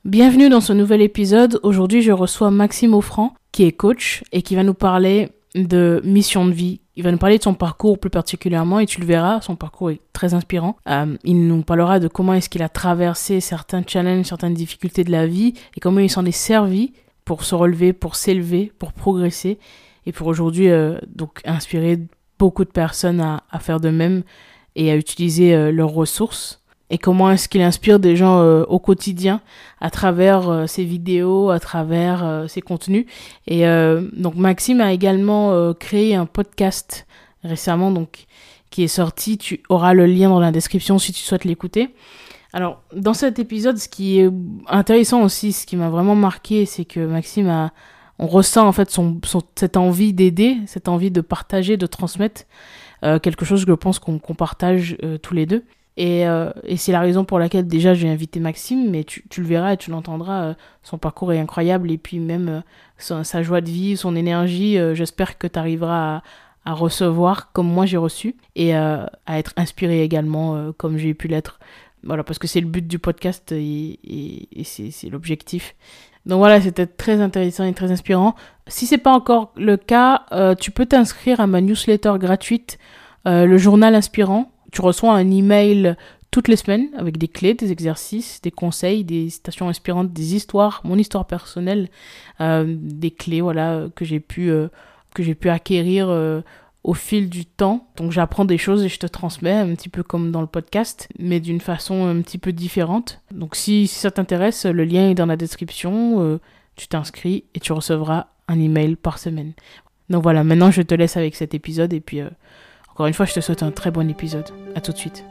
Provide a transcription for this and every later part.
Bienvenue dans ce nouvel épisode. Aujourd'hui, je reçois Maxime Offrand, qui est coach et qui va nous parler de mission de vie. Il va nous parler de son parcours plus particulièrement et tu le verras, son parcours est très inspirant. Il nous parlera de comment est-ce qu'il a traversé certains challenges, certaines difficultés de la vie et comment il s'en est servi pour se relever, pour s'élever, pour progresser et pour aujourd'hui donc inspirer beaucoup de personnes à faire de même et à utiliser leurs ressources. Et comment est-ce qu'il inspire des gens au quotidien à travers ses vidéos, à travers ses contenus. Et donc Maxime a également créé un podcast récemment donc, qui est sorti. Tu auras le lien dans la description si tu souhaites l'écouter. Alors dans cet épisode, ce qui est intéressant aussi, ce qui m'a vraiment marqué, c'est que Maxime on ressent en fait cette envie d'aider, cette envie de partager, de transmettre quelque chose que je pense qu'on partage tous les deux. Et c'est la raison pour laquelle déjà j'ai invité Maxime, mais tu le verras et tu l'entendras, son parcours est incroyable et puis même sa joie de vivre, son énergie, j'espère que tu arriveras à recevoir comme moi j'ai reçu et à être inspiré également comme j'ai pu l'être. Voilà, parce que c'est le but du podcast et c'est l'objectif. Donc voilà, c'était très intéressant et très inspirant. Si c'est pas encore le cas, tu peux t'inscrire à ma newsletter gratuite, le journal inspirant. Tu reçois un email toutes les semaines avec des clés, des exercices, des conseils, des citations inspirantes, des histoires, mon histoire personnelle, des clés voilà que j'ai pu acquérir au fil du temps. Donc j'apprends des choses et je te transmets un petit peu comme dans le podcast, mais d'une façon un petit peu différente. Donc si ça t'intéresse, le lien est dans la description. Tu t'inscris et tu recevras un email par semaine. Donc voilà, maintenant je te laisse avec cet épisode et puis encore une fois, je te souhaite un très bon épisode. À tout de suite.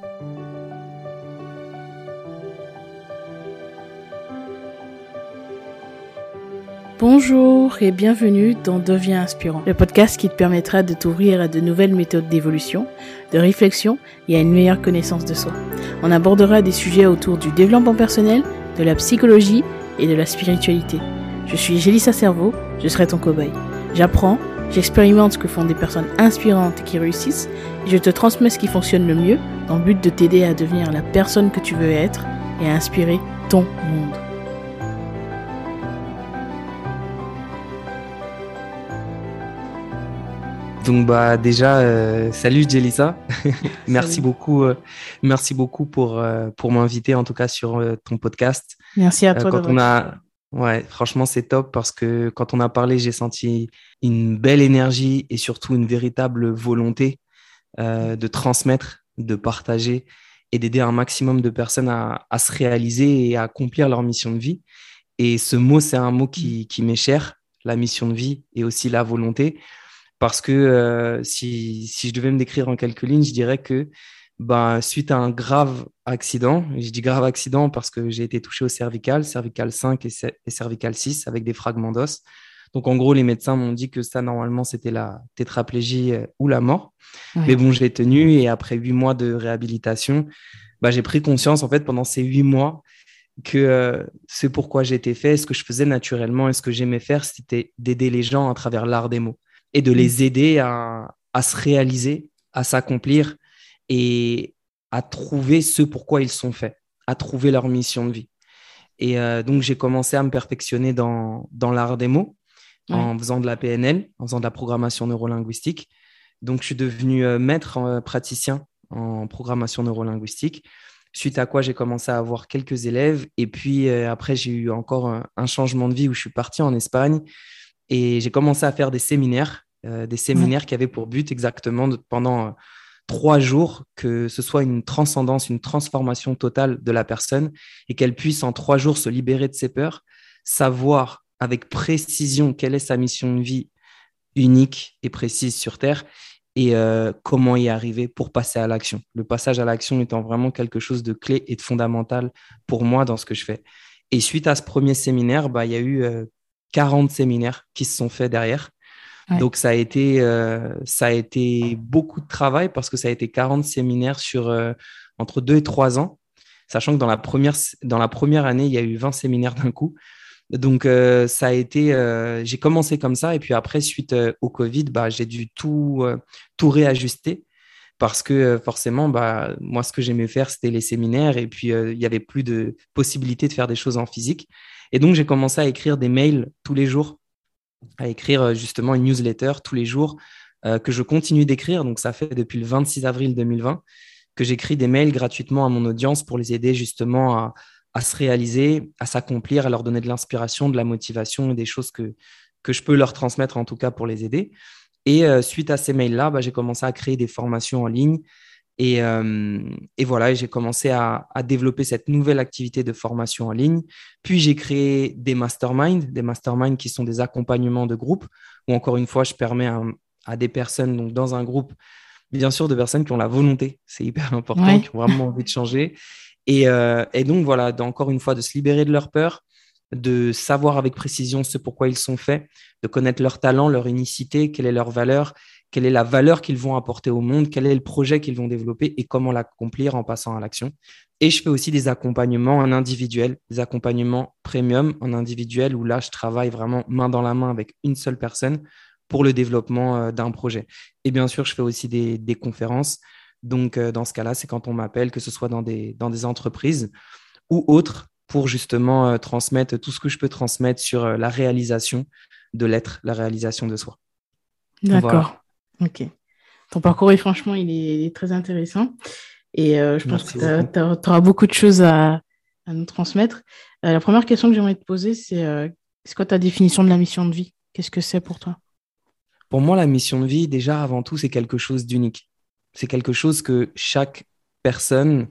Bonjour et bienvenue dans Deviens Inspirant, le podcast qui te permettra de t'ouvrir à de nouvelles méthodes d'évolution, de réflexion et à une meilleure connaissance de soi. On abordera des sujets autour du développement personnel, de la psychologie et de la spiritualité. Je suis Jélissa Cerveau, je serai ton cobaye. J'apprends, j'expérimente ce que font des personnes inspirantes et qui réussissent et je te transmets ce qui fonctionne le mieux dans le but de t'aider à devenir la personne que tu veux être et à inspirer ton monde. Donc déjà salut Jelissa. Salut. Merci beaucoup pour m'inviter en tout cas sur ton podcast. Merci à toi Quand d'avoir on accepté. a Ouais, franchement c'est top parce que quand on a parlé, j'ai senti une belle énergie et surtout une véritable volonté de transmettre, de partager et d'aider un maximum de personnes à se réaliser et à accomplir leur mission de vie. Et ce mot, c'est un mot qui m'est cher, la mission de vie et aussi la volonté. Parce que si je devais me décrire en quelques lignes, je dirais que suite à un grave accident, je dis grave accident parce que j'ai été touché au cervical 5 et cervical 6 avec des fragments d'os. Donc en gros, les médecins m'ont dit que ça, normalement, c'était la tétraplégie ou la mort. Mais Ouais. bon, je l'ai tenu et après 8 mois de réhabilitation, j'ai pris conscience en fait pendant ces 8 mois que ce pourquoi j'étais fait, ce que je faisais naturellement et ce que j'aimais faire, c'était d'aider les gens à travers l'art des mots et de Mm. les aider à se réaliser, à s'accomplir et à trouver ce pourquoi ils sont faits, à trouver leur mission de vie. Et donc, j'ai commencé à me perfectionner dans l'art des mots Ouais. en faisant de la PNL, en faisant de la programmation neurolinguistique. Donc, je suis devenu maître praticien en programmation neurolinguistique, suite à quoi j'ai commencé à avoir quelques élèves. Et puis, après, j'ai eu encore un changement de vie où je suis parti en Espagne et j'ai commencé à faire des Ouais. séminaires qui avaient pour but exactement pendant 3 jours que ce soit une transcendance, une transformation totale de la personne et qu'elle puisse en 3 jours se libérer de ses peurs, savoir avec précision quelle est sa mission de vie unique et précise sur Terre et comment y arriver pour passer à l'action. Le passage à l'action étant vraiment quelque chose de clé et de fondamental pour moi dans ce que je fais. Et suite à ce premier séminaire, il y a eu 40 séminaires qui se sont faits derrière. Ouais. Donc, ça a été beaucoup de travail parce que ça a été 40 séminaires sur entre 2 et 3 ans, sachant que dans la première année, il y a eu 20 séminaires d'un coup. Donc, j'ai commencé comme ça. Et puis après, suite au Covid, j'ai dû tout réajuster parce que forcément, bah, moi, ce que j'aimais faire, c'était les séminaires et puis il n'y avait plus de possibilité de faire des choses en physique. Et donc, j'ai commencé à écrire des mails tous les jours, à écrire justement une newsletter tous les jours que je continue d'écrire. Donc, ça fait depuis le 26 avril 2020 que j'écris des mails gratuitement à mon audience pour les aider justement à se réaliser, à s'accomplir, à leur donner de l'inspiration, de la motivation et des choses que je peux leur transmettre en tout cas pour les aider. Et suite à ces mails-là, bah, j'ai commencé à créer des formations en ligne. Et voilà, j'ai commencé à développer cette nouvelle activité de formation en ligne. Puis j'ai créé des masterminds qui sont des accompagnements de groupe, où encore une fois, je permets à des personnes, donc dans un groupe, bien sûr, de personnes qui ont la volonté, c'est hyper important, Ouais. qui ont vraiment envie de changer. Et donc voilà, encore une fois, de se libérer de leur peur, de savoir avec précision ce pourquoi ils sont faits, de connaître leur talent, leur unicité, quelle est leur valeur, quelle est la valeur qu'ils vont apporter au monde, quel est le projet qu'ils vont développer et comment l'accomplir en passant à l'action. Et je fais aussi des accompagnements en individuel, des accompagnements premium en individuel où là, je travaille vraiment main dans la main avec une seule personne pour le développement d'un projet. Et bien sûr, je fais aussi des conférences. Donc, dans ce cas-là, c'est quand on m'appelle, que ce soit dans des entreprises ou autres, pour justement transmettre tout ce que je peux transmettre sur la réalisation de l'être, la réalisation de soi. Voilà. D'accord. Ok. Ton parcours, franchement, il est très intéressant. Et je pense que Merci beaucoup. tu auras beaucoup de choses à nous transmettre. La première question que j'aimerais te poser, c'est quoi ta définition de la mission de vie? Qu'est-ce que c'est pour toi? Pour moi, la mission de vie, déjà, avant tout, c'est quelque chose d'unique. C'est quelque chose que personne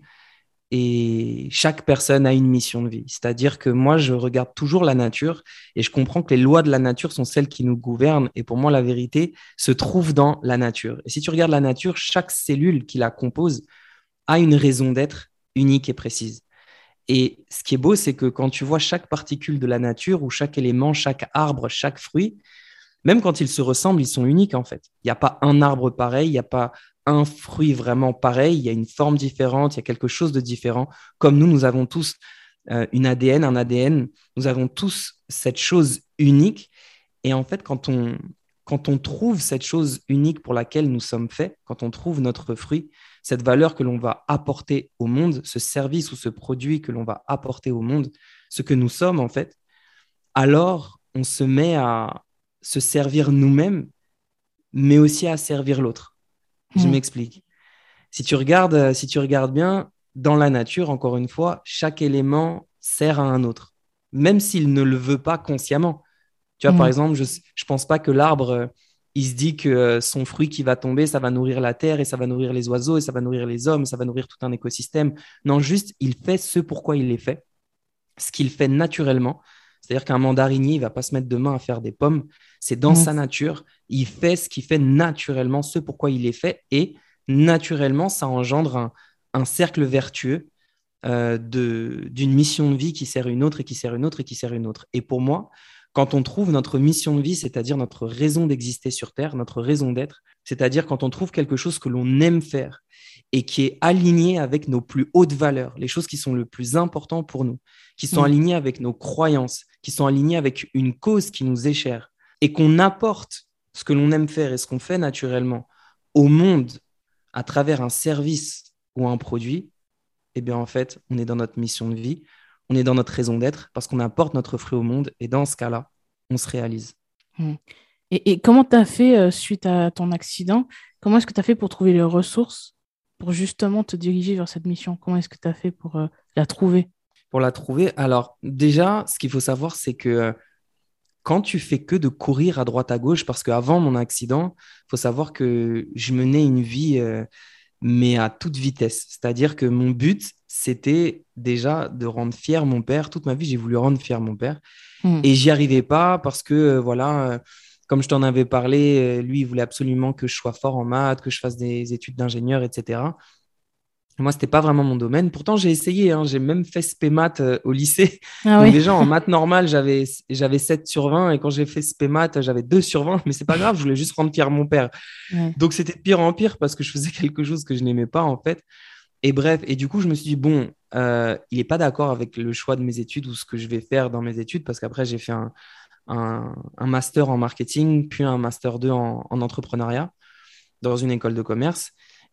chaque personne a une mission de vie. C'est-à-dire que moi, je regarde toujours la nature et je comprends que les lois de la nature sont celles qui nous gouvernent. Et pour moi, la vérité se trouve dans la nature. Et si tu regardes la nature, chaque cellule qui la compose a une raison d'être unique et précise. Et ce qui est beau, c'est que quand tu vois chaque particule de la nature ou chaque élément, chaque arbre, chaque fruit, même quand ils se ressemblent, ils sont uniques en fait. Il n'y a pas un arbre pareil, il n'y a pas un fruit vraiment pareil, il y a une forme différente, il y a quelque chose de différent. Comme nous avons tous une ADN, un ADN, nous avons tous cette chose unique. Et en fait, quand on trouve cette chose unique pour laquelle nous sommes faits, quand on trouve notre fruit, cette valeur que l'on va apporter au monde, ce service ou ce produit que l'on va apporter au monde, ce que nous sommes en fait, alors on se met à se servir nous-mêmes, mais aussi à servir l'autre. Je Hmm. m'explique. Si tu regardes bien, dans la nature, encore une fois, chaque élément sert à un autre, même s'il ne le veut pas consciemment. Tu vois, par Hmm. exemple, je ne pense pas que l'arbre, il se dit que son fruit qui va tomber, ça va nourrir la terre et ça va nourrir les oiseaux et ça va nourrir les hommes, ça va nourrir tout un écosystème. Non, juste, il fait ce pourquoi il est fait, ce qu'il fait naturellement. C'est-à-dire qu'un mandarinier, il va pas se mettre demain à faire des pommes. C'est dans Hmm. sa nature. Il fait ce qu'il fait naturellement, ce pourquoi il est fait. Et naturellement, ça engendre un cercle vertueux d'une mission de vie qui sert une autre et qui sert une autre et qui sert une autre. Et pour moi, quand on trouve notre mission de vie, c'est-à-dire notre raison d'exister sur Terre, notre raison d'être, c'est-à-dire quand on trouve quelque chose que l'on aime faire et qui est aligné avec nos plus hautes valeurs, les choses qui sont le plus importantes pour nous, qui sont Hmm. alignées avec nos croyances, qui sont alignées avec une cause qui nous est chère, et qu'on apporte ce que l'on aime faire et ce qu'on fait naturellement au monde à travers un service ou un produit, eh bien, en fait, on est dans notre mission de vie, on est dans notre raison d'être parce qu'on apporte notre fruit au monde et dans ce cas-là, on se réalise. Hmm. Et comment tu as fait suite à ton accident? Comment est-ce que tu as fait pour trouver les ressources pour justement te diriger vers cette mission? Comment est-ce que tu as fait pour la trouver? Pour la trouver, alors déjà, ce qu'il faut savoir, c'est que quand tu fais que de courir à droite à gauche, parce qu'avant mon accident, il faut savoir que je menais une vie, mais à toute vitesse. C'est-à-dire que mon but, c'était déjà de rendre fier mon père. Toute ma vie, j'ai voulu rendre fier mon père. Hmm. Et j'y arrivais pas parce que, voilà, comme je t'en avais parlé, lui, il voulait absolument que je sois fort en maths, que je fasse des études d'ingénieur, etc. Moi, c'était pas vraiment mon domaine. Pourtant, j'ai essayé, hein, j'ai même fait spé maths au lycée. Ah Donc oui. déjà, en maths normales, j'avais 7 sur 20. Et quand j'ai fait spé maths, j'avais 2 sur 20. Mais c'est pas grave, je voulais juste rendre fier mon père. Ouais. Donc c'était de pire en pire parce que je faisais quelque chose que je n'aimais pas, en fait. Et bref, et du coup, je me suis dit, bon, il n'est pas d'accord avec le choix de mes études ou ce que je vais faire dans mes études parce qu'après, j'ai fait un master en marketing, puis un master 2 en entrepreneuriat dans une école de commerce.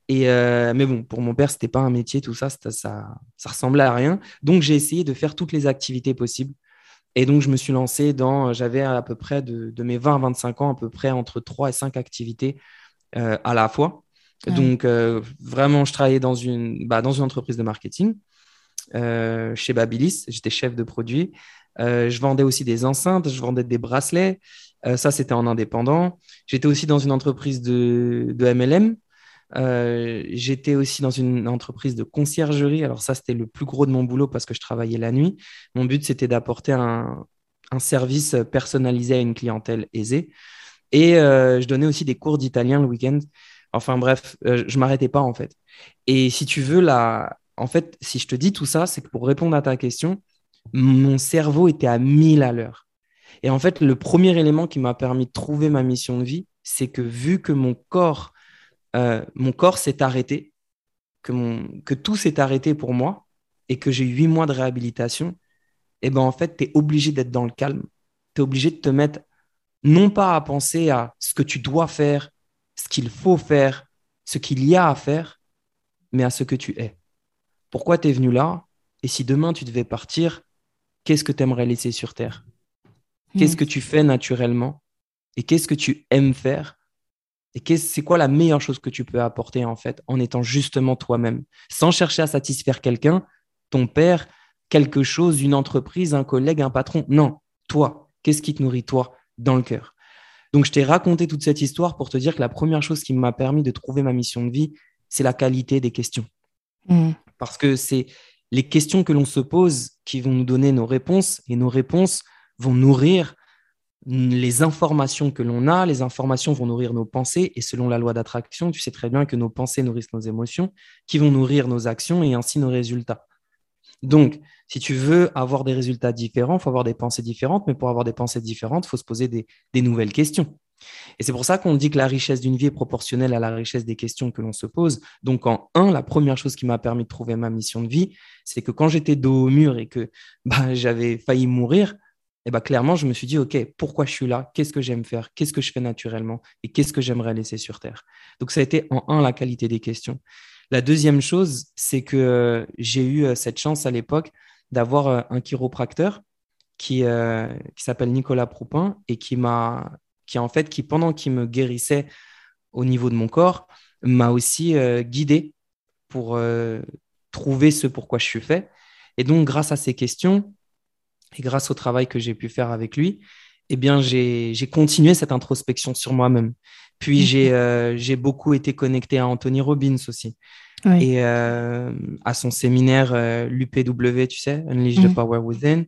Mais bon, pour mon père, c'était pas un métier, tout ça, ça ressemblait à rien. Donc, j'ai essayé de faire toutes les activités possibles. Et donc, je me suis lancé j'avais à peu près de mes 20 à 25 ans, à peu près entre 3 et 5 activités à la fois. Ouais. Donc, vraiment, je travaillais dans une entreprise de marketing chez Babyliss. J'étais chef de produit. Je vendais aussi des enceintes, je vendais des bracelets. Ça, c'était en indépendant. J'étais aussi dans une entreprise de MLM. J'étais aussi dans une entreprise de conciergerie. Alors ça, c'était le plus gros de mon boulot parce que je travaillais la nuit. Mon but, c'était d'apporter un service personnalisé à une clientèle aisée. Et je donnais aussi des cours d'italien le week-end. Enfin bref, je m'arrêtais pas en fait. Et si tu veux, en fait, si je te dis tout ça, c'est que pour répondre à ta question, mon cerveau était à 1000 à l'heure. Et en fait, le premier élément qui m'a permis de trouver ma mission de vie, c'est que vu que mon corps s'est arrêté, que tout s'est arrêté pour moi et que j'ai eu 8 mois de réhabilitation, et ben en fait, tu es obligé d'être dans le calme. Tu es obligé de te mettre non pas à penser à ce que tu dois faire, ce qu'il faut faire, ce qu'il y a à faire, mais à ce que tu es. Pourquoi tu es venu là? Et si demain tu devais partir, qu'est-ce que tu aimerais laisser sur Terre? Qu'est-ce Mm. que tu fais naturellement? Et qu'est-ce que tu aimes faire? Et c'est quoi la meilleure chose que tu peux apporter en fait en étant justement toi-même, sans chercher à satisfaire quelqu'un, ton père, quelque chose, une entreprise, un collègue, un patron. Non, toi, qu'est-ce qui te nourrit toi dans le cœur? Donc je t'ai raconté toute cette histoire pour te dire que la première chose qui m'a permis de trouver ma mission de vie, c'est la qualité des questions. Mm. Parce que c'est les questions que l'on se pose qui vont nous donner nos réponses et nos réponses vont nourrir les informations que l'on a, les informations vont nourrir nos pensées et selon la loi d'attraction, tu sais très bien que nos pensées nourrissent nos émotions qui vont nourrir nos actions et ainsi nos résultats. Donc, si tu veux avoir des résultats différents, il faut avoir des pensées différentes, mais pour avoir des pensées différentes, il faut se poser des nouvelles questions. Et c'est pour ça qu'on dit que la richesse d'une vie est proportionnelle à la richesse des questions que l'on se pose. Donc, la première chose qui m'a permis de trouver ma mission de vie, c'est que quand j'étais dos au mur et que j'avais failli mourir, clairement, je me suis dit, OK, pourquoi je suis là? Qu'est-ce que j'aime faire? Qu'est-ce que je fais naturellement? Et qu'est-ce que j'aimerais laisser sur Terre? Donc, ça a été la qualité des questions. La deuxième chose, c'est que j'ai eu cette chance à l'époque d'avoir un chiropracteur qui s'appelle Nicolas Proupin et qui pendant qu'il me guérissait au niveau de mon corps, m'a aussi guidé pour trouver ce pourquoi je suis fait. Et donc, grâce à ces questions et grâce au travail que j'ai pu faire avec lui, eh bien, j'ai continué cette introspection sur moi-même. Puis, Ok. j'ai beaucoup été connecté à Anthony Robbins aussi Oui. et à son séminaire l'UPW, tu sais, Unleash the Mm. Power Within.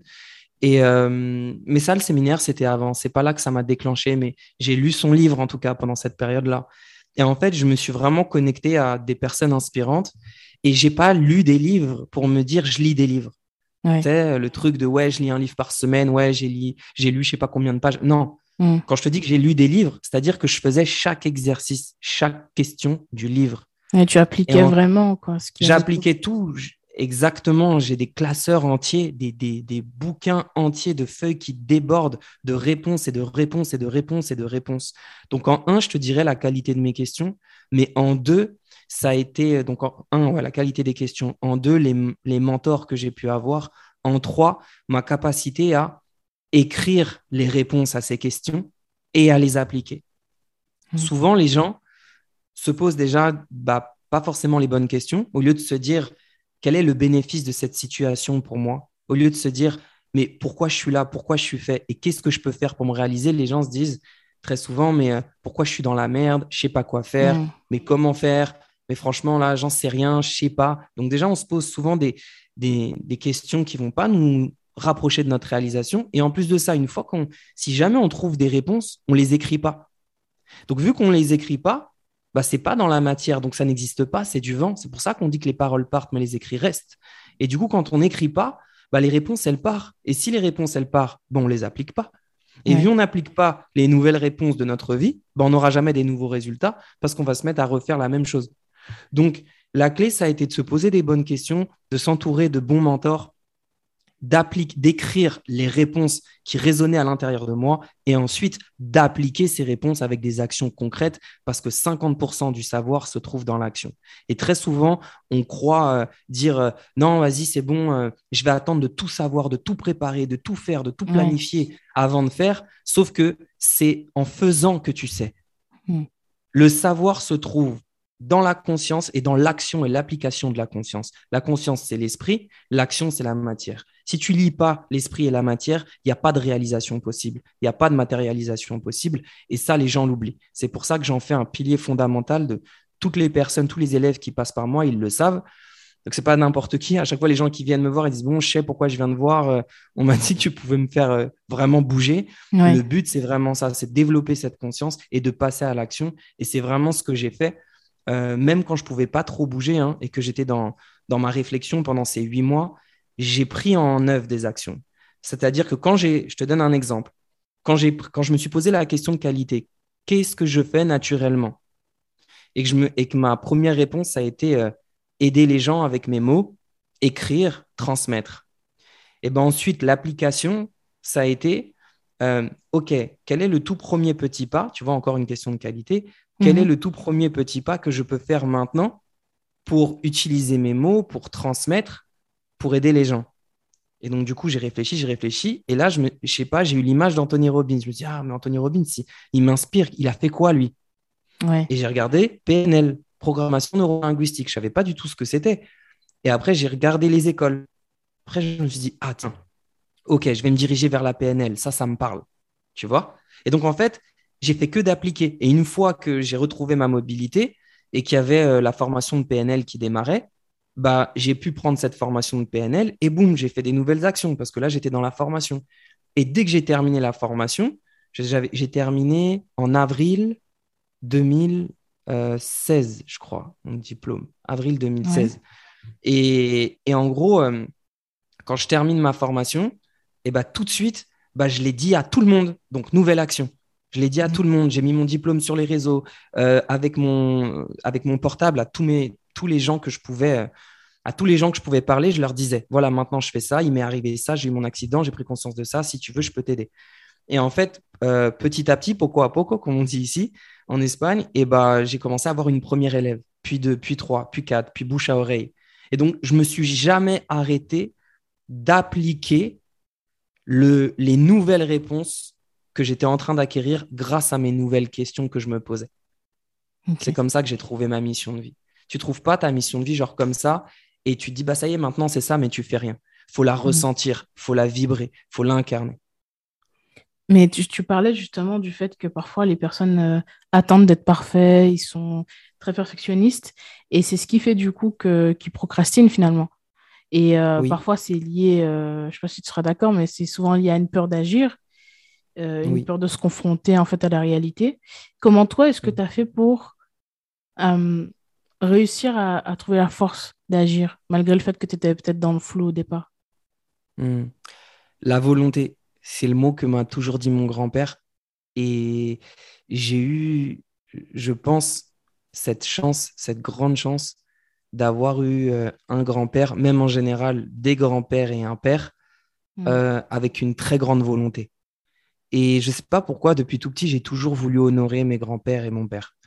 Mais ça, le séminaire, c'était avant. C'est pas là que ça m'a déclenché, mais j'ai lu son livre en tout cas pendant cette période-là. Et en fait, je me suis vraiment connecté à des personnes inspirantes et j'ai pas lu des livres pour me dire je lis des livres. Tu Ouais. sais, le truc de ouais, je lis un livre par semaine, ouais, j'ai lu je sais pas combien de pages. Non, Mm. quand je te dis que j'ai lu des livres, c'est-à-dire que je faisais chaque exercice, chaque question du livre. Et tu Et appliquais vraiment, quoi, ce qu'il y avait dedans. j'appliquais tout exactement. J'ai des classeurs entiers, des bouquins entiers de feuilles qui débordent de réponses et de réponses et de réponses et de réponses. Donc, en un, je te dirais la qualité de mes questions, mais en deux, ça a été, donc en un, ouais, la qualité des questions. En deux, les mentors que j'ai pu avoir. En trois, ma capacité à écrire les réponses à ces questions et à les appliquer. Mm. Souvent, les gens se posent déjà pas forcément les bonnes questions, au lieu de se dire quel est le bénéfice de cette situation pour moi, au lieu de se dire mais pourquoi je suis là, pourquoi je suis fait et qu'est-ce que je peux faire pour me réaliser, les gens se disent très souvent mais pourquoi je suis dans la merde, je sais pas quoi faire, Mm. mais comment faire, mais franchement là j'en sais rien, je sais pas. Donc déjà on se pose souvent des questions qui vont pas nous rapprocher de notre réalisation et en plus de ça, si jamais on trouve des réponses, on les écrit pas. Donc, vu qu'on ne les écrit pas, ce n'est pas dans la matière, donc ça n'existe pas, c'est du vent. C'est pour ça qu'on dit que les paroles partent, mais les écrits restent. Et du coup, quand on n'écrit pas, les réponses, elles partent. Et si les réponses, elles partent, on ne les applique pas. Et vu Ouais. qu'on n'applique pas les nouvelles réponses de notre vie, on n'aura jamais des nouveaux résultats parce qu'on va se mettre à refaire la même chose. Donc, la clé, ça a été de se poser des bonnes questions, de s'entourer de bons mentors d'écrire les réponses qui résonnaient à l'intérieur de moi et ensuite d'appliquer ces réponses avec des actions concrètes parce que 50% du savoir se trouve dans l'action. Et très souvent, on croit dire non, vas-y, c'est bon, je vais attendre de tout savoir, de tout préparer, de tout faire, de tout Ouais. planifier avant de faire, sauf que c'est en faisant que tu sais. Mm. Le savoir se trouve dans la conscience et dans l'action et l'application de la conscience. La conscience, c'est l'esprit, l'action, c'est la matière. Si tu lis pas l'esprit et la matière, il n'y a pas de réalisation possible, il n'y a pas de matérialisation possible, et ça, les gens l'oublient. C'est pour ça que j'en fais un pilier fondamental de toutes les personnes, tous les élèves qui passent par moi, ils le savent. Donc, c'est pas n'importe qui. À chaque fois, les gens qui viennent me voir, ils disent, bon, je sais pourquoi je viens de voir. On m'a dit que tu pouvais me faire vraiment bouger. Ouais. Le but, c'est vraiment ça, c'est de développer cette conscience et de passer à l'action. Et c'est vraiment ce que j'ai fait, même quand je pouvais pas trop bouger hein, et que j'étais dans ma réflexion pendant ces 8 mois, j'ai pris en œuvre des actions. C'est-à-dire que je te donne un exemple, quand je me suis posé la question de qualité, qu'est-ce que je fais naturellement? Et que ma première réponse, ça a été aider les gens avec mes mots, écrire, transmettre. Et ben ensuite, l'application, ça a été, OK, quel est le tout premier petit pas? Tu vois, encore une question de qualité. Quel est Mhm. le tout premier petit pas que je peux faire maintenant pour utiliser mes mots, pour transmettre, pour aider les gens? Et donc, du coup, j'ai réfléchi. Et là, je sais pas, j'ai eu l'image d'Anthony Robbins. Je me suis dit, ah, mais Anthony Robbins, il m'inspire. Il a fait quoi, lui? Ouais. Et j'ai regardé PNL, programmation neurolinguistique. Je savais pas du tout ce que c'était. Et après, j'ai regardé les écoles. Après, je me suis dit, ah, tiens, OK, je vais me diriger vers la PNL. Ça me parle. Tu vois? Et donc, en fait, j'ai fait que d'appliquer. Et une fois que j'ai retrouvé ma mobilité et qu'il y avait la formation de PNL qui démarrait, bah, j'ai pu prendre cette formation de PNL et boum, j'ai fait des nouvelles actions parce que là, j'étais dans la formation. Et dès que j'ai terminé la formation, j'ai terminé en avril 2016, je crois, mon diplôme. Avril Ouais. 2016. Et en gros, quand je termine ma formation, et bah, tout de suite, bah, je l'ai dit à tout le monde. Donc, nouvelle action. Je l'ai dit à Mhm. tout le monde. J'ai mis mon diplôme sur les réseaux avec mon portable à tous les gens que je pouvais. À tous les gens que je pouvais parler, je leur disais, voilà, maintenant je fais ça, il m'est arrivé ça, j'ai eu mon accident, j'ai pris conscience de ça, si tu veux, je peux t'aider. Et en fait, petit à petit, poco a poco, comme on dit ici, en Espagne, et bah, j'ai commencé à avoir une première élève, puis deux, puis trois, puis quatre, puis bouche à oreille. Et donc, je me suis jamais arrêté d'appliquer les nouvelles réponses que j'étais en train d'acquérir grâce à mes nouvelles questions que je me posais. C'est Ok. comme ça que j'ai trouvé ma mission de vie. Tu trouves pas ta mission de vie genre comme ça et tu te dis bah ça y est maintenant c'est ça mais tu fais rien. Faut la Mhm. ressentir, faut la vibrer, faut l'incarner. Mais tu parlais justement du fait que parfois les personnes attendent d'être parfaits, ils sont très perfectionnistes, et c'est ce qui fait du coup qu'ils procrastinent finalement. Et Oui, parfois c'est lié, je sais pas si tu seras d'accord, mais c'est souvent lié à une peur d'agir, une oui. peur de se confronter en fait à la réalité. Comment toi, est-ce que tu as fait pour euh, réussir à trouver la force d'agir, malgré le fait que tu étais peut-être dans le flou au départ? Hmm. La volonté, c'est le mot que m'a toujours dit mon grand-père et j'ai eu, je pense, cette chance, cette grande chance d'avoir eu un grand-père, même en général des grands-pères et un père, Mm. avec une très grande volonté. Et je ne sais pas pourquoi, depuis tout petit, j'ai toujours voulu honorer mes grands-pères et mon père.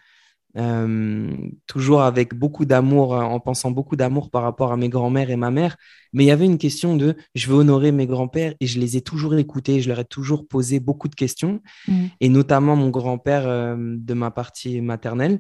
Toujours avec beaucoup d'amour, en pensant beaucoup d'amour par rapport à mes grands-mères et ma mère. Mais il y avait une question de, je veux honorer mes grands-pères et je les ai toujours écoutés, je leur ai toujours posé beaucoup de questions, Mm. et notamment mon grand-père de ma partie maternelle.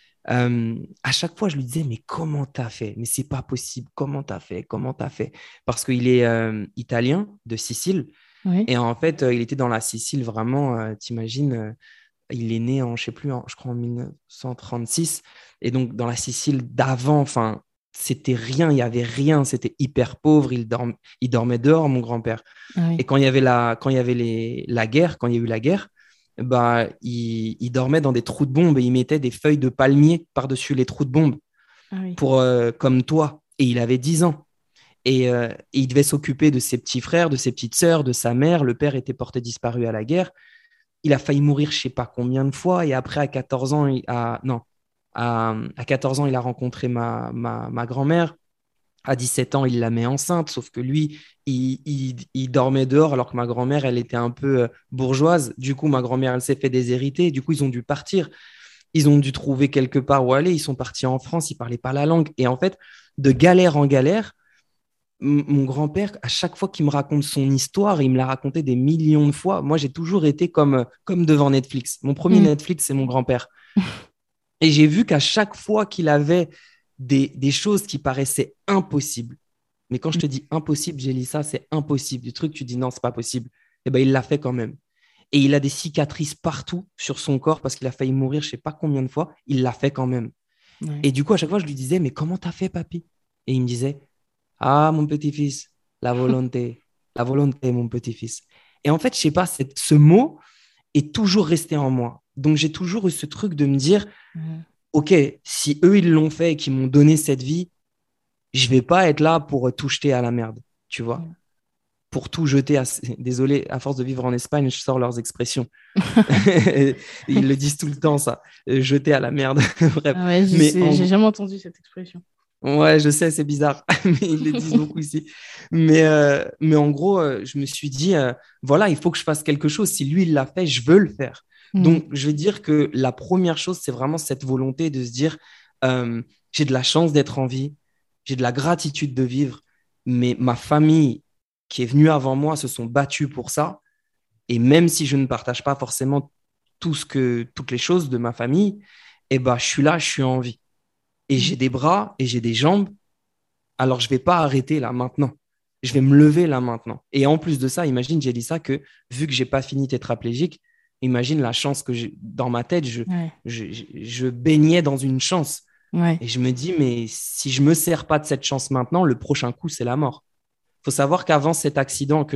À chaque fois, je lui disais, mais comment t'as fait? Mais c'est pas possible, comment t'as fait? Comment t'as fait? Parce qu'il est italien, de Sicile. Oui. Et en fait, il était dans la Sicile vraiment, t'imagines, il est né je sais plus, je crois en 1936. Et donc, dans la Sicile d'avant, enfin, c'était rien, il y avait rien, c'était hyper pauvre. Il dormait dehors, mon grand-père. Ah Et oui. quand il y avait la guerre, quand il y a eu la guerre, bah, il dormait dans des trous de bombes et il mettait des feuilles de palmier par-dessus les trous de bombes Ah oui. comme toi. Et il avait 10 ans. Et il devait s'occuper de ses petits frères, de ses petites sœurs, de sa mère. Le père était porté disparu à la guerre. Il a failli mourir je sais pas combien de fois. Et après, à 14 ans, non, à 14 ans, il a rencontré ma grand-mère. À 17 ans, il la met enceinte, sauf que lui, il dormait dehors alors que ma grand-mère, elle était un peu bourgeoise. Du coup, ma grand-mère, elle s'est fait déshériter. Du coup, ils ont dû partir. Ils ont dû trouver quelque part où aller. Ils sont partis en France, ils ne parlaient pas la langue. Et en fait, de galère en galère, mon grand-père, à chaque fois qu'il me raconte son histoire, il me l'a raconté des millions de fois. Moi, j'ai toujours été comme devant Netflix. Mon premier Mm. Netflix, c'est mon grand-père. Et j'ai vu qu'à chaque fois qu'il avait des choses qui paraissaient impossibles, mais quand je te dis impossible, j'ai dit ça, c'est impossible. Du truc, tu dis non, c'est pas possible. Et ben, il l'a fait quand même. Et il a des cicatrices partout sur son corps parce qu'il a failli mourir je sais pas combien de fois. Il l'a fait quand même. Ouais. Et du coup, à chaque fois, je lui disais, mais comment t'as fait, papy? Et il me disait, ah, mon petit-fils, la volonté, mon petit-fils. Et en fait, je sais pas, ce mot est toujours resté en moi. Donc, j'ai toujours eu ce truc de me dire, Mhm. OK, si eux, ils l'ont fait et qu'ils m'ont donné cette vie, je vais pas être là pour tout jeter à la merde, tu vois, pour tout jeter à... Désolé, à force de vivre en Espagne, je sors leurs expressions. Ils le disent tout le temps, ça. Jeter à la merde. Bref. Ah ouais, Mais j'ai jamais entendu cette expression. ouais, je sais, c'est bizarre, mais ils le disent beaucoup ici. Mais en gros, je me suis dit, voilà, il faut que je fasse quelque chose. Si lui, il l'a fait, je veux le faire. Mm. Donc, je vais dire que la première chose, c'est vraiment cette volonté de se dire, euh, j'ai de la chance d'être en vie, j'ai de la gratitude de vivre, mais ma famille qui est venue avant moi se sont battus pour ça. Et même si je ne partage pas forcément toutes les choses de ma famille, eh ben, je suis là, je suis en vie. Et Mm. j'ai des bras et j'ai des jambes, alors je ne vais pas arrêter là maintenant. Je vais me lever là maintenant. Et en plus de ça, imagine, j'ai dit ça que vu que j'ai pas fini tétraplégique, imagine la chance que j'ai dans ma tête, Ouais, je baignais dans une chance. ouais. Et je me dis, mais si je me sers pas de cette chance maintenant, le prochain coup, c'est la mort. Il faut savoir qu'avant cet accident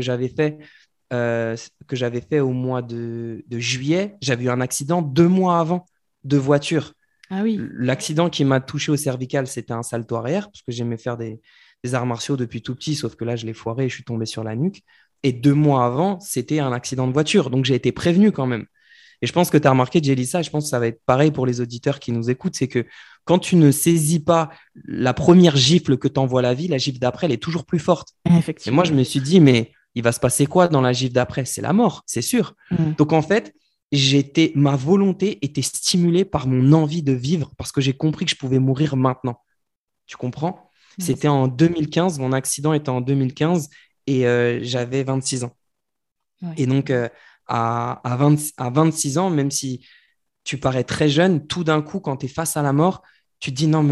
que j'avais fait au mois de juillet, j'avais eu un accident 2 mois avant de voiture. Ah oui. L'accident qui m'a touché au cervical, c'était un salto arrière, parce que j'aimais faire des arts martiaux depuis tout petit, sauf que là, je l'ai foiré et je suis tombé sur la nuque. Et 2 mois avant, c'était un accident de voiture. Donc, j'ai été prévenu quand même. Et je pense que tu as remarqué, Jélissa, je pense que ça va être pareil pour les auditeurs qui nous écoutent, c'est que quand tu ne saisis pas la première gifle que t'envoie la vie, la gifle d'après, elle est toujours plus forte. Et moi, je Effectivement. me suis dit, mais il va se passer quoi dans la gifle d'après? C'est la mort, c'est sûr. Mm. Donc, en fait, ma volonté était stimulée par mon envie de vivre parce que j'ai compris que je pouvais mourir maintenant. Tu comprends? Ouais, C'était en 2015, mon accident était en 2015 et j'avais 26 ans. ouais. Et donc, à 26 ans, même si tu parais très jeune, tout d'un coup, quand tu es face à la mort, tu te dis non, mais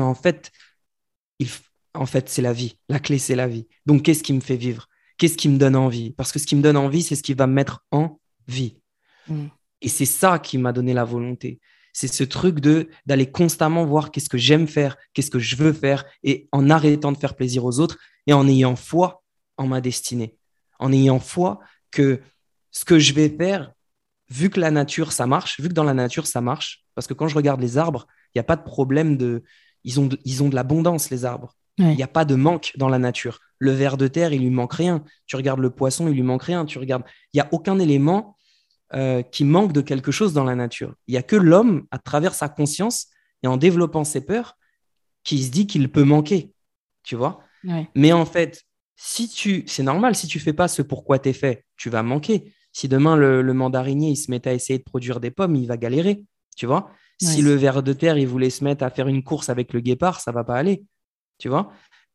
il, en fait, c'est la vie. La clé, c'est la vie. Donc, qu'est-ce qui me fait vivre? Qu'est-ce qui me donne envie? Parce que ce qui me donne envie, c'est ce qui va me mettre en vie. Mm. Et c'est ça qui m'a donné la volonté. C'est ce truc de d'aller constamment voir qu'est-ce que j'aime faire, qu'est-ce que je veux faire, et en arrêtant de faire plaisir aux autres et en ayant foi en ma destinée, en ayant foi que ce que je vais faire, vu que la nature, ça marche, vu que dans la nature, ça marche, parce que quand je regarde les arbres, il n'y a pas de problème ils ont de l'abondance, les arbres. Il Ouais. n'y a pas de manque dans la nature. Le ver de terre, il lui manque rien. Tu regardes le poisson, il lui manque rien. Tu regardes, il n'y a aucun élément qui manque de quelque chose dans la nature. Il n'y a que l'homme, à travers sa conscience et en développant ses peurs, qui se dit qu'il peut manquer, tu vois. Ouais. Mais en fait, c'est normal, si tu fais pas ce pourquoi tu es fait, tu vas manquer. Si demain le mandarinier il se met à essayer de produire des pommes, il va galérer, tu vois. Si Ouais. le ver de terre il voulait se mettre à faire une course avec le guépard, ça va pas aller, tu vois.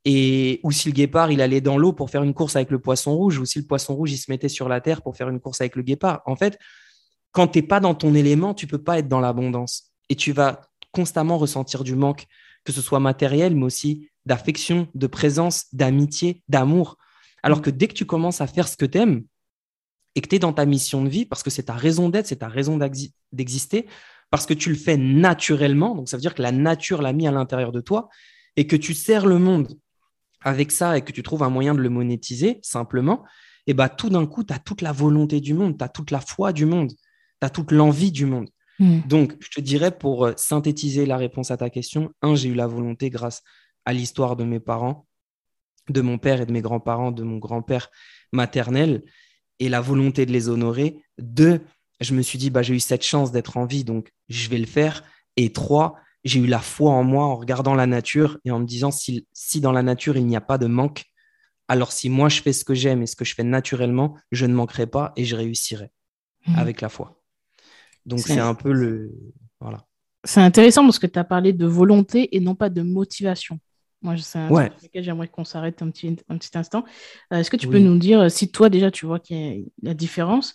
Ou si le guépard il allait dans l'eau pour faire une course avec le poisson rouge, ou si le poisson rouge il se mettait sur la terre pour faire une course avec le guépard. En fait, quand tu n'es pas dans ton élément, tu peux pas être dans l'abondance. Et tu vas constamment ressentir du manque, que ce soit matériel, mais aussi d'affection, de présence, d'amitié, d'amour. Alors Mm. que dès que tu commences à faire ce que tu aimes et que tu es dans ta mission de vie, parce que c'est ta raison d'être, c'est ta raison d'exister, parce que tu le fais naturellement, donc ça veut dire que la nature l'a mis à l'intérieur de toi, et que tu sers le monde avec ça et que tu trouves un moyen de le monétiser simplement, et bah, tout d'un coup, tu as toute la volonté du monde, tu as toute la foi du monde, tu as toute l'envie du monde. Mm. Donc, je te dirais pour synthétiser la réponse à ta question, j'ai eu la volonté grâce à l'histoire de mes parents, de mon père et de mes grands-parents, de mon grand-père maternel, et la volonté de les honorer. Deux, je me suis dit, bah, j'ai eu cette chance d'être en vie, donc je vais le faire. Et trois, j'ai eu la foi en moi en regardant la nature et en me disant si dans la nature il n'y a pas de manque, alors si moi je fais ce que j'aime et ce que je fais naturellement, je ne manquerai pas et je réussirai Mhm. avec la foi. Donc c'est C'est un peu le... Voilà. c'est intéressant parce que tu as parlé de volonté et non pas de motivation. Moi, c'est un truc Ouais, sur lequel j'aimerais qu'on s'arrête un petit instant. Est-ce que tu peux oui, nous dire si toi déjà tu vois qu'il y a la différence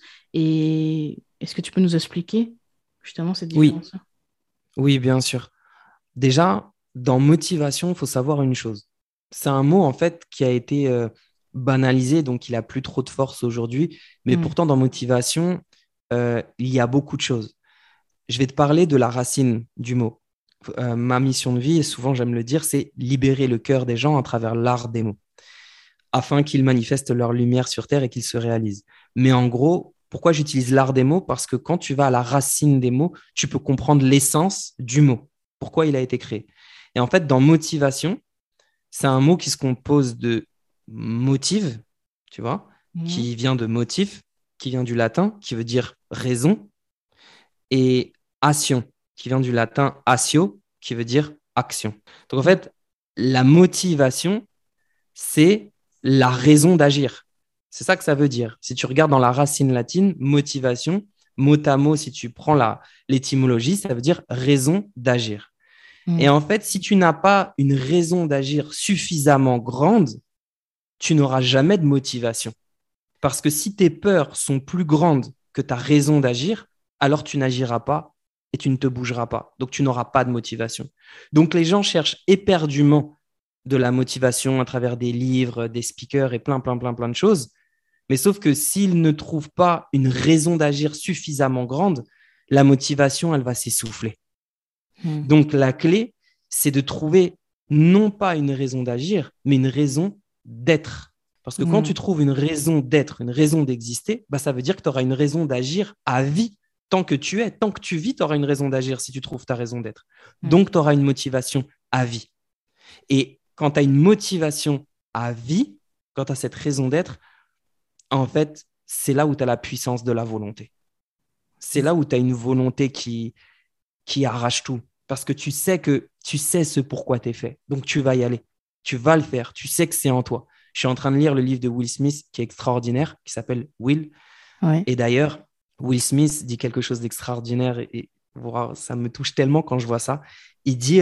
et est-ce que tu peux nous expliquer justement cette oui, différence-là? oui, bien sûr. Déjà, dans motivation, il faut savoir une chose. C'est un mot, en fait, qui a été banalisé, donc il n'a plus trop de force aujourd'hui. Mais Mhm. pourtant, dans motivation, il y a beaucoup de choses. Je vais te parler de la racine du mot. Ma mission de vie, et souvent j'aime le dire, c'est libérer le cœur des gens à travers l'art des mots, afin qu'ils manifestent leur lumière sur Terre et qu'ils se réalisent. Mais en gros, pourquoi j'utilise l'art des mots? Parce que quand tu vas à la racine des mots, tu peux comprendre l'essence du mot, pourquoi il a été créé. Et en fait, dans motivation, c'est un mot qui se compose de motive, tu vois, Mhm. qui vient de motif, qui vient du latin, qui veut dire raison, et action, qui vient du latin actio, qui veut dire action. Donc en fait, la motivation, c'est la raison d'agir. C'est ça que ça veut dire. Si tu regardes dans la racine latine, motivation, mot à mot, si tu prends l'étymologie, ça veut dire raison d'agir. Et Mhm. en fait, si tu n'as pas une raison d'agir suffisamment grande, tu n'auras jamais de motivation. Parce que si tes peurs sont plus grandes que ta raison d'agir, alors tu n'agiras pas et tu ne te bougeras pas. Donc tu n'auras pas de motivation. Donc les gens cherchent éperdument de la motivation à travers des livres, des speakers et plein de choses. Mais sauf que s'ils ne trouvent pas une raison d'agir suffisamment grande, la motivation, elle va s'essouffler. Mhm. Donc la clé, c'est de trouver non pas une raison d'agir, mais une raison d'être. Parce que quand tu Mhm. trouves une raison d'être, une raison d'exister, bah, ça veut dire que tu auras une raison d'agir à vie. Tant que tu es, tant que tu vis, tu auras une raison d'agir si tu trouves ta raison d'être. Mhm. Donc, tu auras une motivation à vie. Et quand tu as une motivation à vie, quand tu as cette raison d'être, en fait, c'est là où tu as la puissance de la volonté. C'est là où tu as une volonté qui arrache tout. Parce que tu sais ce pourquoi tu es fait. Donc, tu vas y aller. Tu vas le faire. Tu sais que c'est en toi. Je suis en train de lire le livre de Will Smith qui est extraordinaire, qui s'appelle Will. Ouais. Et d'ailleurs, Will Smith dit quelque chose d'extraordinaire et wow, ça me touche tellement quand je vois ça. Il dit,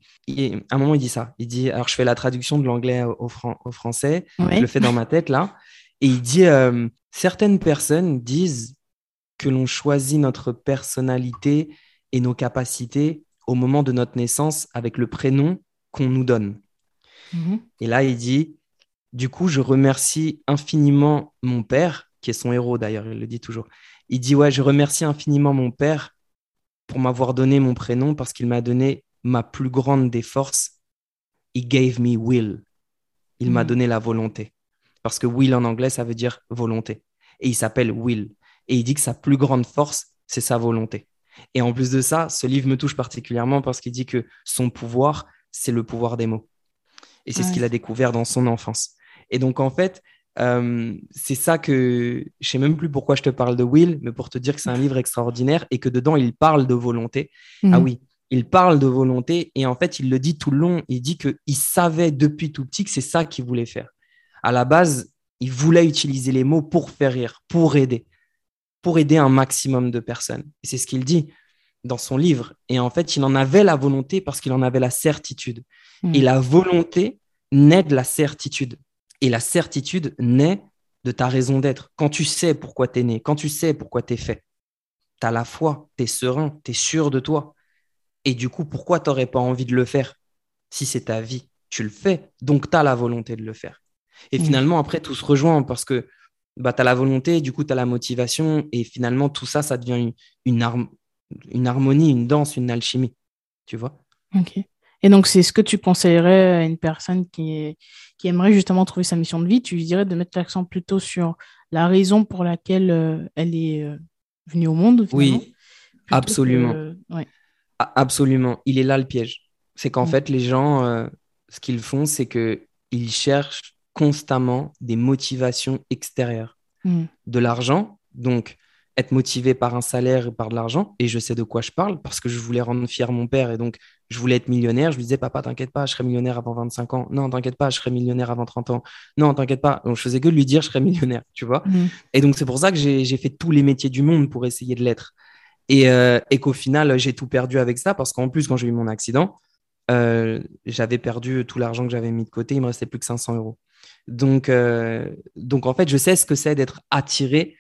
à un moment, il dit ça. Il dit, alors je fais la traduction de l'anglais au français, je le Ouais. fais dans ma tête là. Et il dit, certaines personnes disent que l'on choisit notre personnalité et nos capacités au moment de notre naissance avec le prénom qu'on nous donne. Mhm. Et là, il dit, du coup, je remercie infiniment mon père, qui est son héros d'ailleurs, il le dit toujours. Il dit, ouais, je remercie infiniment mon père pour m'avoir donné mon prénom parce qu'il m'a donné ma plus grande des forces. He gave me will. Il m'a Mhm. donné la volonté. Parce que will en anglais, ça veut dire volonté. Et il s'appelle Will. Et il dit que sa plus grande force, c'est sa volonté. Et en plus de ça, ce livre me touche particulièrement parce qu'il dit que son pouvoir, c'est le pouvoir des mots. Et c'est ce Ouais. qu'il a découvert dans son enfance. Et donc, en fait, c'est ça que je sais même plus pourquoi je te parle de Will, mais pour te dire que c'est un livre extraordinaire et que dedans, il parle de volonté. Ah Mhm. oui, il parle de volonté et en fait, il le dit tout le long. Il dit qu'il savait depuis tout petit que c'est ça qu'il voulait faire. À la base, il voulait utiliser les mots pour faire rire, pour aider un maximum de personnes. Et c'est ce qu'il dit dans son livre. Et en fait, il en avait la volonté parce qu'il en avait la certitude. Et Mhm. la volonté naît de la certitude. Et la certitude naît de ta raison d'être. Quand tu sais pourquoi tu es né, quand tu sais pourquoi tu es fait, tu as la foi, tu es serein, tu es sûr de toi. Et du coup, pourquoi tu n'aurais pas envie de le faire? Si c'est ta vie, tu le fais. Donc, tu as la volonté de le faire. Et Mhm. finalement, après, tout se rejoint parce que bah, tu as la volonté, du coup, tu as la motivation. Et finalement, tout ça, ça devient une, une harmonie, une danse, une alchimie. Tu vois? Ok. Et donc, c'est ce que tu conseillerais à une personne qui aimerait justement trouver sa mission de vie, tu lui dirais de mettre l'accent plutôt sur la raison pour laquelle elle est venue au monde, finalement, Oui, plutôt absolument. que... Ouais. Absolument. Il est là le piège. C'est qu'en Mm. fait, les gens, ce qu'ils font, c'est qu'ils cherchent constamment des motivations extérieures. Mm. De l'argent, donc être motivé par un salaire et par de l'argent. Et je sais de quoi je parle parce que je voulais rendre fier mon père et donc je voulais être millionnaire. Je lui disais, papa, t'inquiète pas, je serai millionnaire avant 25 ans. Non, t'inquiète pas, je serai millionnaire avant 30 ans. Non, t'inquiète pas. Donc, je faisais que de lui dire, je serai millionnaire, tu vois. Mhm. Et donc, c'est pour ça que j'ai fait tous les métiers du monde pour essayer de l'être. Et qu'au final, j'ai tout perdu avec ça parce qu'en plus, quand j'ai eu mon accident, j'avais perdu tout l'argent que j'avais mis de côté. Il me restait plus que 500 euros. Donc, en fait, je sais ce que c'est d'être attiré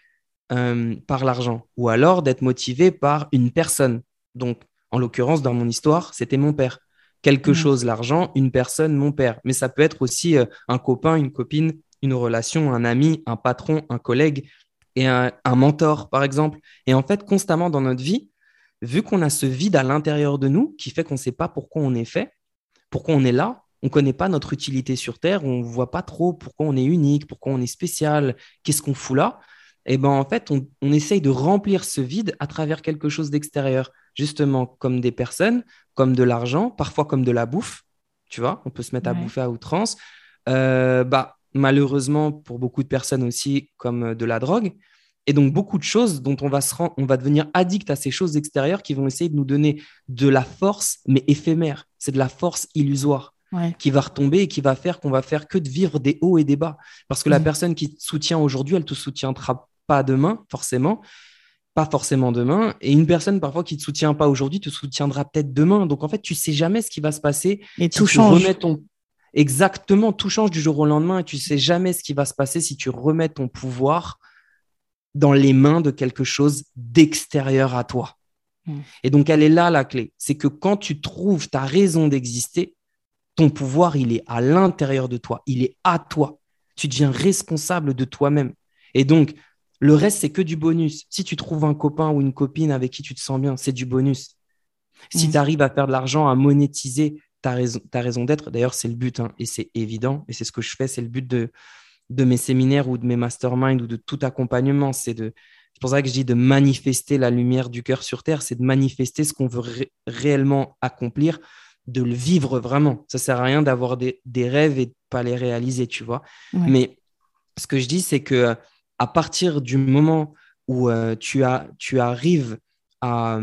par l'argent ou alors d'être motivé par une personne. Donc, en l'occurrence, dans mon histoire, c'était mon père. Quelque Ouais. chose, l'argent, une personne, mon père. Mais ça peut être aussi un copain, une copine, une relation, un ami, un patron, un collègue et un mentor, par exemple. Et en fait, constamment dans notre vie, vu qu'on a ce vide à l'intérieur de nous qui fait qu'on ne sait pas pourquoi on est fait, pourquoi on est là, on ne connaît pas notre utilité sur Terre, on ne voit pas trop pourquoi on est unique, pourquoi on est spécial, qu'est-ce qu'on fout là. Et ben en fait, on essaye de remplir ce vide à travers quelque chose d'extérieur, justement comme des personnes, comme de l'argent, parfois comme de la bouffe. Tu vois, on peut se mettre à Ouais. bouffer à outrance. Malheureusement, pour beaucoup de personnes aussi, comme de la drogue. Et donc, beaucoup de choses dont on va devenir addict à ces choses extérieures qui vont essayer de nous donner de la force, mais éphémère. C'est de la force illusoire Ouais. qui va retomber et qui va faire qu'on va faire que de vivre des hauts et des bas. Parce que la Mhm. personne qui te soutient aujourd'hui, elle te soutiendra pas demain, forcément, pas forcément demain. Et une personne parfois qui te soutient pas aujourd'hui te soutiendra peut-être demain. Donc en fait, tu sais jamais ce qui va se passer Et si tout tu change. remets ton exactement, tout change du jour au lendemain et tu sais jamais ce qui va se passer si tu remets ton pouvoir dans les mains de quelque chose d'extérieur à toi. Mhm. Et donc elle est là la clé, c'est que quand tu trouves ta raison d'exister, ton pouvoir, il est à l'intérieur de toi, il est à toi. Tu deviens responsable de toi-même. Et donc, le reste, c'est que du bonus. Si tu trouves un copain ou une copine avec qui tu te sens bien, c'est du bonus. Si Mhm. tu arrives à faire de l'argent, à monétiser ta raison d'être, d'ailleurs, c'est le but, hein, et c'est évident, et c'est ce que je fais, c'est le but de mes séminaires ou de mes masterminds ou de tout accompagnement, c'est pour ça que je dis de manifester la lumière du cœur sur terre, c'est de manifester ce qu'on veut réellement accomplir, de le vivre vraiment. Ça sert à rien d'avoir des rêves et de pas les réaliser, tu vois. Ouais. Mais ce que je dis, c'est que à partir du moment où tu arrives à,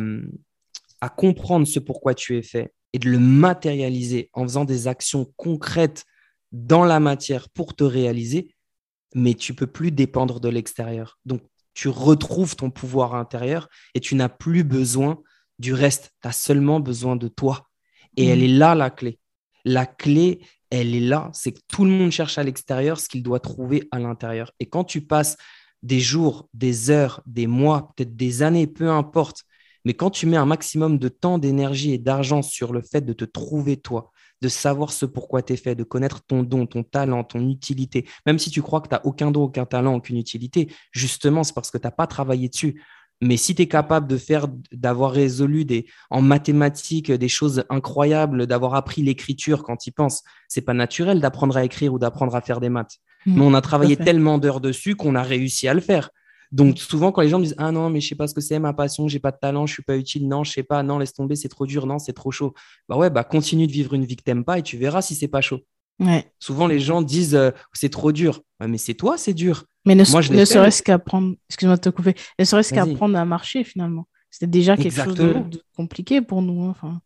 à comprendre ce pourquoi tu es fait et de le matérialiser en faisant des actions concrètes dans la matière pour te réaliser, mais tu peux plus dépendre de l'extérieur. Donc, tu retrouves ton pouvoir intérieur et tu n'as plus besoin du reste. Tu as seulement besoin de toi. Et elle Mhm. est là, la clé. La clé, elle est là. C'est que tout le monde cherche à l'extérieur ce qu'il doit trouver à l'intérieur. Et quand tu passes des jours, des heures, des mois, peut-être des années, peu importe, mais quand tu mets un maximum de temps, d'énergie et d'argent sur le fait de te trouver toi, de savoir ce pourquoi tu es fait, de connaître ton don, ton talent, ton utilité. Même si tu crois que tu n'as aucun don, aucun talent, aucune utilité, justement, c'est parce que tu n'as pas travaillé dessus. Mais si tu es capable d'avoir résolu en mathématiques des choses incroyables, d'avoir appris l'écriture quand tu y penses, c'est pas naturel d'apprendre à écrire ou d'apprendre à faire des maths. Mhm. Mais on a Tout à travaillé fait. tellement d'heures dessus qu'on a réussi à le faire. Donc souvent quand les gens me disent ah non mais je sais pas ce que c'est ma passion, j'ai pas de talent, je suis pas utile, non je sais pas, non laisse tomber c'est trop dur, non c'est trop chaud. Bah ouais bah continue de vivre une vie que t'aimes pas et tu verras si c'est pas chaud. Ouais. Souvent les gens disent c'est trop dur. Ouais, mais c'est toi c'est dur. Mais Moi je l'ai ne fait. serait-ce qu'apprendre, excuse-moi de te couper, ne serait-ce Vas-y. qu'apprendre à marcher finalement. C'était déjà quelque chose Exactement. de compliqué pour nous, hein. Enfin,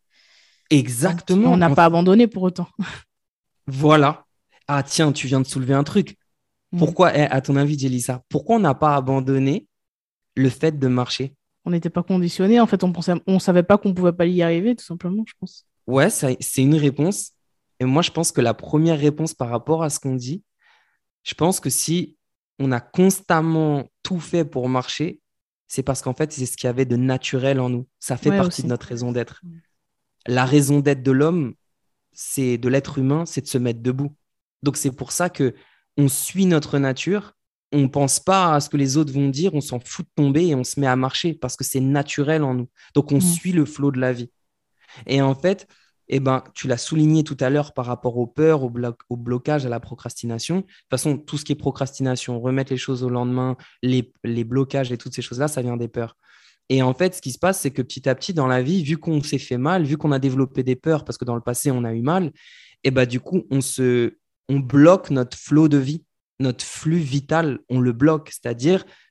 on Exactement. n'a pas abandonné pour autant. Voilà. Ah tiens tu viens de soulever un truc. Mm. Pourquoi à ton avis Jelissa, pourquoi on n'a pas abandonné le fait de marcher? On n'était pas conditionné. En fait, on savait pas qu'on pouvait pas y arriver, tout simplement, je pense. Ouais c'est une réponse. Et moi je pense que la première réponse par rapport à ce qu'on dit, je pense que si on a constamment tout fait pour marcher, c'est parce qu'en fait, c'est ce qu'il y avait de naturel en nous. Ça fait Ouais, partie de aussi. notre raison d'être. Mm. La raison d'être de l'homme, c'est de l'être humain, c'est de se mettre debout. Donc c'est pour ça que on suit notre nature, on pense pas à ce que les autres vont dire, on s'en fout de tomber et on se met à marcher parce que c'est naturel en nous. Donc on Mm. suit le flot de la vie. Et en fait, eh ben, tu l'as souligné tout à l'heure par rapport aux peurs, au blocage, à la procrastination. De toute façon, tout ce qui est procrastination, remettre les choses au lendemain, les blocages et toutes ces choses-là, ça vient des peurs. Et en fait, ce qui se passe, c'est que petit à petit, dans la vie, vu qu'on s'est fait mal, vu qu'on a développé des peurs parce que dans le passé, on a eu mal, et ben, du coup, on bloque notre flot de vie, notre flux vital, on le bloque. C'est-à-dire,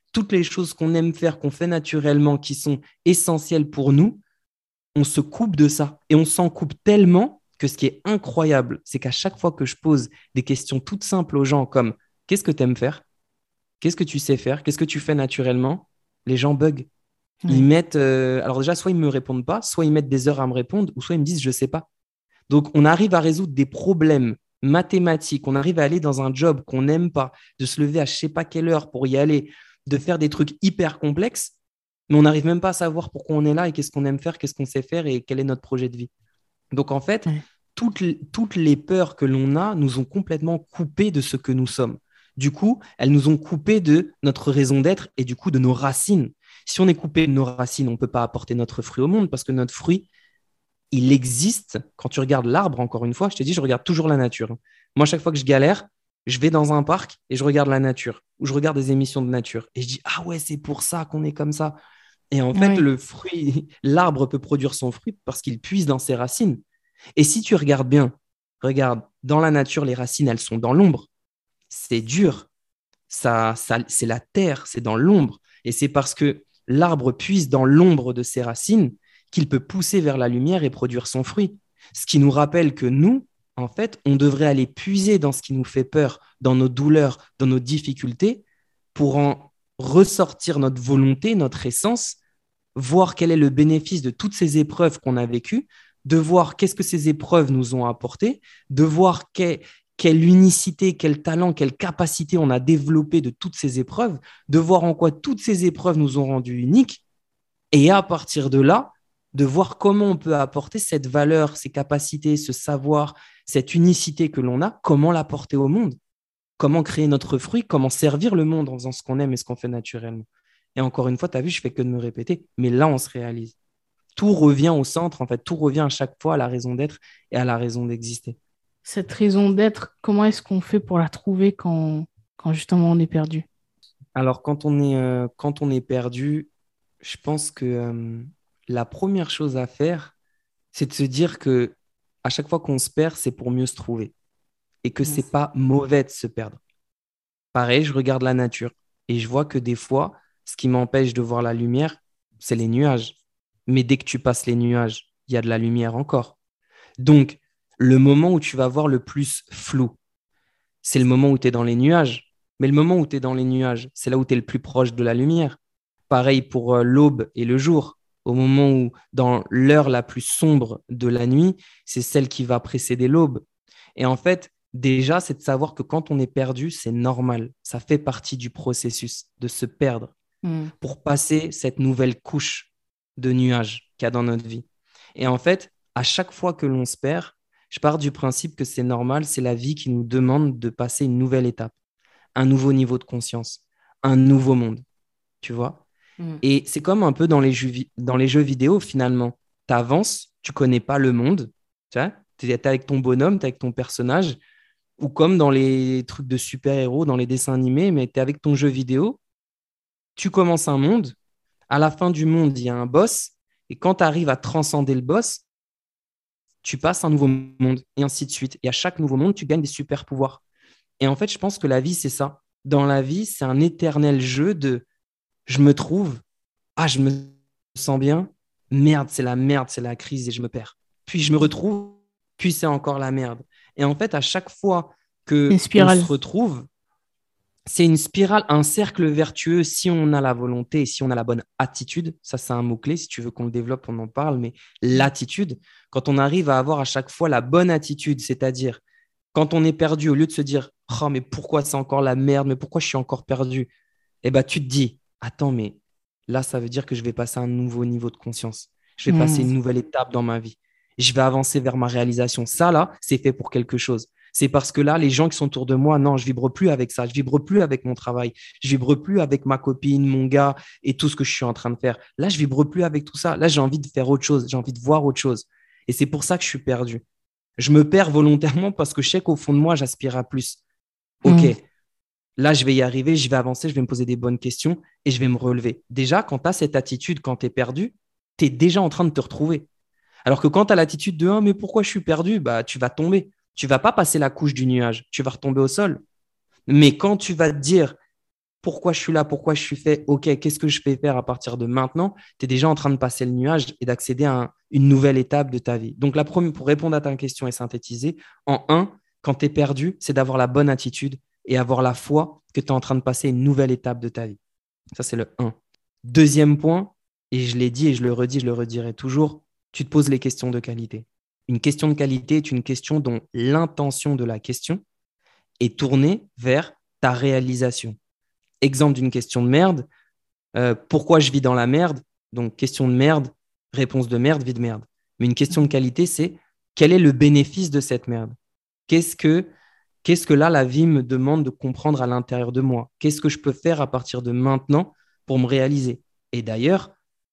toutes les choses qu'on aime faire, qu'on fait naturellement, qui sont essentielles pour nous, on se coupe de ça. Et on s'en coupe tellement que ce qui est incroyable, c'est qu'à chaque fois que je pose des questions toutes simples aux gens comme qu'est-ce que tu aimes faire? Qu'est-ce que tu sais faire? Qu'est-ce que tu fais naturellement? Les gens bug. Ils Ouais. mettent, alors déjà, soit ils ne me répondent pas, soit ils mettent des heures à me répondre, ou soit ils me disent je ne sais pas. Donc, on arrive à résoudre des problèmes mathématiques, on arrive à aller dans un job qu'on n'aime pas, de se lever à je ne sais pas quelle heure pour y aller, de faire des trucs hyper complexes, mais on n'arrive même pas à savoir pourquoi on est là et qu'est-ce qu'on aime faire, qu'est-ce qu'on sait faire et quel est notre projet de vie. Donc, en fait, Ouais. toutes les peurs que l'on a nous ont complètement coupés de ce que nous sommes. Du coup, elles nous ont coupés de notre raison d'être et du coup de nos racines. Si on est coupé de nos racines, on ne peut pas apporter notre fruit au monde parce que notre fruit, il existe. Quand tu regardes l'arbre, encore une fois, je te dis, je regarde toujours la nature. Moi, chaque fois que je galère, je vais dans un parc et je regarde la nature ou je regarde des émissions de nature. Et je dis, ah ouais, c'est pour ça qu'on est comme ça. Et en fait, Ouais. le fruit, l'arbre peut produire son fruit parce qu'il puise dans ses racines. Et si tu regardes bien, regarde, dans la nature, les racines, elles sont dans l'ombre. C'est dur. C'est la terre, c'est dans l'ombre. Et c'est parce que l'arbre puise dans l'ombre de ses racines qu'il peut pousser vers la lumière et produire son fruit. Ce qui nous rappelle que nous, en fait, on devrait aller puiser dans ce qui nous fait peur, dans nos douleurs, dans nos difficultés, pour en ressortir notre volonté, notre essence, voir quel est le bénéfice de toutes ces épreuves qu'on a vécues, de voir qu'est-ce que ces épreuves nous ont apporté, de voir quelle unicité, quel talent, quelle capacité on a développé de toutes ces épreuves, de voir en quoi toutes ces épreuves nous ont rendus uniques, et à partir de là, de voir comment on peut apporter cette valeur, ces capacités, ce savoir, cette unicité que l'on a, comment l'apporter au monde, comment créer notre fruit, comment servir le monde en faisant ce qu'on aime et ce qu'on fait naturellement. Et encore une fois, tu as vu, je fais que de me répéter, mais là, on se réalise. Tout revient au centre, en fait, tout revient à chaque fois à la raison d'être et à la raison d'exister. Cette raison d'être, comment est-ce qu'on fait pour la trouver quand justement on est perdu? Alors, quand on est perdu, je pense que la première chose à faire, c'est de se dire que à chaque fois qu'on se perd, c'est pour mieux se trouver et que Mm. c'est pas mauvais de se perdre. Pareil, je regarde la nature et je vois que des fois, ce qui m'empêche de voir la lumière, c'est les nuages. Mais dès que tu passes les nuages, il y a de la lumière encore. Donc, le moment où tu vas voir le plus flou, c'est le moment où tu es dans les nuages. Mais le moment où tu es dans les nuages, c'est là où tu es le plus proche de la lumière. Pareil pour l'aube et le jour. Au moment où, dans l'heure la plus sombre de la nuit, c'est celle qui va précéder l'aube. Et en fait, déjà, c'est de savoir que quand on est perdu, c'est normal. Ça fait partie du processus de se perdre Mm. pour passer cette nouvelle couche de nuages qu'il y a dans notre vie. Et en fait, à chaque fois que l'on se perd, je pars du principe que c'est normal, c'est la vie qui nous demande de passer une nouvelle étape, un nouveau niveau de conscience, un nouveau monde, tu vois. Mm. Et c'est comme un peu dans les jeux vidéo, finalement. Tu avances, tu connais pas le monde, tu vois, tu es avec ton bonhomme, tu es avec ton personnage, ou comme dans les trucs de super-héros, dans les dessins animés, mais tu es avec ton jeu vidéo, tu commences un monde, à la fin du monde, il y a un boss, et quand tu arrives à transcender le boss, tu passes un nouveau monde, et ainsi de suite. Et à chaque nouveau monde, tu gagnes des super pouvoirs. Et en fait, je pense que la vie, c'est ça. Dans la vie, c'est un éternel jeu de je me trouve, ah, je me sens bien, merde, c'est la crise et je me perds. Puis je me retrouve, puis c'est encore la merde. Et en fait, à chaque fois Une que on se spirale. retrouve, c'est une spirale, un cercle vertueux si on a la volonté et si on a la bonne attitude. Ça, c'est un mot-clé. Si tu veux qu'on le développe, on en parle. Mais l'attitude, quand on arrive à avoir à chaque fois la bonne attitude, c'est-à-dire quand on est perdu, au lieu de se dire oh, mais pourquoi c'est encore la merde, mais pourquoi je suis encore perdu, eh ben, tu te dis attends, mais là, ça veut dire que je vais passer à un nouveau niveau de conscience. Je vais passer Mm. une nouvelle étape dans ma vie. Je vais avancer vers ma réalisation. Ça, là, c'est fait pour quelque chose. C'est parce que là, les gens qui sont autour de moi, non, je vibre plus avec ça. Je vibre plus avec mon travail. Je vibre plus avec ma copine, mon gars et tout ce que je suis en train de faire. Là, je vibre plus avec tout ça. Là, j'ai envie de faire autre chose. J'ai envie de voir autre chose. Et c'est pour ça que je suis perdu. Je me perds volontairement parce que je sais qu'au fond de moi, j'aspire à plus. OK, Mm. là, je vais y arriver, je vais avancer, je vais me poser des bonnes questions et je vais me relever. Déjà, quand tu as cette attitude, quand tu es perdu, tu es déjà en train de te retrouver. Alors que quand tu as l'attitude de ah, mais pourquoi je suis perdu, bah, tu vas tomber. Tu vas pas passer la couche du nuage, tu vas retomber au sol. Mais quand tu vas te dire pourquoi je suis là, pourquoi je suis fait, ok, qu'est-ce que je vais faire à partir de maintenant, tu es déjà en train de passer le nuage et d'accéder à une nouvelle étape de ta vie. Donc, la première, pour répondre à ta question et synthétiser, en un, quand tu es perdu, c'est d'avoir la bonne attitude et avoir la foi que tu es en train de passer une nouvelle étape de ta vie. Ça, c'est le un. Deuxième point, et je l'ai dit et je le redis, je le redirai toujours, tu te poses les questions de qualité. Une question de qualité est une question dont l'intention de la question est tournée vers ta réalisation. Exemple d'une question de merde, pourquoi je vis dans la merde? Donc, question de merde, réponse de merde, vie de merde. Mais une question de qualité, c'est quel est le bénéfice de cette merde? Qu'est-ce que là, la vie me demande de comprendre à l'intérieur de moi? Qu'est-ce que je peux faire à partir de maintenant pour me réaliser? Et d'ailleurs,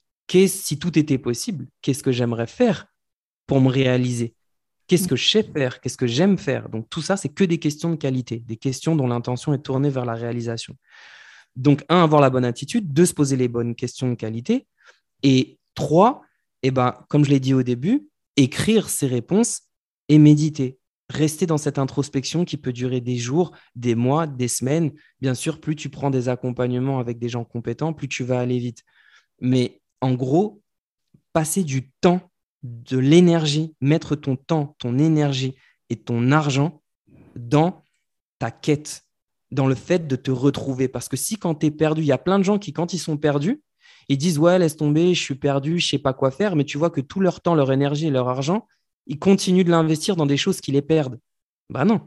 si tout était possible, qu'est-ce que j'aimerais faire pour me réaliser? Qu'est-ce que je sais faire? Qu'est-ce que j'aime faire? Donc, tout ça, c'est que des questions de qualité, des questions dont l'intention est tournée vers la réalisation. Donc, un, avoir la bonne attitude. Deux, se poser les bonnes questions de qualité. Et trois, comme je l'ai dit au début, écrire ses réponses et méditer. Rester dans cette introspection qui peut durer des jours, des mois, des semaines. Bien sûr, plus tu prends des accompagnements avec des gens compétents, plus tu vas aller vite. Mais en gros, passer du temps, de l'énergie, mettre ton temps, ton énergie et ton argent dans ta quête, dans le fait de te retrouver. Parce que si quand tu es perdu, il y a plein de gens qui, quand ils sont perdus, ils disent « Ouais, laisse tomber, je suis perdu, je ne sais pas quoi faire », mais tu vois que tout leur temps, leur énergie et leur argent, ils continuent de l'investir dans des choses qui les perdent. Bah non.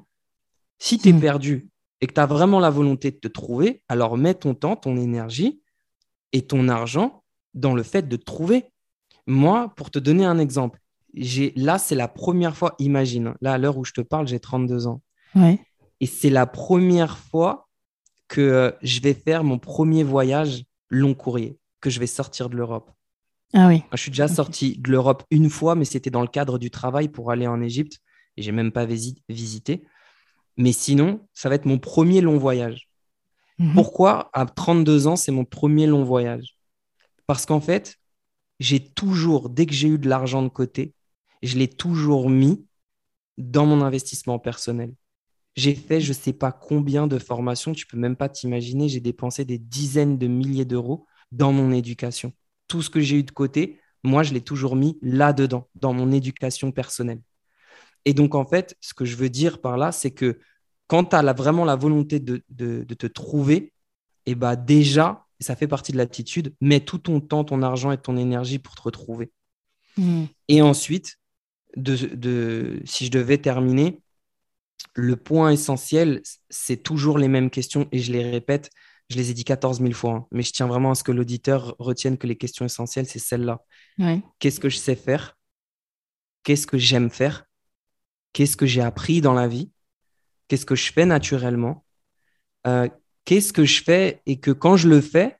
Si tu es perdu et que tu as vraiment la volonté de te trouver, alors mets ton temps, ton énergie et ton argent dans le fait de te trouver. Moi, pour te donner un exemple, là, c'est la première fois, imagine, là, à l'heure où je te parle, j'ai 32 ans. Ouais. Et c'est la première fois que je vais faire mon premier voyage long courrier, que je vais sortir de l'Europe. Ah oui. Je suis déjà sorti de l'Europe une fois, mais c'était dans le cadre du travail pour aller en Égypte. Et je n'ai même pas visité. Mais sinon, ça va être mon premier long voyage. Pourquoi, à 32 ans, c'est mon premier long voyage? Parce qu'en fait, j'ai toujours, dès que j'ai eu de l'argent de côté, je l'ai toujours mis dans mon investissement personnel. J'ai fait je ne sais pas combien de formations, tu ne peux même pas t'imaginer, j'ai dépensé des dizaines de milliers d'euros dans mon éducation. Tout ce que j'ai eu de côté, moi, je l'ai toujours mis là-dedans, dans mon éducation personnelle. Et donc, en fait, ce que je veux dire par là, c'est que quand tu as vraiment la volonté de te trouver, et déjà, ça fait partie de l'attitude, mets tout ton temps, ton argent et ton énergie pour te retrouver. Et ensuite, si je devais terminer, le point essentiel, c'est toujours les mêmes questions et je les répète, je les ai dit 14 000 fois, hein, mais je tiens vraiment à ce que l'auditeur retienne que les questions essentielles, c'est celles-là. Ouais. Qu'est-ce que je sais faire? Qu'est-ce que j'aime faire? Qu'est-ce que j'ai appris dans la vie? Qu'est-ce que je fais naturellement? Qu'est-ce que je fais et que quand je le fais,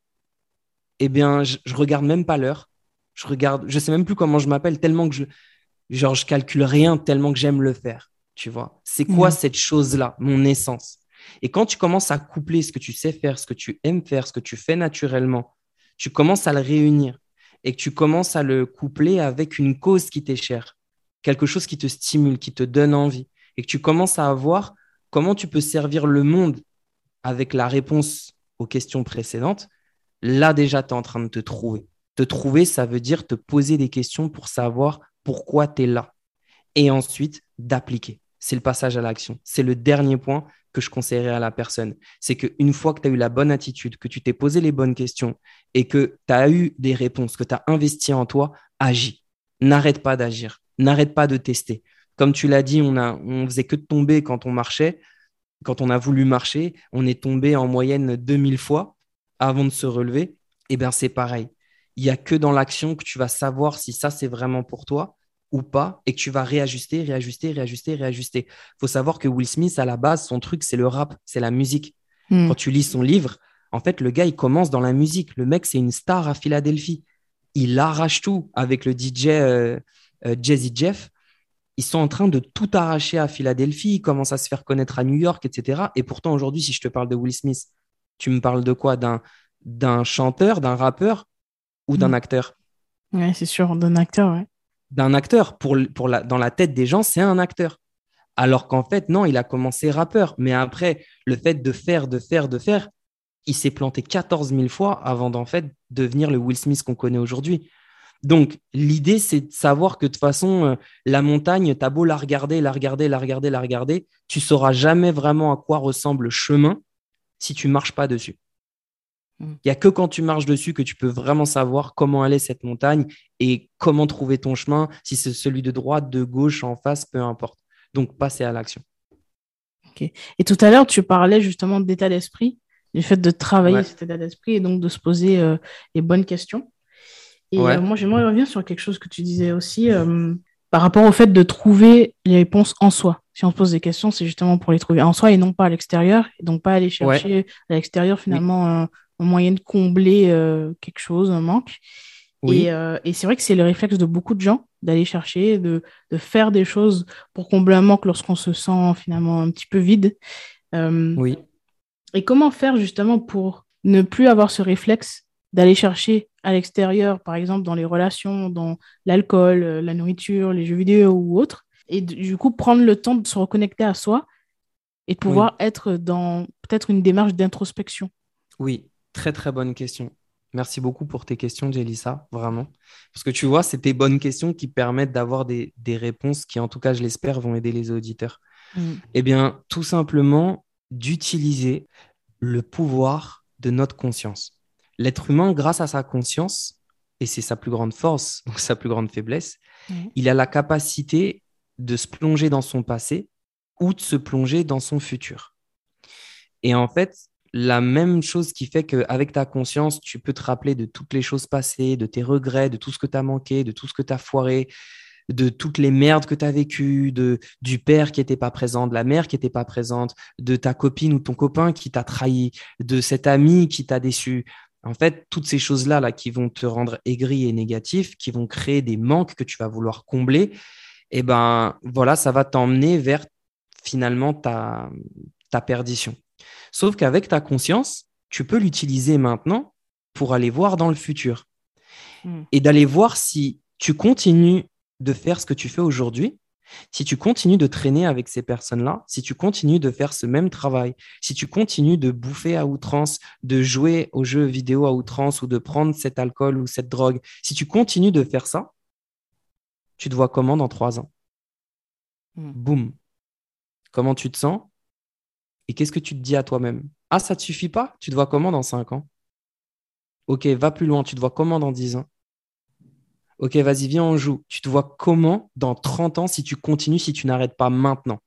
eh bien, je regarde même pas l'heure. Je sais même plus comment je m'appelle tellement que je calcule rien tellement que j'aime le faire. Tu vois, c'est quoi cette chose-là, mon essence? Et quand tu commences à coupler ce que tu sais faire, ce que tu aimes faire, ce que tu fais naturellement, tu commences à le réunir et que tu commences à le coupler avec une cause qui t'est chère, quelque chose qui te stimule, qui te donne envie, et que tu commences à voir comment tu peux servir le monde avec la réponse aux questions précédentes, là déjà, tu es en train de te trouver. Te trouver, ça veut dire te poser des questions pour savoir pourquoi tu es là. Et ensuite, d'appliquer. C'est le passage à l'action. C'est le dernier point que je conseillerais à la personne. C'est qu'une fois que tu as eu la bonne attitude, que tu t'es posé les bonnes questions et que tu as eu des réponses, que tu as investi en toi, agis. N'arrête pas d'agir. N'arrête pas de tester. Comme tu l'as dit, on faisait que de tomber quand on marchait. Quand on a voulu marcher, on est tombé en moyenne 2000 fois avant de se relever. Eh bien, c'est pareil. Il n'y a que dans l'action que tu vas savoir si ça, c'est vraiment pour toi ou pas, et que tu vas réajuster, réajuster, réajuster, réajuster. Il faut savoir que Will Smith, à la base, son truc, c'est le rap, c'est la musique. Quand tu lis son livre, en fait, le gars, il commence dans la musique. Le mec, c'est une star à Philadelphie. Il arrache tout avec le DJ Jazzy Jeff. Ils sont en train de tout arracher à Philadelphie. Ils commencent à se faire connaître à New York, etc. Et pourtant, aujourd'hui, si je te parle de Will Smith, tu me parles de quoi? D'un chanteur, d'un rappeur ou d'un acteur? Ouais, c'est sûr, d'un acteur, ouais. D'un acteur. Dans la tête des gens, c'est un acteur. Alors qu'en fait, non, il a commencé rappeur. Mais après, le fait de faire, il s'est planté 14 000 fois avant d'en fait devenir le Will Smith qu'on connaît aujourd'hui. Donc, l'idée, c'est de savoir que de toute façon, la montagne, t'as beau la regarder, la regarder, la regarder, la regarder, tu sauras jamais vraiment à quoi ressemble le chemin si tu marches pas dessus. Il n'y a que quand tu marches dessus que tu peux vraiment savoir comment aller cette montagne et comment trouver ton chemin, si c'est celui de droite, de gauche, en face, peu importe. Donc, passer à l'action. Ok. Et tout à l'heure, tu parlais justement d'état d'esprit, du fait de travailler Ouais, cet état d'esprit et donc de se poser les bonnes questions. Et ouais, moi, j'aimerais revenir sur quelque chose que tu disais aussi par rapport au fait de trouver les réponses en soi. Si on se pose des questions, c'est justement pour les trouver en soi et non pas à l'extérieur. Et donc, pas aller ouais, chercher à l'extérieur oui, finalement un moyen de combler quelque chose, un manque. oui, Et c'est vrai que c'est le réflexe de beaucoup de gens d'aller chercher, de faire des choses pour combler un manque lorsqu'on se sent finalement un petit peu vide. Euh, oui. et comment faire justement pour ne plus avoir ce réflexe d'aller chercher à l'extérieur, par exemple dans les relations, dans l'alcool, la nourriture, les jeux vidéo ou autre, et du coup prendre le temps de se reconnecter à soi et de Oui, pouvoir être dans peut-être une démarche d'introspection. oui, très très bonne question. Merci beaucoup pour tes questions, Jelissa, vraiment. Parce que tu vois, c'est tes bonnes questions qui permettent d'avoir des réponses qui, en tout cas, je l'espère, vont aider les auditeurs. Mm. Eh bien, tout simplement, d'utiliser le pouvoir de notre conscience. L'être humain, grâce à sa conscience, et c'est sa plus grande force, donc sa plus grande faiblesse, Ouais. il a la capacité de se plonger dans son passé ou de se plonger dans son futur. Et en fait, la même chose qui fait qu'avec ta conscience, tu peux te rappeler de toutes les choses passées, de tes regrets, de tout ce que tu as manqué, de tout ce que tu as foiré, de toutes les merdes que tu as vécues, du père qui n'était pas présent, de la mère qui n'était pas présente, de ta copine ou ton copain qui t'a trahi, de cet ami qui t'a déçu. En fait, toutes ces choses-là là, qui vont te rendre aigri et négatif, qui vont créer des manques que tu vas vouloir combler, et ben voilà, ça va t'emmener vers finalement ta perdition. Sauf qu'avec ta conscience, tu peux l'utiliser maintenant pour aller voir dans le futur Mm. et d'aller voir si tu continues de faire ce que tu fais aujourd'hui, si tu continues de traîner avec ces personnes-là, si tu continues de faire ce même travail, si tu continues de bouffer à outrance, de jouer aux jeux vidéo à outrance ou de prendre cet alcool ou cette drogue, si tu continues de faire ça, tu te vois comment dans 3 ans? Mm. Boum. Comment tu te sens? Et qu'est-ce que tu te dis à toi-même? Ah, ça ne te suffit pas? Tu te vois comment dans 5 ans? Ok, va plus loin. Tu te vois comment dans 10 ans? Ok, vas-y, viens, on joue. Tu te vois comment dans 30 ans si tu continues, si tu n'arrêtes pas maintenant?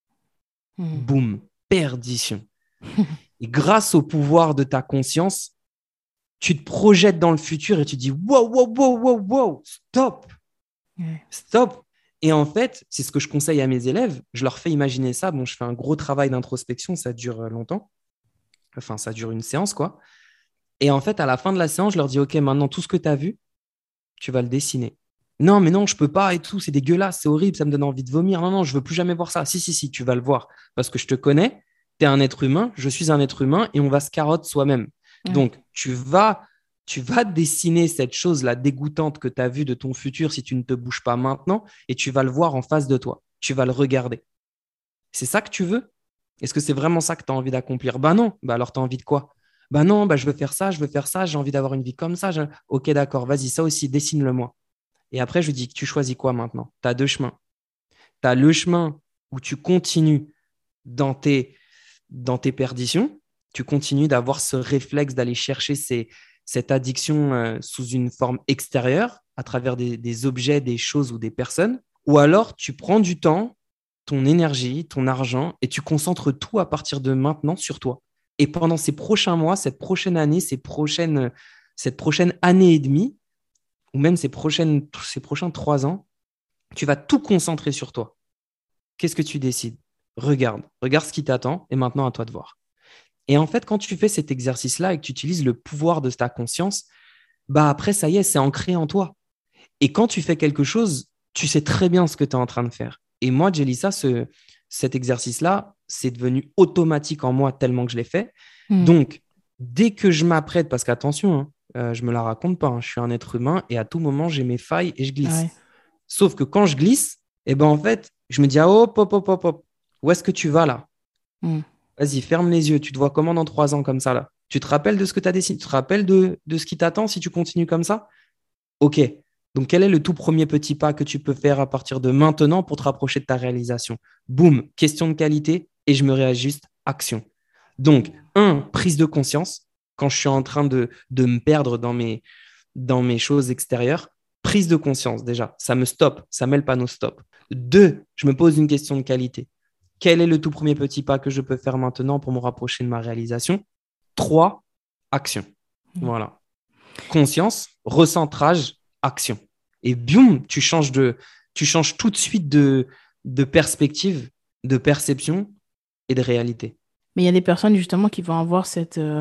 Mm. Boum, perdition. Et grâce au pouvoir de ta conscience, tu te projettes dans le futur et tu dis wow, wow, wow, wow, wow, stop, Ouais. stop. Et en fait, c'est ce que je conseille à mes élèves. Je leur fais imaginer ça. Bon, je fais un gros travail d'introspection, ça dure longtemps. Enfin, ça dure une séance, quoi. Et en fait, à la fin de la séance, je leur dis, OK, maintenant, tout ce que tu as vu, tu vas le dessiner. Non, mais non, je peux pas et tout, c'est dégueulasse, c'est horrible, ça me donne envie de vomir. Non, non, je veux plus jamais voir ça. Si, si, si, tu vas le voir parce que je te connais, tu es un être humain, je suis un être humain et on va se carotte soi-même. Ouais. Donc, tu vas dessiner cette chose-là dégoûtante que tu as vue de ton futur si tu ne te bouges pas maintenant et tu vas le voir en face de toi. Tu vas le regarder. C'est ça que tu veux? Est-ce que c'est vraiment ça que tu as envie d'accomplir? Bah non. Bah alors tu as envie de quoi? Bah non, bah je veux faire ça, je veux faire ça, j'ai envie d'avoir une vie comme ça. Ok, d'accord, vas-y, ça aussi, dessine-le-moi. Et après, je lui dis que tu choisis quoi maintenant? Tu as deux chemins. Tu as le chemin où tu continues dans tes perditions, tu continues d'avoir ce réflexe d'aller chercher cette addiction sous une forme extérieure, à travers des objets, des choses ou des personnes. Ou alors, tu prends du temps, ton énergie, ton argent, et tu concentres tout à partir de maintenant sur toi. Et pendant ces prochains mois, cette prochaine année, cette prochaine année et demie, ou même ces prochains 3 ans, tu vas tout concentrer sur toi. Qu'est-ce que tu décides? Regarde ce qui t'attend, et maintenant à toi de voir. Et en fait, quand tu fais cet exercice-là et que tu utilises le pouvoir de ta conscience, bah après, ça y est, c'est ancré en toi. Et quand tu fais quelque chose, tu sais très bien ce que tu es en train de faire. Et moi, Jelissa, cet exercice-là, c'est devenu automatique en moi tellement que je l'ai fait. Mm. Donc, dès que je m'apprête, parce qu'attention, hein, je me la raconte pas, hein, je suis un être humain et à tout moment, j'ai mes failles et je glisse. Ouais. Sauf que quand je glisse, eh ben en fait, je me dis, ah, hop, hop, hop, hop, hop, où est-ce que tu vas là? Mm. Vas-y, ferme les yeux. Tu te vois comment dans 3 ans comme ça là? Tu te rappelles de ce que tu as dessiné? Tu te rappelles de ce qui t'attend si tu continues comme ça? Ok. Donc, quel est le tout premier petit pas que tu peux faire à partir de maintenant pour te rapprocher de ta réalisation? Boum, question de qualité et je me réajuste, action. Donc, prise de conscience. Quand je suis en train de me perdre dans mes choses extérieures, prise de conscience déjà, ça me stoppe, ça met le panneau stop. 2, je me pose une question de qualité. Quel est le tout premier petit pas que je peux faire maintenant pour me rapprocher de ma réalisation? 3, action. Voilà. Conscience, recentrage, action. Et boum, tu changes tout de suite de perspective, de perception et de réalité. Mais il y a des personnes justement qui vont avoir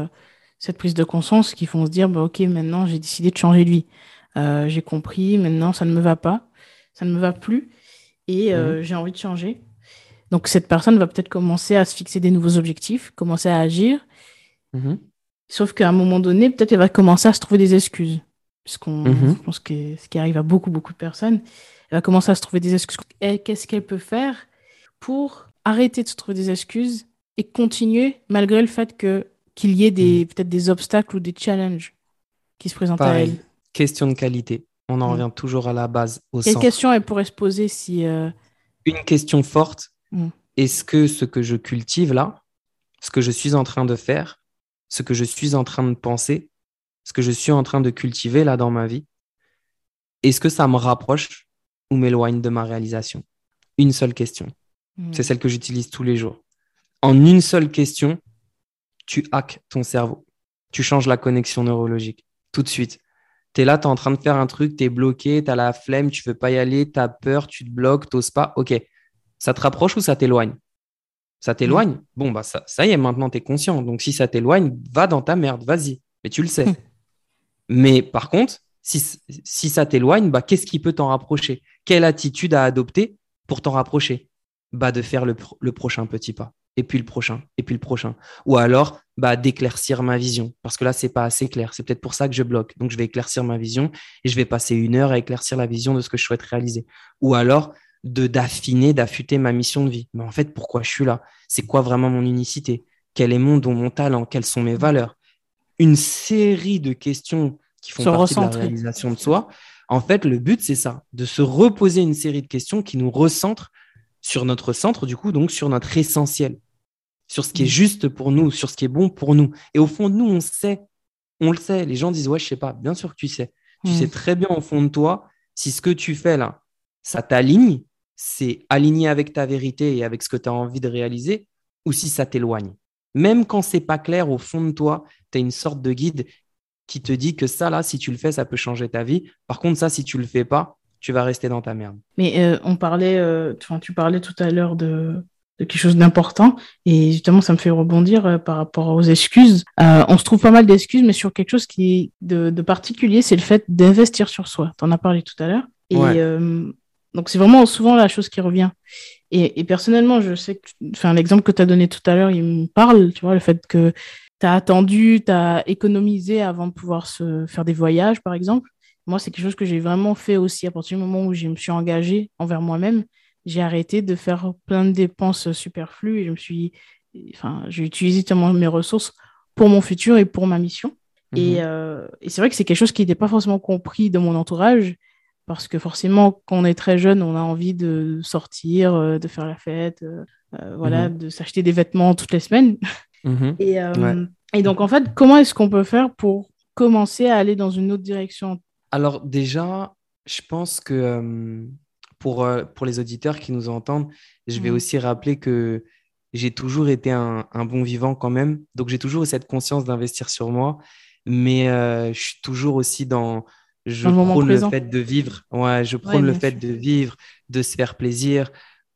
cette prise de conscience, qui vont se dire, bah, ok, maintenant j'ai décidé de changer de vie. J'ai compris, maintenant ça ne me va pas, ça ne me va plus et Mhm, j'ai envie de changer. Donc cette personne va peut-être commencer à se fixer des nouveaux objectifs, commencer à agir, mhm, sauf qu'à un moment donné, peut-être elle va commencer à se trouver des excuses. Je mhm. pense que ce qui arrive à beaucoup, beaucoup de personnes, elle va commencer à se trouver des excuses. Et qu'est-ce qu'elle peut faire pour arrêter de se trouver des excuses et continuer malgré le fait qu'il y ait Mhm. peut-être des obstacles ou des challenges qui se présentent à elle. Pareil, question de qualité. On en Mm. revient toujours à la base, au Quelle centre. question elle pourrait se poser si... Une question forte, mm, est-ce que ce que je cultive là, ce que je suis en train de faire, ce que je suis en train de penser, ce que je suis en train de cultiver là dans ma vie, est-ce que ça me rapproche ou m'éloigne de ma réalisation? Une seule question. C'est mm, celle que j'utilise tous les jours. En une seule question, tu hackes ton cerveau. Tu changes la connexion neurologique tout de suite. Tu es là, tu es en train de faire un truc, tu es bloqué, tu as la flemme, tu veux pas y aller, tu as peur, tu te bloques, tu n'oses pas. Ok, ça te rapproche ou ça t'éloigne? Ça mm. t'éloigne? Bon, bah ça y est, maintenant tu es conscient. Donc si ça t'éloigne, va dans ta merde, vas-y. Mais tu le sais. Mais par contre, si ça t'éloigne, bah, qu'est-ce qui peut t'en rapprocher? Quelle attitude à adopter pour t'en rapprocher? Bah, de faire le prochain petit pas, et puis le prochain, et puis le prochain. Ou alors, bah, d'éclaircir ma vision, parce que là, c'est pas assez clair. C'est peut-être pour ça que je bloque. Donc, je vais éclaircir ma vision et je vais passer 1 heure à éclaircir la vision de ce que je souhaite réaliser. Ou alors, d'affiner, d'affûter ma mission de vie. Mais en fait, pourquoi je suis là? C'est quoi vraiment mon unicité? Quel est mon don, mon talent? Quelles sont mes valeurs? Une série de questions qui font Se partie de la recentrer. réalisation de soi. En fait, le but, c'est ça, de se reposer une série de questions qui nous recentrent sur notre centre, du coup, donc sur notre essentiel, sur ce qui est Mm. juste pour nous, sur ce qui est bon pour nous. Et au fond de nous, on sait, on le sait. Les gens disent, ouais, je sais pas. Bien sûr que tu sais. Tu sais Mm. très bien au fond de toi si ce que tu fais là, ça t'aligne, c'est aligné avec ta vérité et avec ce que tu as envie de réaliser, ou si ça t'éloigne. Même quand c'est pas clair, au fond de toi, tu as une sorte de guide qui te dit que ça, là, si tu le fais, ça peut changer ta vie. Par contre, ça, si tu le fais pas, tu vas rester dans ta merde. Mais tu parlais tout à l'heure de quelque chose d'important, et justement, ça me fait rebondir par rapport aux excuses. On se trouve pas mal d'excuses, mais sur quelque chose qui est de particulier, c'est le fait d'investir sur soi. Tu en as parlé tout à l'heure. Et Ouais. donc, c'est vraiment souvent la chose qui revient. Et personnellement, je sais que, enfin, l'exemple que tu as donné tout à l'heure, il me parle, tu vois, le fait que tu as attendu, tu as économisé avant de pouvoir se faire des voyages, par exemple. Moi, c'est quelque chose que j'ai vraiment fait aussi à partir du moment où je me suis engagée envers moi-même. J'ai arrêté de faire plein de dépenses superflues et j'ai utilisé tellement mes ressources pour mon futur et pour ma mission. Mhm. Et c'est vrai que c'est quelque chose qui n'était pas forcément compris de mon entourage parce que forcément, quand on est très jeune, on a envie de sortir, de faire la fête, voilà, Mhm. de s'acheter des vêtements toutes les semaines. Mhm. Et, Ouais. euh, et donc, en fait, comment est-ce qu'on peut faire pour commencer à aller dans une autre direction? Alors déjà, je pense que pour les auditeurs qui nous entendent, je vais Mm. aussi rappeler que j'ai toujours été un bon vivant quand même. Donc j'ai toujours eu cette conscience d'investir sur moi, mais je suis toujours aussi je Dans le moment prône le présent. fait de vivre. Ouais, je Oui, prône le bien fait sûr. de vivre, de se faire plaisir.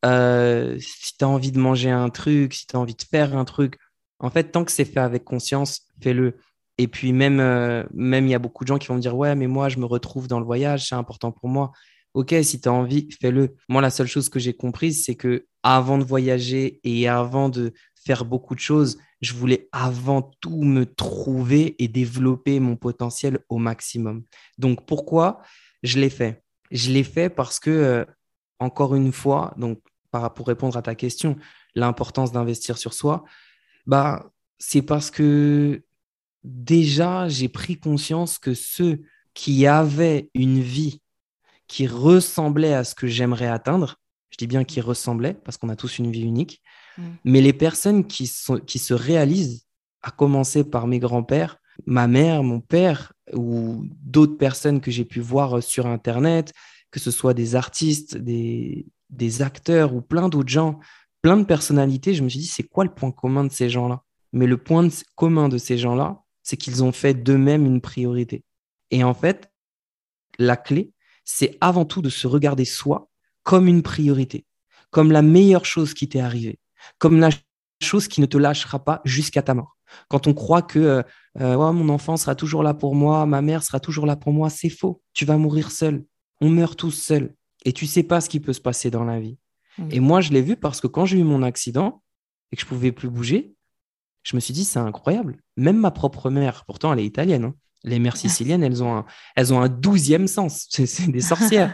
Si tu as envie de manger un truc, si tu as envie de faire un truc, en fait, tant que c'est fait avec conscience, fais-le. Et puis même il y a beaucoup de gens qui vont me dire, ouais, mais moi, je me retrouve dans le voyage, c'est important pour moi. Ok, si tu as envie, fais-le. Moi, la seule chose que j'ai comprise, c'est que avant de voyager et avant de faire beaucoup de choses, je voulais avant tout me trouver et développer mon potentiel au maximum. Donc, pourquoi je l'ai fait? Je l'ai fait parce que, encore une fois, donc, pour répondre à ta question, l'importance d'investir sur soi, bah, c'est parce que déjà, j'ai pris conscience que ceux qui avaient une vie qui ressemblait à ce que j'aimerais atteindre, je dis bien qui ressemblait, parce qu'on a tous une vie unique, mais les personnes qui se réalisent, à commencer par mes grands-pères, ma mère, mon père, ou d'autres personnes que j'ai pu voir sur Internet, que ce soit des artistes, des acteurs ou plein d'autres gens, plein de personnalités, je me suis dit, c'est quoi le point commun de ces gens-là? Mais le point commun de ces gens-là, c'est qu'ils ont fait d'eux-mêmes une priorité. Et en fait, la clé, c'est avant tout de se regarder soi comme une priorité, comme la meilleure chose qui t'est arrivée, comme la chose qui ne te lâchera pas jusqu'à ta mort. Quand on croit que ouais, mon enfant sera toujours là pour moi, ma mère sera toujours là pour moi, c'est faux. Tu vas mourir seul. On meurt tous seuls. Et tu sais pas ce qui peut se passer dans la vie. Et moi, je l'ai vu parce que quand j'ai eu mon accident et que je pouvais plus bouger, je me suis dit, c'est incroyable. Même ma propre mère, pourtant elle est italienne, hein. Les mères siciliennes, elles ont un 12e sens. C'est des sorcières.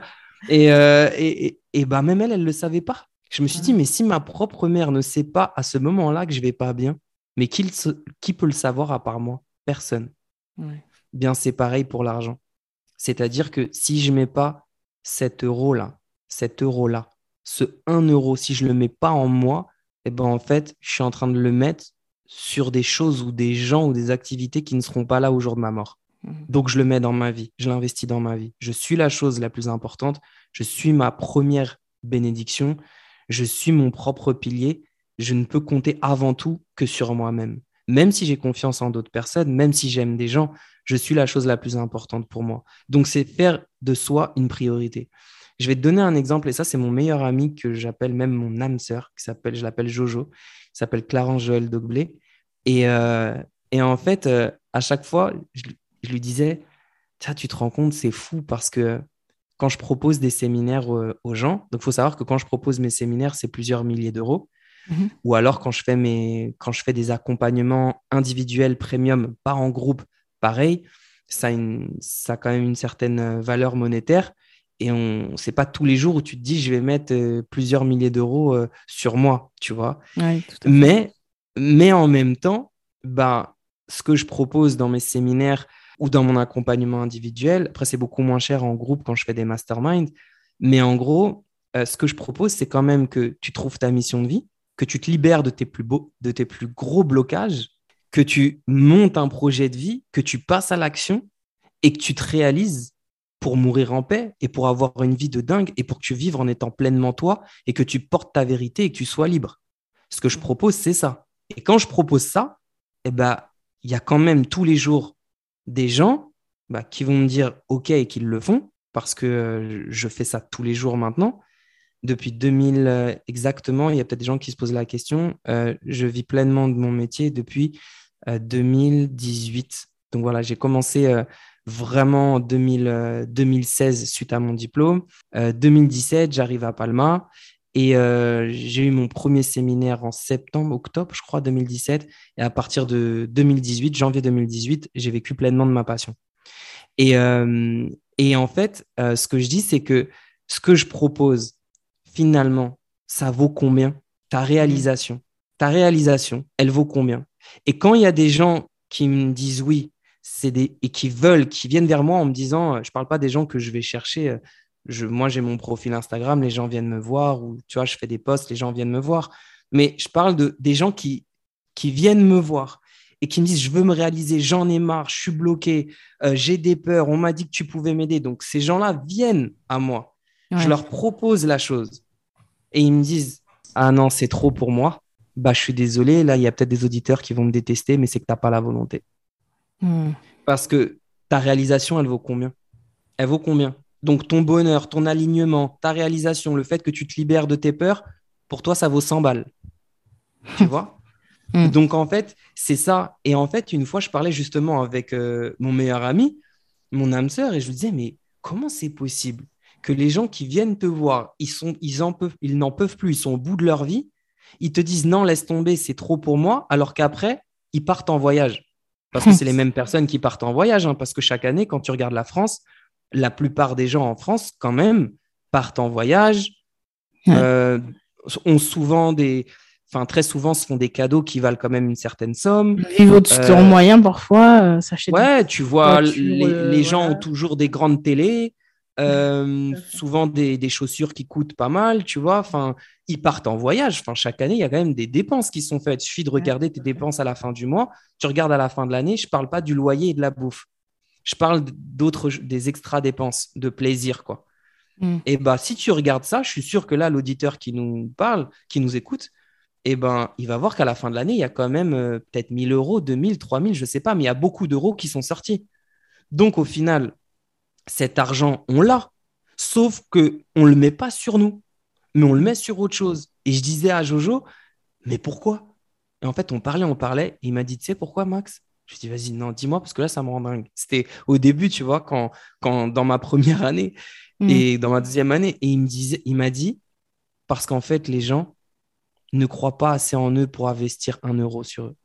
Et bah, même elle ne le savait pas. Je me suis dit, mais si ma propre mère ne sait pas à ce moment-là que je vais pas bien, mais qui peut le savoir à part moi? Personne. Ouais. Bien, c'est pareil pour l'argent. C'est-à-dire que si je mets pas cet euro-là, ce 1 euro, si je le mets pas en moi, eh ben en fait, je suis en train de le mettre sur des choses ou des gens ou des activités qui ne seront pas là au jour de ma mort. Donc, je le mets dans ma vie, je l'investis dans ma vie. Je suis la chose la plus importante, je suis ma première bénédiction, je suis mon propre pilier. Je ne peux compter avant tout que sur moi-même. Même si j'ai confiance en d'autres personnes, même si j'aime des gens, je suis la chose la plus importante pour moi. Donc, c'est faire de soi une priorité. Je vais te donner un exemple, et ça, c'est mon meilleur ami que j'appelle même mon âme sœur, je l'appelle Jojo, il s'appelle Clarence Joël Dogblé. Et, euh, et en fait, à chaque fois, je lui disais, tiens, tu te rends compte, c'est fou parce que quand je propose des séminaires aux gens, donc il faut savoir que quand je propose mes séminaires, c'est plusieurs milliers d'euros. Mhm. Ou alors quand je fais des accompagnements individuels premium, pas en groupe, pareil, ça a quand même une certaine valeur monétaire. Et c'est pas tous les jours où tu te dis, je vais mettre plusieurs milliers d'euros sur moi, tu vois. Ouais, tout à fait. Mais, mais en même temps, bah, ce que je propose dans mes séminaires ou dans mon accompagnement individuel, après, c'est beaucoup moins cher en groupe quand je fais des masterminds. Mais en gros, ce que je propose, c'est quand même que tu trouves ta mission de vie, que tu te libères de tes plus gros blocages, que tu montes un projet de vie, que tu passes à l'action et que tu te réalises pour mourir en paix et pour avoir une vie de dingue et pour que tu vives en étant pleinement toi et que tu portes ta vérité et que tu sois libre. Ce que je propose, c'est ça. Et quand je propose ça, eh ben, il y a quand même tous les jours des gens qui vont me dire OK et qui le font parce que je fais ça tous les jours maintenant. Depuis 2000 exactement, il y a peut-être des gens qui se posent la question. Je vis pleinement de mon métier depuis 2018. Donc voilà, j'ai commencé vraiment en 2016 suite à mon diplôme. 2017, j'arrive à Palma et j'ai eu mon premier séminaire en septembre, octobre, je crois, 2017. Et à partir de 2018, janvier 2018, j'ai vécu pleinement de ma passion. Et, euh, et en fait, ce que je dis, c'est que ce que je propose, finalement, ça vaut combien? Ta Mhm. réalisation. Ta réalisation, elle vaut combien? Et quand il y a des gens qui me disent oui, et qui viennent vers moi en me disant, je ne parle pas des gens que je vais chercher. Moi, j'ai mon profil Instagram, les gens viennent me voir, ou tu vois, je fais des posts, les gens viennent me voir. Mais je parle des gens qui viennent me voir et qui me disent, je veux me réaliser, j'en ai marre, je suis bloqué, j'ai des peurs, on m'a dit que tu pouvais m'aider. Donc, ces gens-là viennent à moi. Je Ouais. leur propose la chose et ils me disent, ah non, c'est trop pour moi. Bah, je suis désolé, là, il y a peut-être des auditeurs qui vont me détester, mais c'est que tu n'as pas la volonté. Mhm. Parce que ta réalisation, elle vaut combien? Elle vaut combien? Donc, ton bonheur, ton alignement, ta réalisation, le fait que tu te libères de tes peurs, pour toi, ça vaut 100 balles. Tu vois? Mhm. Donc, en fait, c'est ça. Et en fait, une fois, je parlais justement avec mon meilleur ami, mon âme sœur, et je lui disais, mais comment c'est possible que les gens qui viennent te voir, ils n'en peuvent plus, ils sont au bout de leur vie, ils te disent non, laisse tomber, c'est trop pour moi, alors qu'après, ils partent en voyage. Parce que c'est les mêmes personnes qui partent en voyage, hein, parce que chaque année, quand tu regardes la France, la plupart des gens en France, quand même, partent en voyage, Ouais. euh, ont souvent enfin, très souvent, se font des cadeaux qui valent quand même une certaine somme. Vivre au-dessus de leurs moyens parfois, s'acheter des Ouais, tu vois, voitures, les gens ont voilà. toujours des grandes télés, Tout à fait. souvent des chaussures qui coûtent pas mal, tu vois. Enfin, ils partent en voyage. Enfin, chaque année, il y a quand même des dépenses qui sont faites. Il suffit de Ouais, regarder tes tout à fait. dépenses à la fin du mois. Tu regardes à la fin de l'année, je parle pas du loyer et de la bouffe. Je parle des extra dépenses, de plaisir, quoi. Mm. Et bah, si tu regardes ça, je suis sûr que là, l'auditeur qui nous parle, qui nous écoute, eh ben, il va voir qu'à la fin de l'année, il y a quand même peut-être 1000 euros, 2000, 3000, je ne sais pas, mais il y a beaucoup d'euros qui sont sortis. Donc, au final, cet argent, on l'a, sauf qu'on ne le met pas sur nous, mais on le met sur autre chose. Et je disais à Jojo, mais pourquoi? Et en fait, on parlait, et il m'a dit, tu sais pourquoi, Max? Je lui ai dit, vas-y, non, dis-moi, parce que là, ça me rend dingue. C'était au début, tu vois, quand dans ma première année Mm. et dans ma deuxième année, et il m'a dit, parce qu'en fait, les gens ne croient pas assez en eux pour investir 1 euro sur eux.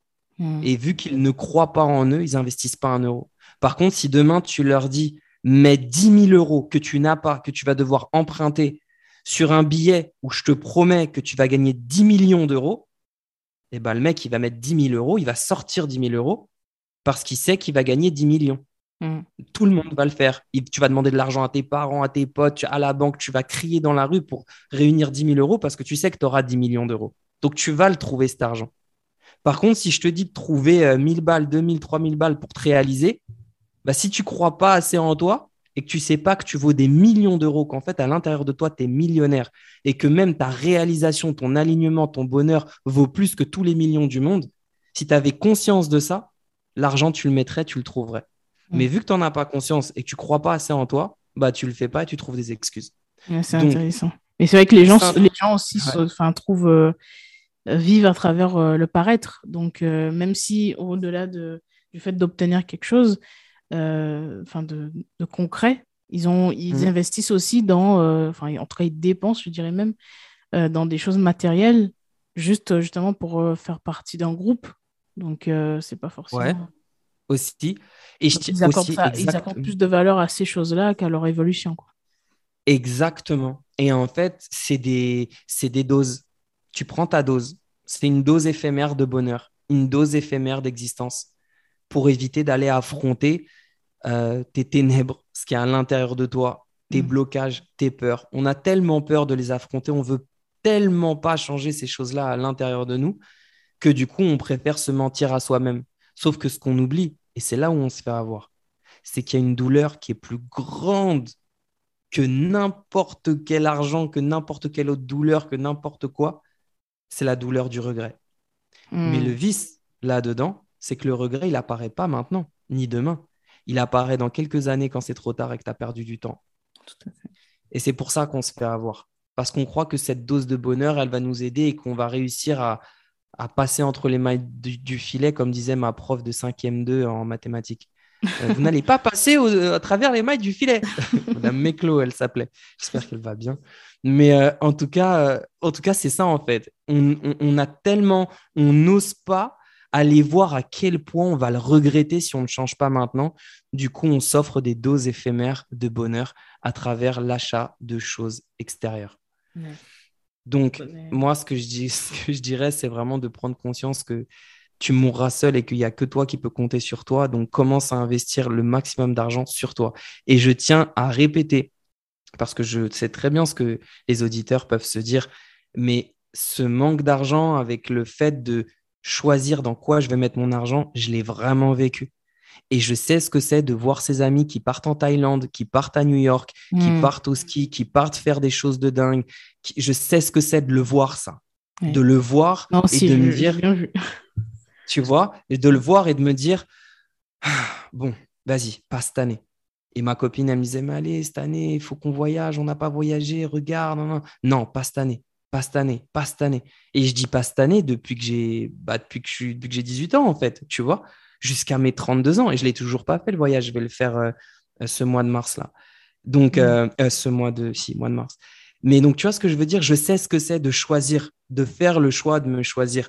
Mm. Et vu qu'ils ne croient pas en eux, ils n'investissent pas 1 euro. Par contre, si demain tu leur dis, mets 10 000 euros que tu n'as pas, que tu vas devoir emprunter sur un billet où je te promets que tu vas gagner 10 millions d'euros, et ben, le mec, il va mettre 10 000 euros, il va sortir 10 000 euros parce qu'il sait qu'il va gagner 10 millions. Mm. Tout le monde va le faire. Tu vas demander de l'argent à tes parents, à tes potes, à la banque, tu vas crier dans la rue pour réunir 10 000 euros parce que tu sais que tu auras 10 millions d'euros. Donc, tu vas le trouver, cet argent. Par contre, si je te dis de trouver 1000 balles, 2000, 3000 balles pour te réaliser, bah, si tu ne crois pas assez en toi et que tu ne sais pas que tu vaux des millions d'euros, qu'en fait, à l'intérieur de toi, tu es millionnaire et que même ta réalisation, ton alignement, ton bonheur vaut plus que tous les millions du monde, si tu avais conscience de ça, l'argent, tu le mettrais, tu le trouverais. Mm. Mais vu que tu n'en as pas conscience et que tu ne crois pas assez en toi, bah, tu ne le fais pas et tu trouves des excuses. Ouais, c'est Donc, intéressant. Et c'est vrai que ça, les gens aussi ouais. enfin, trouvent, vivent à travers le paraître. Donc, même si au-delà du fait d'obtenir quelque chose, enfin de concret, ils Mm. investissent aussi dans, enfin, en tout cas, ils dépensent, je dirais même, dans des choses matérielles, juste justement pour faire partie d'un groupe. Donc, c'est pas Ouais, forcément. aussi. Et je Donc, tiens aussi, ils exact. accordent plus de valeur à ces choses-là qu'à leur évolution, quoi. Exactement. Et en fait, c'est des doses. Tu prends ta dose. C'est une dose éphémère de bonheur, une dose éphémère d'existence pour éviter d'aller affronter tes ténèbres, ce qui est à l'intérieur de toi, tes Mm. blocages, tes peurs. On a tellement peur de les affronter, on veut tellement pas changer ces choses-là à l'intérieur de nous que du coup, on préfère se mentir à soi-même. Sauf que ce qu'on oublie, et c'est là où on se fait avoir, c'est qu'il y a une douleur qui est plus grande que n'importe quel argent, que n'importe quelle autre douleur, que n'importe quoi, c'est la douleur du regret. Mais le Mm. vice là-dedans, c'est que le regret, il apparaît pas maintenant, ni demain. Il apparaît dans quelques années quand c'est trop tard et que tu as perdu du temps. Tout à fait. Et c'est pour ça qu'on se fait avoir. Parce qu'on croit que cette dose de bonheur, elle va nous aider et qu'on va réussir à passer entre les mailles du filet, comme disait ma prof de 5e 2 en mathématiques. Vous n'allez pas passer à travers les mailles du filet. Madame Meclo, elle s'appelait. J'espère qu'elle va bien. Mais en tout cas, c'est ça en fait. On a tellement, on n'ose pas aller voir à quel point on va le regretter si on ne change pas maintenant. Du coup, on s'offre des doses éphémères de bonheur à travers l'achat de choses extérieures. Ouais. Donc, Mais- moi, ce que je dirais, c'est vraiment de prendre conscience que tu mourras seul et qu'il n'y a que toi qui peux compter sur toi. Donc, commence à investir le maximum d'argent sur toi. Et je tiens à répéter, parce que je sais très bien ce que les auditeurs peuvent se dire, mais ce manque d'argent avec le fait de choisir dans quoi je vais mettre mon argent, je l'ai vraiment vécu. Et je sais ce que c'est de voir ses amis qui partent en Thaïlande, qui partent à New York, qui Mm. partent au ski, qui partent faire des choses de dingue. Je sais ce que c'est de le voir, ça. De Ouais. le voir Non, et si, de me j'ai dire, bien vu. tu vois, et de le voir et de me dire, bon, vas-y, passe cette année. Et ma copine, elle me disait, mais allez, cette année, il faut qu'on voyage, on n'a pas voyagé, regarde. Non, non, non, pas cette année, pas cette année, pas cette année. Et je dis pas cette année depuis que j'ai 18 ans, en fait, tu vois, jusqu'à mes 32 ans. Et je ne l'ai toujours pas fait, le voyage. Je vais le faire ce mois de mars-là. Donc, Mm. si, mois de mars. Mais donc, tu vois ce que je veux dire? Je sais ce que c'est de choisir, de faire le choix de me choisir.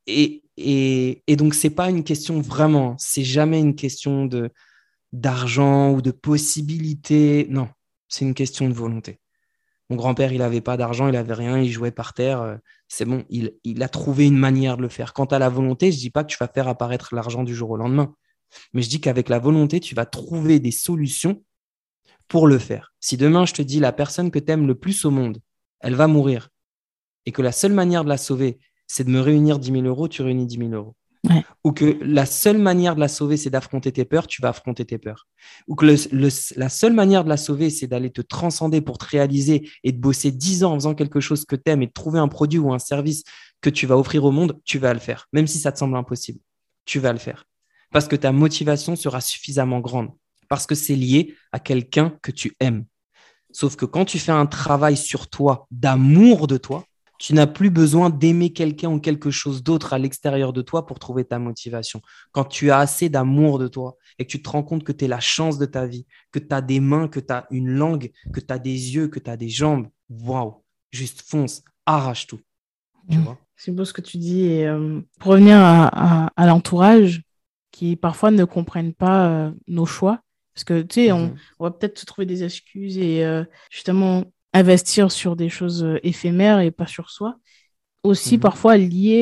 Et donc, c'est pas une question vraiment, c'est jamais une question d'argent ou de possibilité. Non, c'est une question de volonté. Mon grand-père, il n'avait pas d'argent, il n'avait rien, il jouait par terre. C'est bon, il a trouvé une manière de le faire. Quant à la volonté, je ne dis pas que tu vas faire apparaître l'argent du jour au lendemain, mais je dis qu'avec la volonté, tu vas trouver des solutions pour le faire. Si demain, je te dis la personne que tu aimes le plus au monde, elle va mourir, et que la seule manière de la sauver, c'est de me réunir 10 000 euros, tu réunis 10 000 euros. Ouais. Ou que la seule manière de la sauver, c'est d'affronter tes peurs, tu vas affronter tes peurs. Ou que la seule manière de la sauver, c'est d'aller te transcender pour te réaliser et de bosser 10 ans en faisant quelque chose que tu aimes et de trouver un produit ou un service que tu vas offrir au monde, tu vas le faire. Même si ça te semble impossible, tu vas le faire. Parce que ta motivation sera suffisamment grande. Parce que c'est lié à quelqu'un que tu aimes. Sauf que quand tu fais un travail sur toi, d'amour de toi, tu n'as plus besoin d'aimer quelqu'un ou quelque chose d'autre à l'extérieur de toi pour trouver ta motivation. Quand tu as assez d'amour de toi et que tu te rends compte que tu es la chance de ta vie, que tu as des mains, que tu as une langue, que tu as des yeux, que tu as des jambes, waouh, juste fonce, arrache tout. Tu vois? C'est beau ce que tu dis. Et pour revenir à l'entourage, qui parfois ne comprennent pas nos choix, parce que tu sais, on va peut-être se trouver des excuses et justement investir sur des choses éphémères et pas sur soi. Aussi parfois lié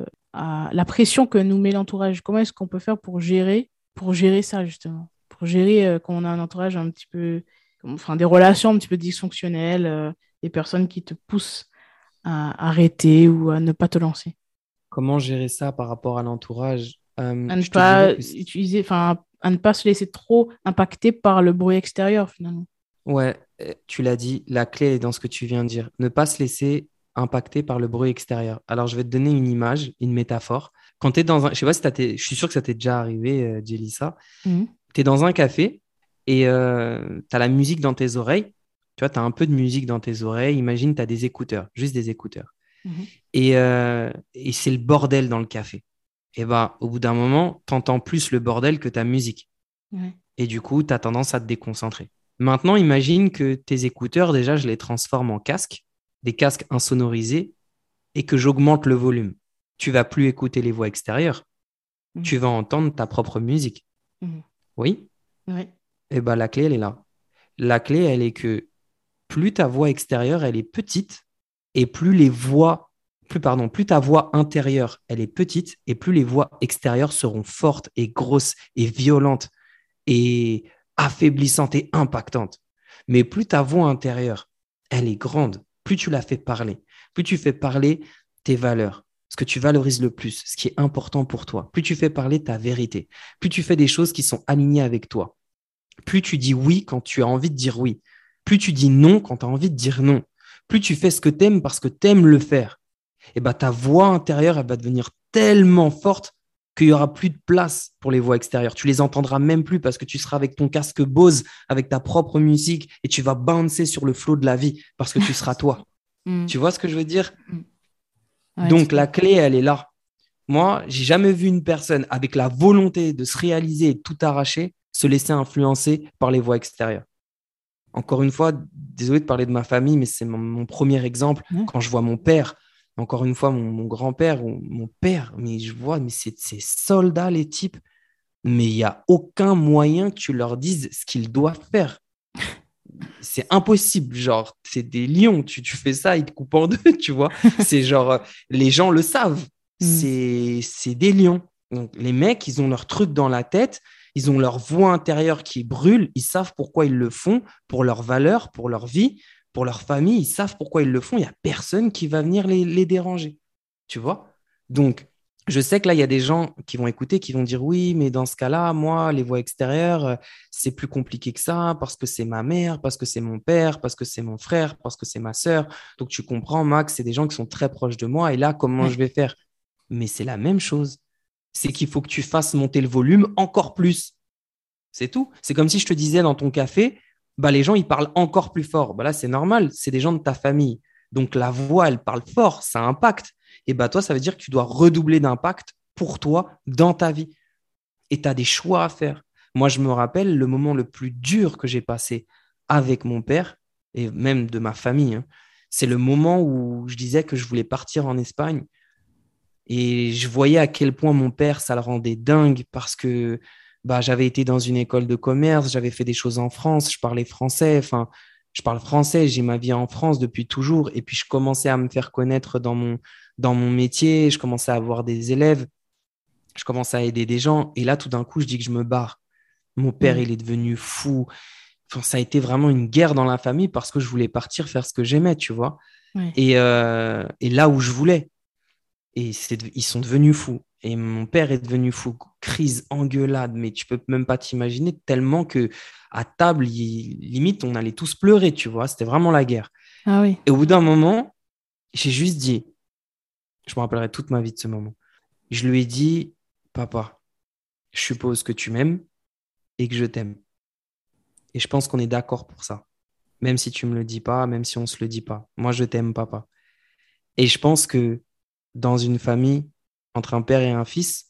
à la pression que nous met l'entourage. Comment est-ce qu'on peut faire pour gérer ça justement? Pour gérer quand on a un entourage un petit peu, enfin des relations un petit peu dysfonctionnelles, des personnes qui te poussent à arrêter ou à ne pas te lancer. Comment gérer ça par rapport à l'entourage? À ne Je te dirais pas que utiliser, enfin, à ne pas se laisser trop impacter par le bruit extérieur finalement. ouais, tu l'as dit, la clé est dans ce que tu viens de dire. Ne pas se laisser impacter par le bruit extérieur. Alors, je vais te donner une image, une métaphore. Quand tu es dans un... Je sais pas si je suis sûr que ça t'est déjà arrivé, Jelissa. Mhm. Tu es dans un café et tu as la musique dans tes oreilles. Tu vois, tu as un peu de musique dans tes oreilles. Imagine, tu as des écouteurs, juste des écouteurs. Mhm. Et c'est le bordel dans le café. Et bah, au bout d'un moment, tu entends plus le bordel que ta musique. Ouais. Et du coup, tu as tendance à te déconcentrer. Maintenant, imagine que tes écouteurs, déjà, je les transforme en casques, des casques insonorisés, et que j'augmente le volume. Tu vas plus écouter les voix extérieures, Mhm. tu vas entendre ta propre musique. Mhm. Oui? Ouais. Et ben la clé, elle est là. La clé, elle est que plus ta voix extérieure, elle est petite, et plus ta voix intérieure, elle est petite, et plus les voix extérieures seront fortes et grosses et violentes et affaiblissante et impactante. Mais plus ta voix intérieure, elle est grande, plus tu la fais parler, plus tu fais parler tes valeurs, ce que tu valorises le plus, ce qui est important pour toi, plus tu fais parler ta vérité, plus tu fais des choses qui sont alignées avec toi, plus tu dis oui quand tu as envie de dire oui, plus tu dis non quand tu as envie de dire non, plus tu fais ce que tu aimes parce que tu aimes le faire, et ben ta voix intérieure, elle va devenir tellement forte qu'il y aura plus de place pour les voix extérieures. Tu les entendras même plus parce que tu seras avec ton casque Bose, avec ta propre musique et tu vas bouncer sur le flot de la vie parce que tu seras toi. Mhm. Tu vois ce que je veux dire? Mhm. Ouais, tout Donc à la fait. clé, elle est là. Moi, j'ai jamais vu une personne avec la volonté de se réaliser et de tout arracher se laisser influencer par les voix extérieures. Encore une fois, désolé de parler de ma famille, mais c'est mon premier exemple. Ouais. Quand je vois mon père, encore une fois, mon grand-père ou mon père, mais je vois, mais c'est soldats, les types, mais il n'y a aucun moyen que tu leur dises ce qu'ils doivent faire. C'est impossible, genre, c'est des lions, tu fais ça, ils te coupent en deux, tu vois. C'est genre, les gens le savent, Mhm. c'est des lions. Donc, les mecs, ils ont leur truc dans la tête, ils ont leur voix intérieure qui brûle, ils savent pourquoi ils le font, pour leurs valeurs, pour leur vie, pour leur famille, ils savent pourquoi ils le font, il n'y a personne qui va venir les déranger, tu vois. Donc, je sais que là, il y a des gens qui vont écouter, qui vont dire oui, mais dans ce cas-là, moi, les voix extérieures, c'est plus compliqué que ça parce que c'est ma mère, parce que c'est mon père, parce que c'est mon frère, parce que c'est ma sœur. Donc tu comprends, Max, c'est des gens qui sont très proches de moi. Et là, comment Ouais. je vais faire? Mais c'est la même chose. C'est qu'il faut que tu fasses monter le volume encore plus. C'est tout. C'est comme si je te disais dans ton café, bah, les gens, ils parlent encore plus fort. Bah, là, c'est normal. C'est des gens de ta famille. Donc la voix, elle parle fort. Ça impacte. Et bah, toi, ça veut dire que tu dois redoubler d'impact pour toi dans ta vie et tu as des choix à faire. Moi, je me rappelle le moment le plus dur que j'ai passé avec mon père et même de ma famille, hein. C'est le moment où je disais que je voulais partir en Espagne et je voyais à quel point mon père, ça le rendait dingue parce que bah, j'avais été dans une école de commerce, j'avais fait des choses en France, je parlais français. Enfin, je parle français, j'ai ma vie en France depuis toujours. Et puis, je commençais à me faire connaître dans mon métier. Je commençais à avoir des élèves. Je commençais à aider des gens. Et là, tout d'un coup, je dis que je me barre. Mon père, Mm. il est devenu fou. Enfin, ça a été vraiment une guerre dans la famille parce que je voulais partir faire ce que j'aimais, tu vois. Ouais. Et là où je voulais. Ils sont devenus fous. Et mon père est devenu fou. Crise, engueulade, mais tu peux même pas t'imaginer tellement que à table, limite, on allait tous pleurer, tu vois. C'était vraiment la guerre. Ah oui. Et au bout d'un moment, j'ai juste dit, je me rappellerai toute ma vie de ce moment. Je lui ai dit, papa, je suppose que tu m'aimes et que je t'aime. Et je pense qu'on est d'accord pour ça. Même si tu me le dis pas, même si on se le dit pas. Moi, je t'aime, papa. Et je pense que dans une famille, entre un père et un fils,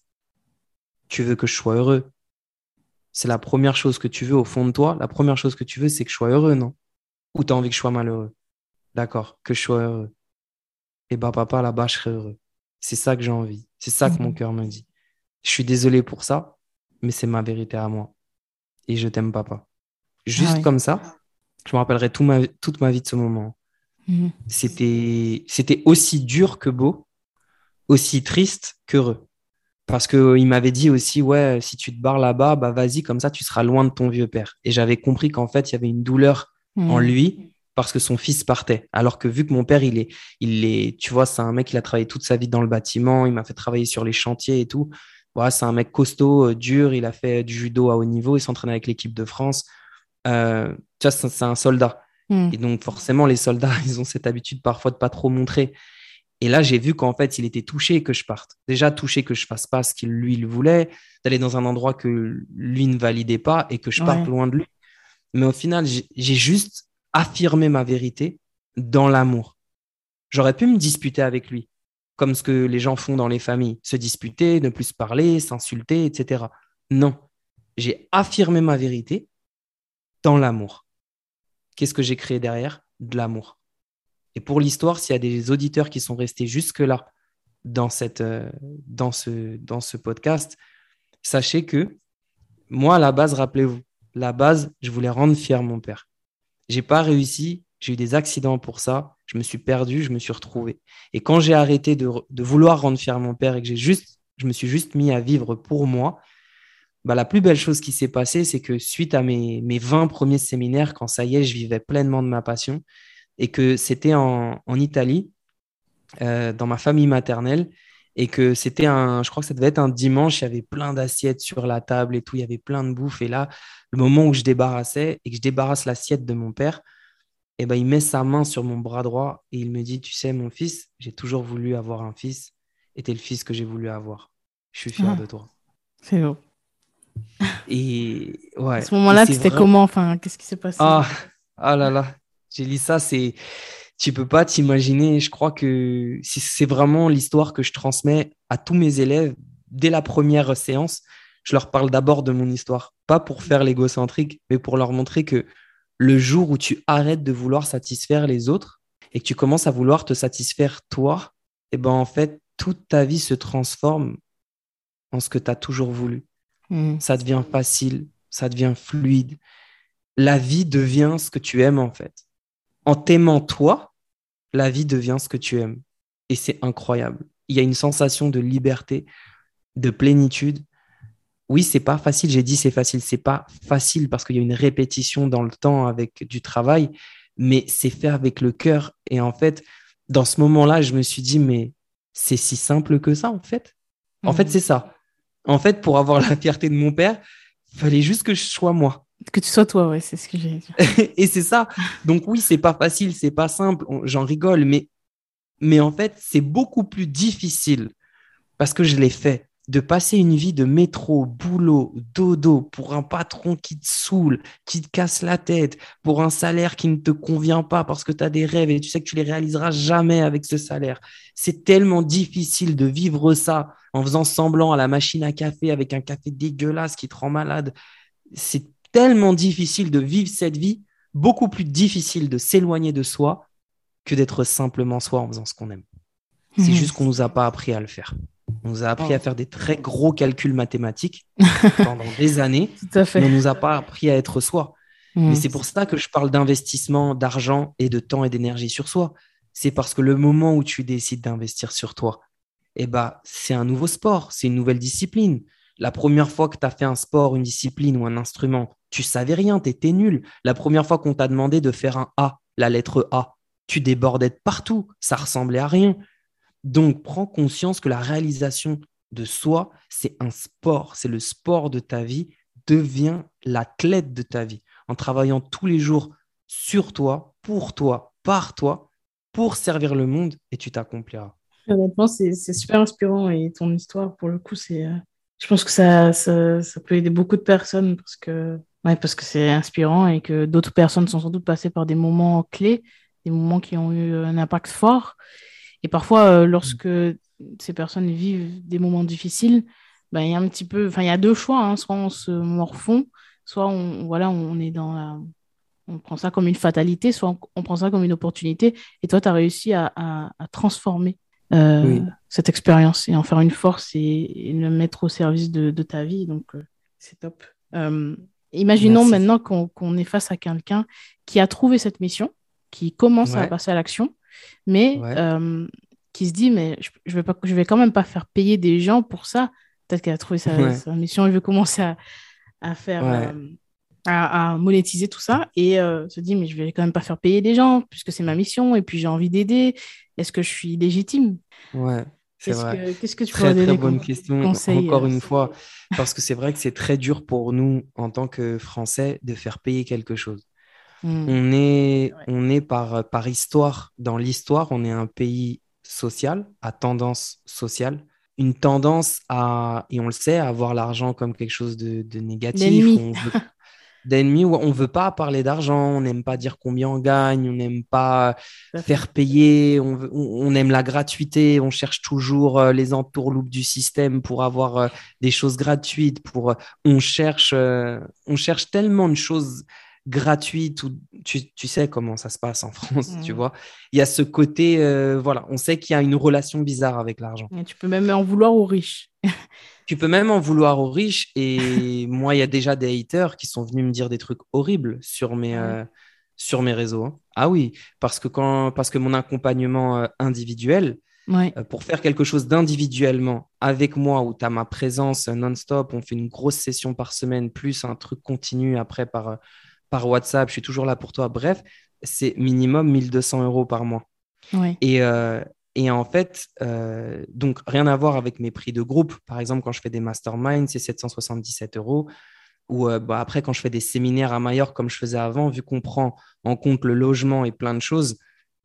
tu veux que je sois heureux. C'est la première chose que tu veux au fond de toi. La première chose que tu veux, c'est que je sois heureux, non? Ou tu as envie que je sois malheureux? D'accord, que je sois heureux. Et bah, papa, là-bas, je serai heureux. C'est ça que j'ai envie. C'est ça que mon Mhm. cœur me dit. Je suis désolé pour ça, mais c'est ma vérité à moi. Et je t'aime, papa. Ah Juste oui. comme ça, je me rappellerai toute ma vie de ce moment. Mhm. C'était aussi dur que beau, aussi triste qu'heureux. Parce qu'il m'avait dit aussi, ouais, si tu te barres là-bas, bah vas-y, comme ça, tu seras loin de ton vieux père. Et j'avais compris qu'en fait, il y avait une douleur en Mhm. lui parce que son fils partait. Alors que vu que mon père, tu vois, c'est un mec, il a travaillé toute sa vie dans le bâtiment, il m'a fait travailler sur les chantiers et tout. Voilà, c'est un mec costaud, dur, il a fait du judo à haut niveau, il s'entraîne avec l'équipe de France. Tu vois, c'est un soldat. Mhm. Et donc, forcément, les soldats, ils ont cette habitude parfois de pas trop montrer. Et là, j'ai vu qu'en fait, il était touché que je parte. Déjà touché que je fasse pas ce qu'il lui il voulait, d'aller dans un endroit que lui ne validait pas et que je parte Ouais. loin de lui. Mais au final, j'ai juste affirmé ma vérité dans l'amour. J'aurais pu me disputer avec lui, comme ce que les gens font dans les familles, se disputer, ne plus se parler, s'insulter, etc. Non, j'ai affirmé ma vérité dans l'amour. Qu'est-ce que j'ai créé derrière? De l'amour. Et pour l'histoire, s'il y a des auditeurs qui sont restés jusque-là dans, dans ce podcast, sachez que moi, à la base, rappelez-vous, la base, je voulais rendre fier mon père. J'ai pas réussi, j'ai eu des accidents pour ça, je me suis perdu, je me suis retrouvé. Et quand j'ai arrêté de vouloir rendre fier mon père et que je me suis juste mis à vivre pour moi, bah, la plus belle chose qui s'est passée, c'est que suite à mes 20 premiers séminaires, quand ça y est, je vivais pleinement de ma passion, et que c'était en Italie, dans ma famille maternelle, et que je crois que ça devait être un dimanche, il y avait plein d'assiettes sur la table et tout, il y avait plein de bouffe. Et là, le moment où je débarrassais et que je débarrasse l'assiette de mon père, et ben, il met sa main sur mon bras droit et il me dit, tu sais, mon fils, j'ai toujours voulu avoir un fils et t'es le fils que j'ai voulu avoir. Je suis fier Ah, de toi. c'est beau. Et À ouais, ce et moment-là, c'est c'était vrai. comment? Enfin, qu'est-ce qui s'est passé? Ah, ah là là, j'ai lu ça, tu peux pas t'imaginer. Je crois que c'est vraiment l'histoire que je transmets à tous mes élèves dès la première séance. Je leur parle d'abord de mon histoire, pas pour faire l'égocentrique, mais pour leur montrer que le jour où tu arrêtes de vouloir satisfaire les autres et que tu commences à vouloir te satisfaire toi, et ben en fait, toute ta vie se transforme en ce que tu as toujours voulu. Mhm. Ça devient facile, ça devient fluide. La vie devient ce que tu aimes en fait. En t'aimant toi, la vie devient ce que tu aimes. Et c'est incroyable. Il y a une sensation de liberté, de plénitude. Oui, c'est pas facile. J'ai dit c'est facile. C'est pas facile parce qu'il y a une répétition dans le temps avec du travail, mais c'est fait avec le cœur. Et en fait, dans ce moment-là, je me suis dit, mais c'est si simple que ça, en fait. En fait, Mhm. c'est ça. En fait, pour avoir la fierté de mon père, il fallait juste que je sois moi. Que tu sois toi, ouais, c'est ce que j'ai dit. Et c'est ça. Donc oui, c'est pas facile, c'est pas simple. J'en rigole, mais en fait, c'est beaucoup plus difficile parce que je l'ai fait. De passer une vie de métro, boulot, dodo pour un patron qui te saoule, qui te casse la tête, pour un salaire qui ne te convient pas parce que tu as des rêves et tu sais que tu les réaliseras jamais avec ce salaire. C'est tellement difficile de vivre ça en faisant semblant à la machine à café avec un café dégueulasse qui te rend malade. C'est tellement difficile de vivre cette vie, beaucoup plus difficile de s'éloigner de soi que d'être simplement soi en faisant ce qu'on aime. C'est Mhm. juste qu'on ne nous a pas appris à le faire. On nous a appris Wow. à faire des très gros calculs mathématiques pendant des années, Tout à mais fait. on ne nous a pas appris à être soi. Mais Mm. c'est pour ça que je parle d'investissement, d'argent et de temps et d'énergie sur soi. C'est parce que le moment où tu décides d'investir sur toi, eh ben, c'est un nouveau sport, c'est une nouvelle discipline. La première fois que tu as fait un sport, une discipline ou un instrument, tu savais rien, tu étais nul. La première fois qu'on t'a demandé de faire un A, la lettre A, tu débordais de partout, ça ressemblait à rien. Donc, prends conscience que la réalisation de soi, c'est un sport, c'est le sport de ta vie, deviens l'athlète de ta vie en travaillant tous les jours sur toi, par toi, pour servir le monde et tu t'accompliras. Honnêtement, c'est super inspirant et ton histoire, pour le coup, je pense que ça peut aider beaucoup de personnes ouais, parce que c'est inspirant et que d'autres personnes sont sans doute passées par des moments clés, des moments qui ont eu un impact fort. Et parfois, lorsque ces personnes vivent des moments difficiles, ben, il y a un petit peu, enfin, il y a deux choix, hein. Soit on se morfond, soit voilà, on est on prend ça comme une fatalité, soit on prend ça comme une opportunité. Et toi, tu as réussi à transformer Oui, cette expérience et en faire une force et le mettre au service de ta vie. Donc, c'est top. Euh, Imaginons merci. maintenant qu'on est face à quelqu'un qui a trouvé cette mission, qui commence à Ouais, passer à l'action, mais ouais, qui se dit, mais je vais quand même pas faire payer des gens pour ça. Peut-être qu'elle a trouvé ouais, sa mission, il veut commencer à faire, ouais, à monétiser tout ça et se dit, mais je vais quand même pas faire payer des gens puisque c'est ma mission et puis j'ai envie d'aider. Est-ce que je suis légitime? ouais, c'est vrai. Qu'est-ce que tu pourrais Très, très donner bonne comme question, conseil encore une fois, parce que c'est vrai que c'est très dur pour nous, en tant que Français, de faire payer quelque chose. Hmm, c'est vrai. On est par histoire, dans l'histoire, on est un pays social, à tendance sociale, une tendance à, et on le sait, à voir l'argent comme quelque chose de négatif, où L'ennemi. on veut d'ennemis où on veut pas parler d'argent, on n'aime pas dire combien on gagne, on n'aime pas Tout à fait. faire payer, on aime la gratuité, on cherche toujours les entourloupes du système pour avoir des choses gratuites, on cherche tellement de choses gratuites, ou tu sais comment ça se passe en France, tu Hmm. vois. Il y a ce côté, voilà, on sait qu'il y a une relation bizarre avec l'argent. Et tu peux même en vouloir aux riches. Tu peux même en vouloir aux riches. Et moi, il y a déjà des haters qui sont venus me dire des trucs horribles Ah ouais. sur mes réseaux, hein. Ah oui, parce que mon accompagnement individuel, Ouais. pour faire quelque chose d'individuellement avec moi, où tu as ma présence non-stop, on fait une grosse session par semaine, plus un truc continu après par WhatsApp, je suis toujours là pour toi. Bref, c'est minimum 1 200 € par mois. Ouais. Et, euh, et en fait, donc rien à voir avec mes prix de groupe. Par exemple, quand je fais des masterminds, c'est 777 €. Ou bah, après, quand je fais des séminaires à Majorque, comme je faisais avant, vu qu'on prend en compte le logement et plein de choses,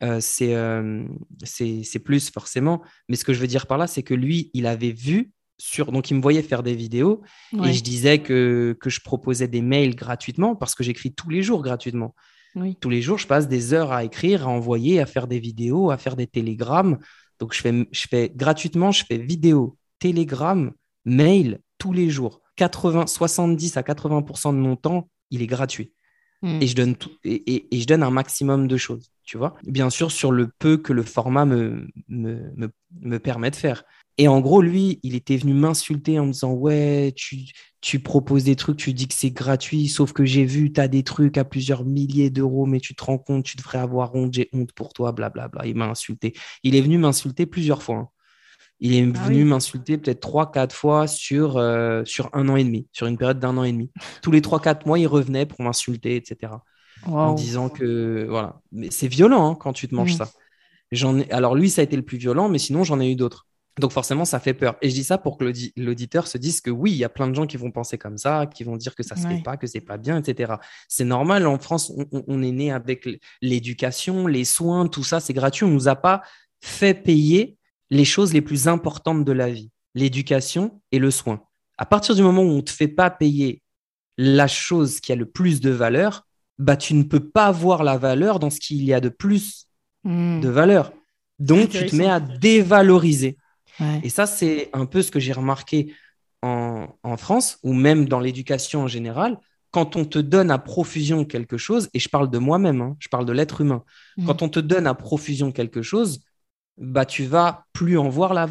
c'est plus forcément. Mais ce que je veux dire par là, c'est que lui, il avait vu donc il me voyait faire des vidéos et je Ouais. disais que je proposais des mails gratuitement parce que j'écris tous les jours gratuitement. Oui. Tous les jours, je passe des heures à écrire, à envoyer, à faire des vidéos, à faire des télégrammes. Donc, je fais gratuitement, je fais vidéo, télégramme, mail tous les jours. 70 à 80% de mon temps, il est gratuit. Hmm. Et je donne et je donne un maximum de choses, tu vois. Bien sûr, sur le peu que le format me permet de faire. Et en gros, lui, il était venu m'insulter en me disant, ouais, tu proposes des trucs, tu dis que c'est gratuit, sauf que j'ai vu, tu as des trucs à plusieurs milliers d'euros, mais tu te rends compte, tu devrais avoir honte, j'ai honte pour toi, blablabla. Il m'a insulté. Il est venu m'insulter plusieurs fois, hein. Il est Ah venu oui. m'insulter peut-être 3 4 fois sur 1 an et demi, sur une période d'1 an et demi. Tous les 3 4 mois, il revenait pour m'insulter, etc. En Waouh. disant que, voilà. Mais c'est violent, hein, quand tu te manges Hmm. ça. Alors lui, ça a été le plus violent, mais sinon, j'en ai eu d'autres. Donc forcément, ça fait peur. Et je dis ça pour que l'auditeur se dise que oui, il y a plein de gens qui vont penser comme ça, qui vont dire que ça se fait Ouais. pas, que c'est pas bien, etc. C'est normal. En France, on est né avec l'éducation, les soins, tout ça, c'est gratuit. On nous a pas fait payer les choses les plus importantes de la vie, l'éducation et le soin. À partir du moment où on te fait pas payer la chose qui a le plus de valeur, bah tu ne peux pas voir la valeur dans ce qu'il y a de plus de Hmm. valeur. C'est Donc, tu te mets intéressant. à dévaloriser. Ouais. Et ça, c'est un peu ce que j'ai remarqué en France, ou même dans l'éducation en général. Quand on te donne à profusion quelque chose, et je parle de moi-même, hein, je parle de l'être humain, Hmm. quand on te donne à profusion quelque chose, bah, tu vas plus en voir la valeur.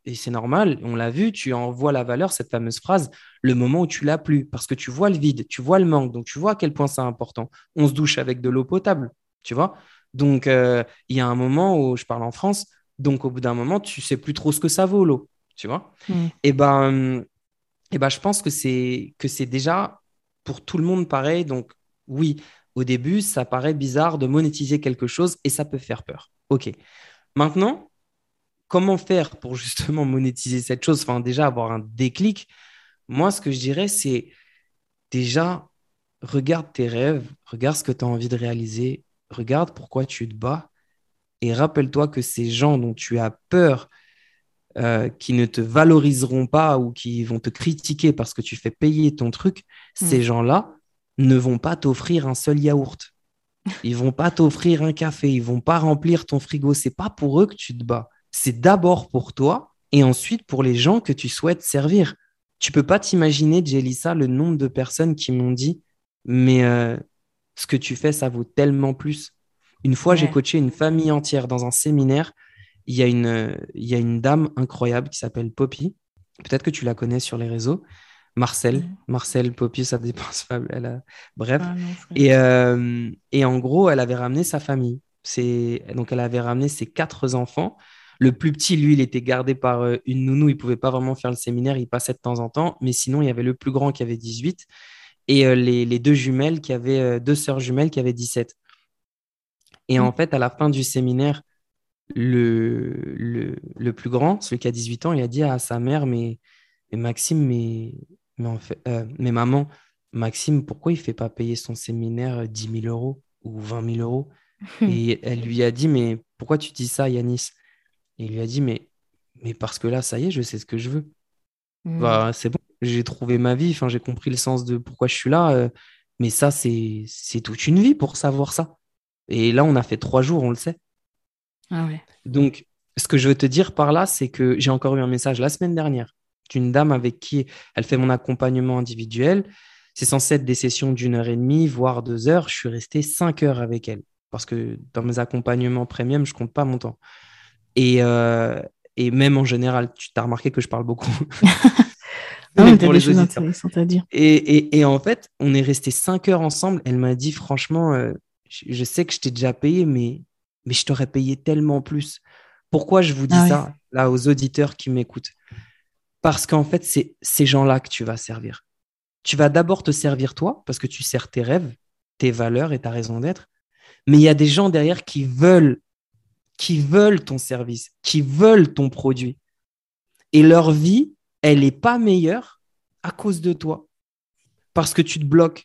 et c'est normal, on l'a vu, tu en vois la valeur, cette fameuse phrase, le moment où tu l'as plus, parce que tu vois le vide, tu vois le manque, donc tu vois à quel point c'est important. On se douche avec de l'eau potable, tu vois. Donc, il y a un moment où je parle en France, donc au bout d'un moment, tu sais plus trop ce que ça vaut l'eau, tu vois. Mm. Et ben, je pense que c'est déjà pour tout le monde pareil. Donc, oui, au début, ça paraît bizarre de monétiser quelque chose et ça peut faire peur. OK. Maintenant, comment faire pour justement monétiser cette chose? Enfin, déjà avoir un déclic. Moi, ce que je dirais, c'est déjà, regarde tes rêves, regarde ce que tu as envie de réaliser, regarde pourquoi tu te bats et rappelle-toi que ces gens dont tu as peur, qui ne te valoriseront pas ou qui vont te critiquer parce que tu fais payer ton truc, Mm. ces gens-là ne vont pas t'offrir un seul yaourt. Ils vont pas t'offrir un café, ils vont pas remplir ton frigo. C'est pas pour eux que tu te bats. C'est d'abord pour toi et ensuite pour les gens que tu souhaites servir. Tu peux pas t'imaginer, Jelissa, le nombre de personnes qui m'ont dit, mais ce que tu fais, ça vaut tellement plus. Une fois, j'ai Ouais. coaché une famille entière dans un séminaire. Il y a une dame incroyable qui s'appelle Poppy. Peut-être que tu la connais sur les réseaux. Mm. Marcel, Poppy, ça dépend. Bref. Ah non, je connais pas. Et en gros, elle avait ramené sa famille. Donc, elle avait ramené ses 4 enfants. Le plus petit, lui, il était gardé par une nounou. Il pouvait pas vraiment faire le séminaire. Il passait de temps en temps. Mais sinon, il y avait le plus grand qui avait 18 et les deux jumelles qui avaient, deux sœurs jumelles qui avaient 17. Et Mm. en fait, à la fin du séminaire, le plus grand, celui qui a 18 ans, il a dit à sa mère, mais Maxime, mais maman, Maxime, pourquoi il ne fait pas payer son séminaire 10 000 euros ou 20 000 euros? Et elle lui a dit, mais pourquoi tu dis ça, Yanis? Et il lui a dit, mais parce que là, ça y est, je sais ce que je veux. Mm. Bah, c'est bon, j'ai trouvé ma vie, enfin, j'ai compris le sens de pourquoi je suis là. Mais ça, c'est toute une vie pour savoir ça. Et là, on a fait 3 jours, on le sait. Ah ouais. Donc, ce que je veux te dire par là, c'est que j'ai encore eu un message la semaine dernière d'une dame avec qui elle fait mon accompagnement individuel. C'est censé être des sessions d'1 heure et demie, voire 2 heures. Je suis resté 5 heures avec elle parce que dans mes accompagnements premium, je compte pas mon temps. Et, euh, et même en général, tu t'as remarqué que je parle beaucoup. Ah, Mais mais t'as pour des les choses auditeurs. intéressantes à dire. Et en fait, on est resté 5 heures ensemble. Elle m'a dit, franchement, je sais que je t'ai déjà payé, mais je t'aurais payé tellement plus. Pourquoi je vous dis Ah ouais. ça, là, aux auditeurs qui m'écoutent? Parce qu'en fait, c'est ces gens-là que tu vas servir. Tu vas d'abord te servir toi, parce que tu sers tes rêves, tes valeurs et ta raison d'être. Mais il y a des gens derrière qui veulent ton service, qui veulent ton produit. Et leur vie, elle n'est pas meilleure à cause de toi. Parce que tu te bloques,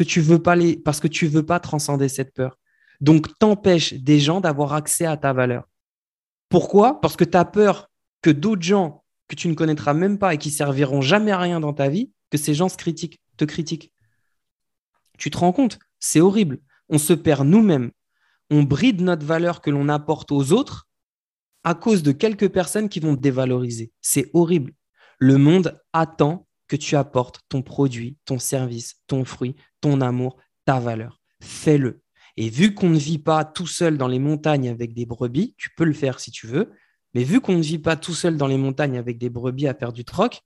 parce que tu veux pas transcender cette peur. Donc, t'empêches des gens d'avoir accès à ta valeur. Pourquoi? Parce que tu as peur que d'autres gens que tu ne connaîtras même pas et qui serviront jamais à rien dans ta vie, que ces gens te critiquent. Tu te rends compte? C'est horrible. On se perd nous-mêmes. On bride notre valeur que l'on apporte aux autres à cause de quelques personnes qui vont te dévaloriser. C'est horrible. Le monde attend que tu apportes ton produit, ton service, ton fruit, ton amour, ta valeur. Fais-le. Et vu qu'on ne vit pas tout seul dans les montagnes avec des brebis, tu peux le faire si tu veux, mais vu qu'on ne vit pas tout seul dans les montagnes avec des brebis à faire du troc,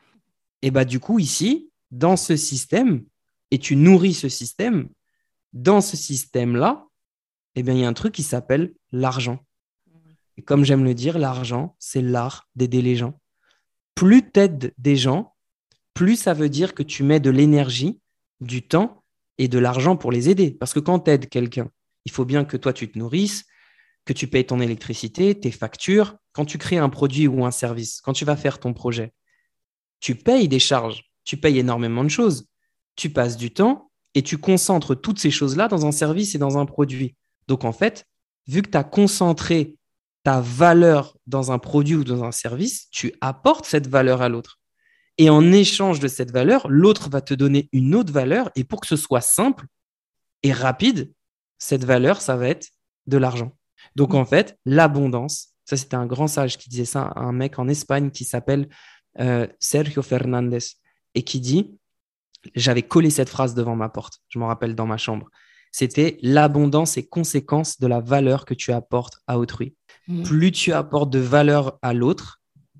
et bah du coup ici, dans ce système, et tu nourris ce système, dans ce système-là, eh bien, il y a un truc qui s'appelle l'argent. Et comme j'aime le dire, l'argent, c'est l'art d'aider les gens. Plus tu aides des gens, plus ça veut dire que tu mets de l'énergie, du temps et de l'argent pour les aider. Parce que quand tu aides quelqu'un, il faut bien que toi, tu te nourrisses, que tu payes ton électricité, tes factures. Quand tu crées un produit ou un service, quand tu vas faire ton projet, tu payes des charges, tu payes énormément de choses. Tu passes du temps et tu concentres toutes ces choses-là dans un service et dans un produit. Donc, en fait, vu que tu as concentré ta valeur dans un produit ou dans un service, tu apportes cette valeur à l'autre. Et en échange de cette valeur, l'autre va te donner une autre valeur. Et pour que ce soit simple et rapide, cette valeur, ça va être de l'argent. Donc, en fait, l'abondance, ça, c'était un grand sage qui disait ça, un mec en Espagne qui s'appelle Sergio Fernandez et qui dit, j'avais collé cette phrase devant ma porte, je m'en rappelle dans ma chambre, c'était l'abondance est conséquence de la valeur que tu apportes à autrui. Mm. Plus tu apportes de valeur à l'autre,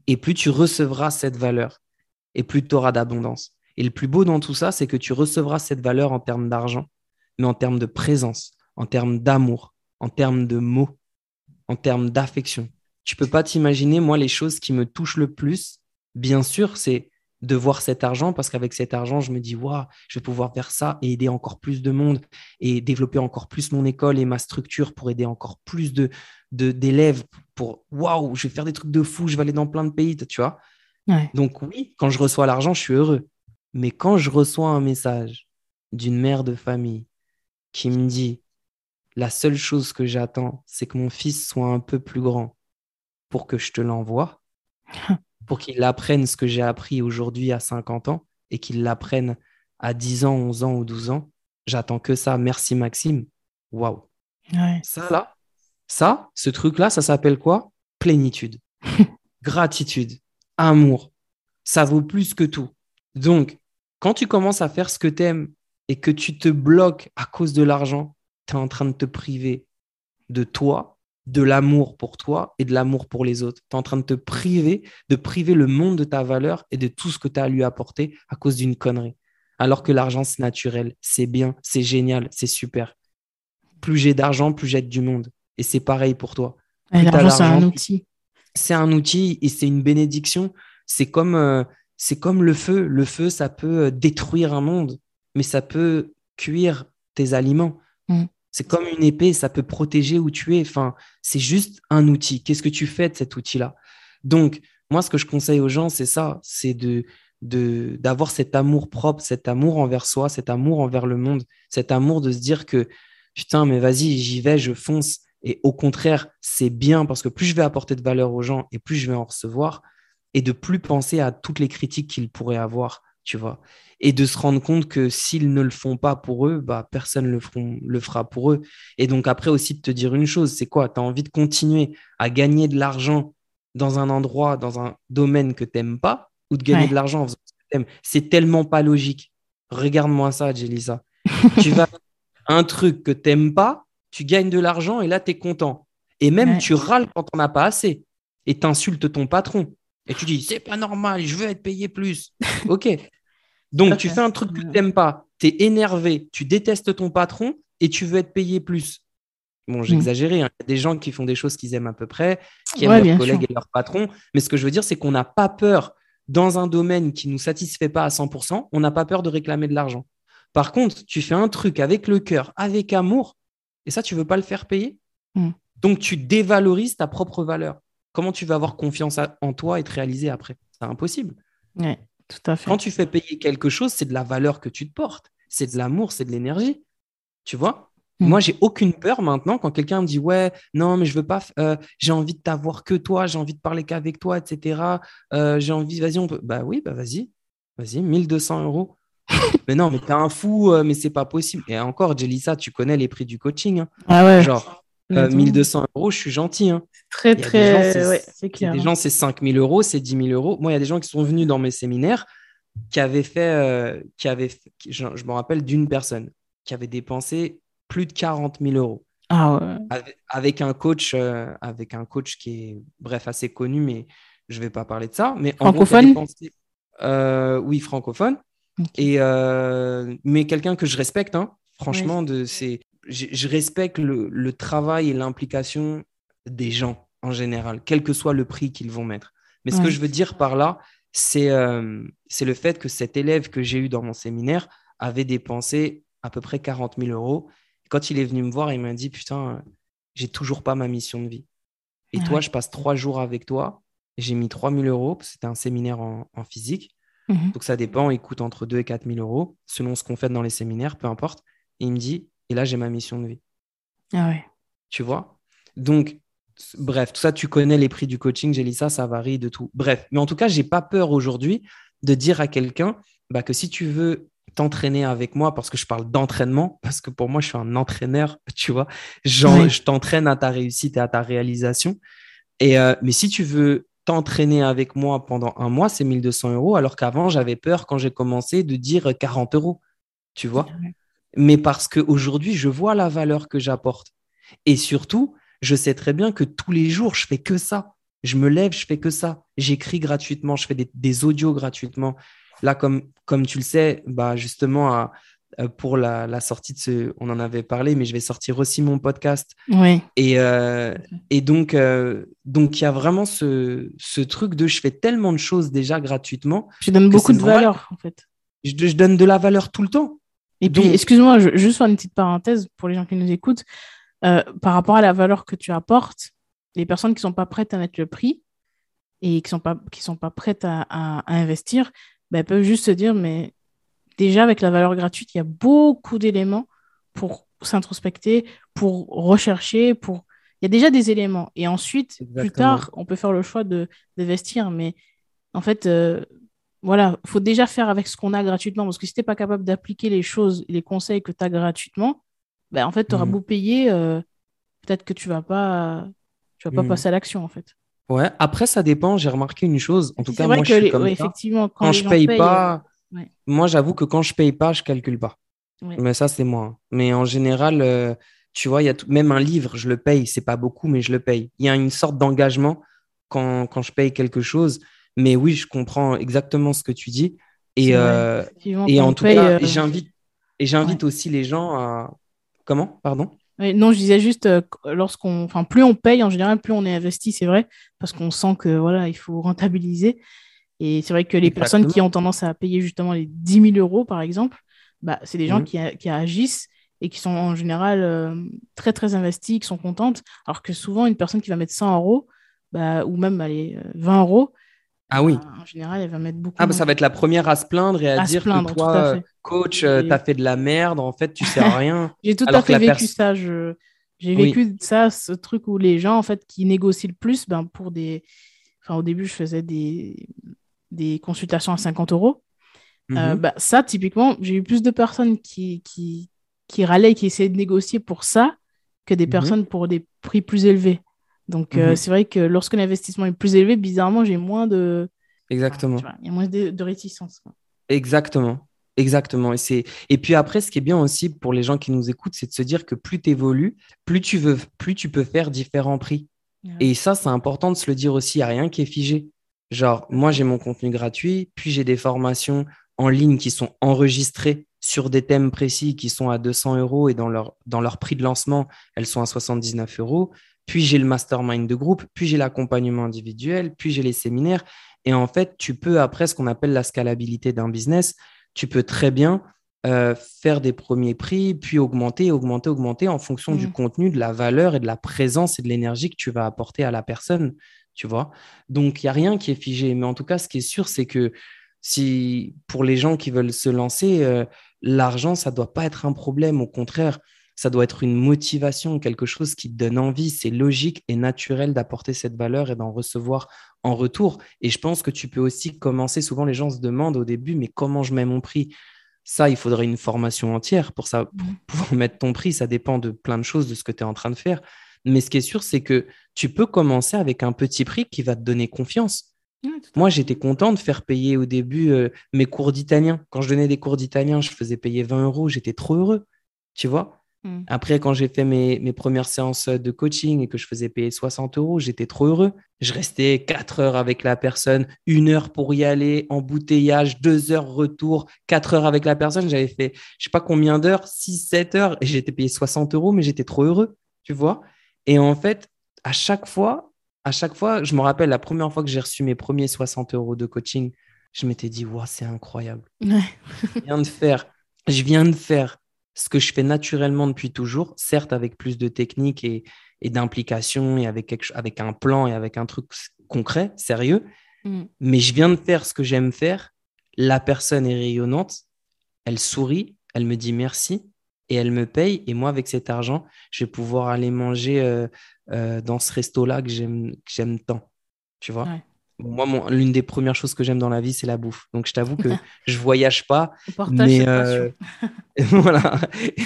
et plus tu recevras cette valeur, et plus tu auras d'abondance. Et le plus beau dans tout ça, c'est que tu recevras cette valeur en termes d'argent, mais en termes de présence, en termes d'amour, en termes de mots, en termes d'affection. Tu peux pas t'imaginer, moi, les choses qui me touchent le plus, bien sûr, c'est de voir cet argent, parce qu'avec cet argent, je me dis, waouh, je vais pouvoir faire ça et aider encore plus de monde et développer encore plus mon école et ma structure pour aider encore plus d'élèves. Pour, waouh, je vais faire des trucs de fou, je vais aller dans plein de pays, tu vois. Ouais. Donc oui, quand je reçois l'argent, je suis heureux. Mais quand je reçois un message d'une mère de famille qui me dit, la seule chose que j'attends, c'est que mon fils soit un peu plus grand pour que je te l'envoie, pour qu'il apprenne ce que j'ai appris aujourd'hui à 50 ans et qu'il l'apprenne à 10 ans, 11 ans ou 12 ans. J'attends que ça. Merci Maxime. Waouh. Ouais. Ça là, ce truc-là, ça s'appelle quoi? Plénitude, gratitude, amour. Ça vaut plus que tout. Donc, quand tu commences à faire ce que tu aimes et que tu te bloques à cause de l'argent, tu es en train de te priver de toi, de l'amour pour toi et de l'amour pour les autres. Tu es en train de priver le monde de ta valeur et de tout ce que tu as à lui apporter à cause d'une connerie. Alors que l'argent, c'est naturel, c'est bien, c'est génial, c'est super. Plus j'ai d'argent, plus j'ai du monde. Et c'est pareil pour toi. Et Plus tu as l'argent, c'est un d'argent, outil. c'est un outil et c'est une bénédiction. C'est comme le feu. Le feu, ça peut détruire un monde, mais ça peut cuire tes aliments. Mm. C'est comme une épée, ça peut protéger où tu es. Enfin, c'est juste un outil. Qu'est-ce que tu fais de cet outil-là? Donc, moi, ce que je conseille aux gens, c'est ça, c'est d'avoir cet amour propre, cet amour envers soi, cet amour envers le monde, cet amour de se dire que, putain, mais vas-y, j'y vais, je fonce. Et au contraire, c'est bien parce que plus je vais apporter de valeur aux gens et plus je vais en recevoir et de plus penser à toutes les critiques qu'ils pourraient avoir, tu vois. Et de se rendre compte que s'ils ne le font pas pour eux, bah, personne le fera pour eux. Et donc après aussi de te dire une chose, c'est quoi? Tu as envie de continuer à gagner de l'argent dans un endroit, dans un domaine que tu n'aimes pas ou de gagner de Ouais. l'argent en faisant ce que tu aimes. C'est tellement pas logique. Regarde-moi ça, Jelisa. Tu vas un truc que tu n'aimes pas, tu gagnes de l'argent et là, tu es content. Et même, Ouais. tu râles quand on n'a pas assez. Et tu insultes ton patron. Et tu dis, c'est pas normal, je veux être payé plus. OK. Tout à Donc, tu fait. fais un truc que tu n'aimes pas, tu es énervé, tu détestes ton patron et tu veux être payé plus. Bon, Mm. j'exagérais, hein. Il y a des gens qui font des choses qu'ils aiment à peu près, qui aiment Ouais, leurs bien sûr. collègues et leurs patrons. Mais ce que je veux dire, c'est qu'on n'a pas peur, dans un domaine qui ne nous satisfait pas à 100%, on n'a pas peur de réclamer de l'argent. Par contre, tu fais un truc avec le cœur, avec amour, et ça, tu ne veux pas le faire payer. Mm. Donc, tu dévalorises ta propre valeur. Comment tu vas avoir confiance en toi et te réaliser après? C'est impossible. Ouais, tout à Quand fait. tu fais payer quelque chose, c'est de la valeur que tu te portes. C'est de l'amour, c'est de l'énergie. Tu vois? Mm. Moi, j'ai aucune peur maintenant quand quelqu'un me dit ouais, non, mais je veux pas, j'ai envie de t'avoir que toi, j'ai envie de parler qu'avec toi, etc. J'ai envie, vas-y, on peut. Bah oui, bah vas-y, 1 200 euros. Mais non, mais t'es un fou, mais c'est pas possible. Et encore, Jelissa, tu connais les prix du coaching, hein. Ah ouais, Genre, honnêtement. 1 200 euros, je suis gentil, hein. Très, Il y a des gens, très. Ouais, c'est il y a clair, des hein. gens, c'est 5 000 euros, c'est 10 000 euros. Moi, il y a des gens qui sont venus dans mes séminaires qui avaient fait, je me rappelle d'une personne qui avait dépensé plus de 40 000 euros Ah ouais. avec un coach qui est, bref, assez connu, mais je ne vais pas parler de ça. Mais en gros, qui a Francophone? dépensé, oui, francophone, Ok. et, mais quelqu'un que je respecte, hein, Oui. franchement, je respecte le travail et l'implication des gens en général, quel que soit le prix qu'ils vont mettre. Mais ce que Ouais. je veux dire par là, c'est le fait que cet élève que j'ai eu dans mon séminaire avait dépensé à peu près 40 000 euros. Quand il est venu me voir, il m'a dit, putain, j'ai toujours pas ma mission de vie. Et Ah toi, ouais. je passe 3 jours avec toi. J'ai mis 3 000 euros, parce que c'était un séminaire en physique. Mhm. Donc ça dépend, il coûte entre 2 et 4 000 euros, selon ce qu'on fait dans les séminaires, peu importe. Et il me dit, et là, j'ai ma mission de vie. Ah ouais. Tu vois? Donc, bref, tout ça, tu connais les prix du coaching, j'ai lu ça varie de tout. Bref, mais en tout cas, j'ai pas peur aujourd'hui de dire à quelqu'un bah, que si tu veux t'entraîner avec moi, parce que je parle d'entraînement, parce que pour moi, je suis un entraîneur, tu vois, Ouais. je t'entraîne à ta réussite et à ta réalisation. Et, mais si tu veux t'entraîner avec moi pendant un mois, c'est 1 200 euros, alors qu'avant, j'avais peur quand j'ai commencé de dire 40 euros, tu Ah vois. ouais. Mais parce qu'aujourd'hui, je vois la valeur que j'apporte. Et surtout, je sais très bien que tous les jours, je fais que ça. Je me lève, je fais que ça. J'écris gratuitement, je fais des audios gratuitement. Là, comme tu le sais, bah justement, pour la sortie de on en avait parlé, mais je vais sortir aussi mon podcast. Oui. Et, euh, et donc, il y a vraiment ce truc de je fais tellement de choses déjà gratuitement Je donne que beaucoup c'est de normal que valeur, en fait. je donne de la valeur tout le temps. Et puis, Donc, excuse-moi, juste faire une petite parenthèse pour les gens qui nous écoutent. Par rapport à la valeur que tu apportes, les personnes qui sont pas prêtes à mettre le prix et qui sont pas prêtes à investir, ben, elles peuvent juste se dire, mais déjà, avec la valeur gratuite, il y a beaucoup d'éléments pour s'introspecter, pour rechercher, pour... Il y a déjà des éléments. Et ensuite, plus exactement. tard, on peut faire le choix d'investir. Mais en fait, voilà, il faut déjà faire avec ce qu'on a gratuitement. Parce que si tu n'es pas capable d'appliquer les choses, les conseils que tu as gratuitement, ben, en fait, tu auras Mhm. beau payer, peut-être que tu vas pas Mhm. passer à l'action, en fait. Ouais, après, ça dépend. J'ai remarqué une chose. En Et tout puis, c'est cas, vrai moi, je que, suis comme ouais, ça. effectivement, quand Quand les je gens paye payent, pas, ouais, moi, j'avoue que quand je paye pas, je calcule pas. ouais. Mais ça, c'est moi, hein. Mais en général, tu vois, il y a même un livre, je le paye. C'est pas beaucoup, mais je le paye. Il y a une sorte d'engagement quand je paye quelque chose. Mais oui, je comprends exactement ce que tu dis. C'est Et, vrai. euh, Effectivement, et quand en on tout paye, cas, ouais. j'invite aussi les gens à... Comment? Pardon? Ouais, non, je disais juste, enfin, plus on paye en général, plus on est investi, c'est vrai, parce qu'on sent que voilà, il faut rentabiliser. Et c'est vrai que les personnes qui Exactement. ont tendance à payer justement les 10 000 euros, par exemple, bah, c'est des gens Mhm. qui agissent et qui sont en général très, très investis, qui sont contentes. Alors que souvent, une personne qui va mettre 100 euros, bah, ou même allez, 20 euros, Ah oui. bah, en général, elle va mettre beaucoup Ah, bah, ça moins. va être la première à se plaindre et à À se dire que plaindre, tout à toi, fait. coach, J'ai t'as fait de la merde, en fait, tu sers à rien. j'ai tout à Alors que fait la vécu personne... ça. J'ai Oui. vécu ça, ce truc où les gens, en fait, qui négocient le plus, ben, pour des... Enfin, au début, je faisais des consultations à 50 euros. Mhm. Bah, ça, typiquement, j'ai eu plus de personnes qui râlaient, qui essayaient de négocier pour ça que des Mhm. personnes pour des prix plus élevés. Donc, Mhm. c'est vrai que lorsque l'investissement est plus élevé, bizarrement, j'ai moins de... Enfin, tu Exactement. vois, il y a moins de réticence, quoi. Exactement. Exactement. Et puis après, ce qui est bien aussi pour les gens qui nous écoutent, c'est de se dire que plus tu évolues, plus tu peux faire différents prix. Ouais, Et ça, c'est important de se le dire aussi. Il n'y a rien qui est figé. Genre, tout à moi, fait. j'ai mon contenu gratuit, puis j'ai des formations en ligne qui sont enregistrées sur des thèmes précis qui sont à 200 euros et dans leur prix de lancement, elles sont à 79 euros. Puis j'ai le mastermind de groupe, puis j'ai l'accompagnement individuel, puis j'ai les séminaires. Et en fait, tu peux, après ce qu'on appelle la scalabilité d'un business, tu peux très bien faire des premiers prix, puis augmenter, augmenter, augmenter en fonction du Mm. contenu, de la valeur et de la présence et de l'énergie que tu vas apporter à la personne, tu vois. Donc, il n'y a rien qui est figé. Mais en tout cas, ce qui est sûr, c'est que si pour les gens qui veulent se lancer, l'argent, ça ne doit pas être un problème. Au contraire, ça doit être une motivation, quelque chose qui te donne envie. C'est logique et naturel d'apporter cette valeur et d'en recevoir en retour. Et je pense que tu peux aussi commencer. Souvent, les gens se demandent au début, mais comment je mets mon prix? Ça, il faudrait une formation entière pour ça, pour Mm. pouvoir mettre ton prix. Ça dépend de plein de choses, de ce que tu es en train de faire. Mais ce qui est sûr, c'est que tu peux commencer avec un petit prix qui va te donner confiance. Ouais, tout à Moi, fait. j'étais content de faire payer au début mes cours d'italien. Quand je donnais des cours d'italien, je faisais payer 20 euros. J'étais trop heureux, tu vois. Mm. Après, quand j'ai fait mes premières séances de coaching et que je faisais payer 60 euros, j'étais trop heureux. Je restais 4 heures avec la personne, 1 heure pour y aller, embouteillage, 2 heures retour, 4 heures avec la personne. J'avais fait, je sais pas combien d'heures, 6, 7 heures, et j'étais payé 60 euros, mais j'étais trop heureux, tu vois. Et en fait, à chaque fois, je me rappelle la première fois que j'ai reçu mes premiers 60 euros de coaching, je m'étais dit, waouh, c'est incroyable. Ouais. viens de faire, je viens de faire ce que je fais naturellement depuis toujours, certes avec plus de technique et d'implication et avec un plan et avec un truc concret, sérieux, Mm. mais je viens de faire ce que j'aime faire. La personne est rayonnante, elle sourit, elle me dit merci et elle me paye. Et moi, avec cet argent, je vais pouvoir aller manger dans ce resto-là que j'aime tant. Tu vois? Ouais. Bon, moi, l'une des premières choses que j'aime dans la vie, c'est la bouffe. Donc, je t'avoue que je voyage pas, On partage mais cette passion. voilà.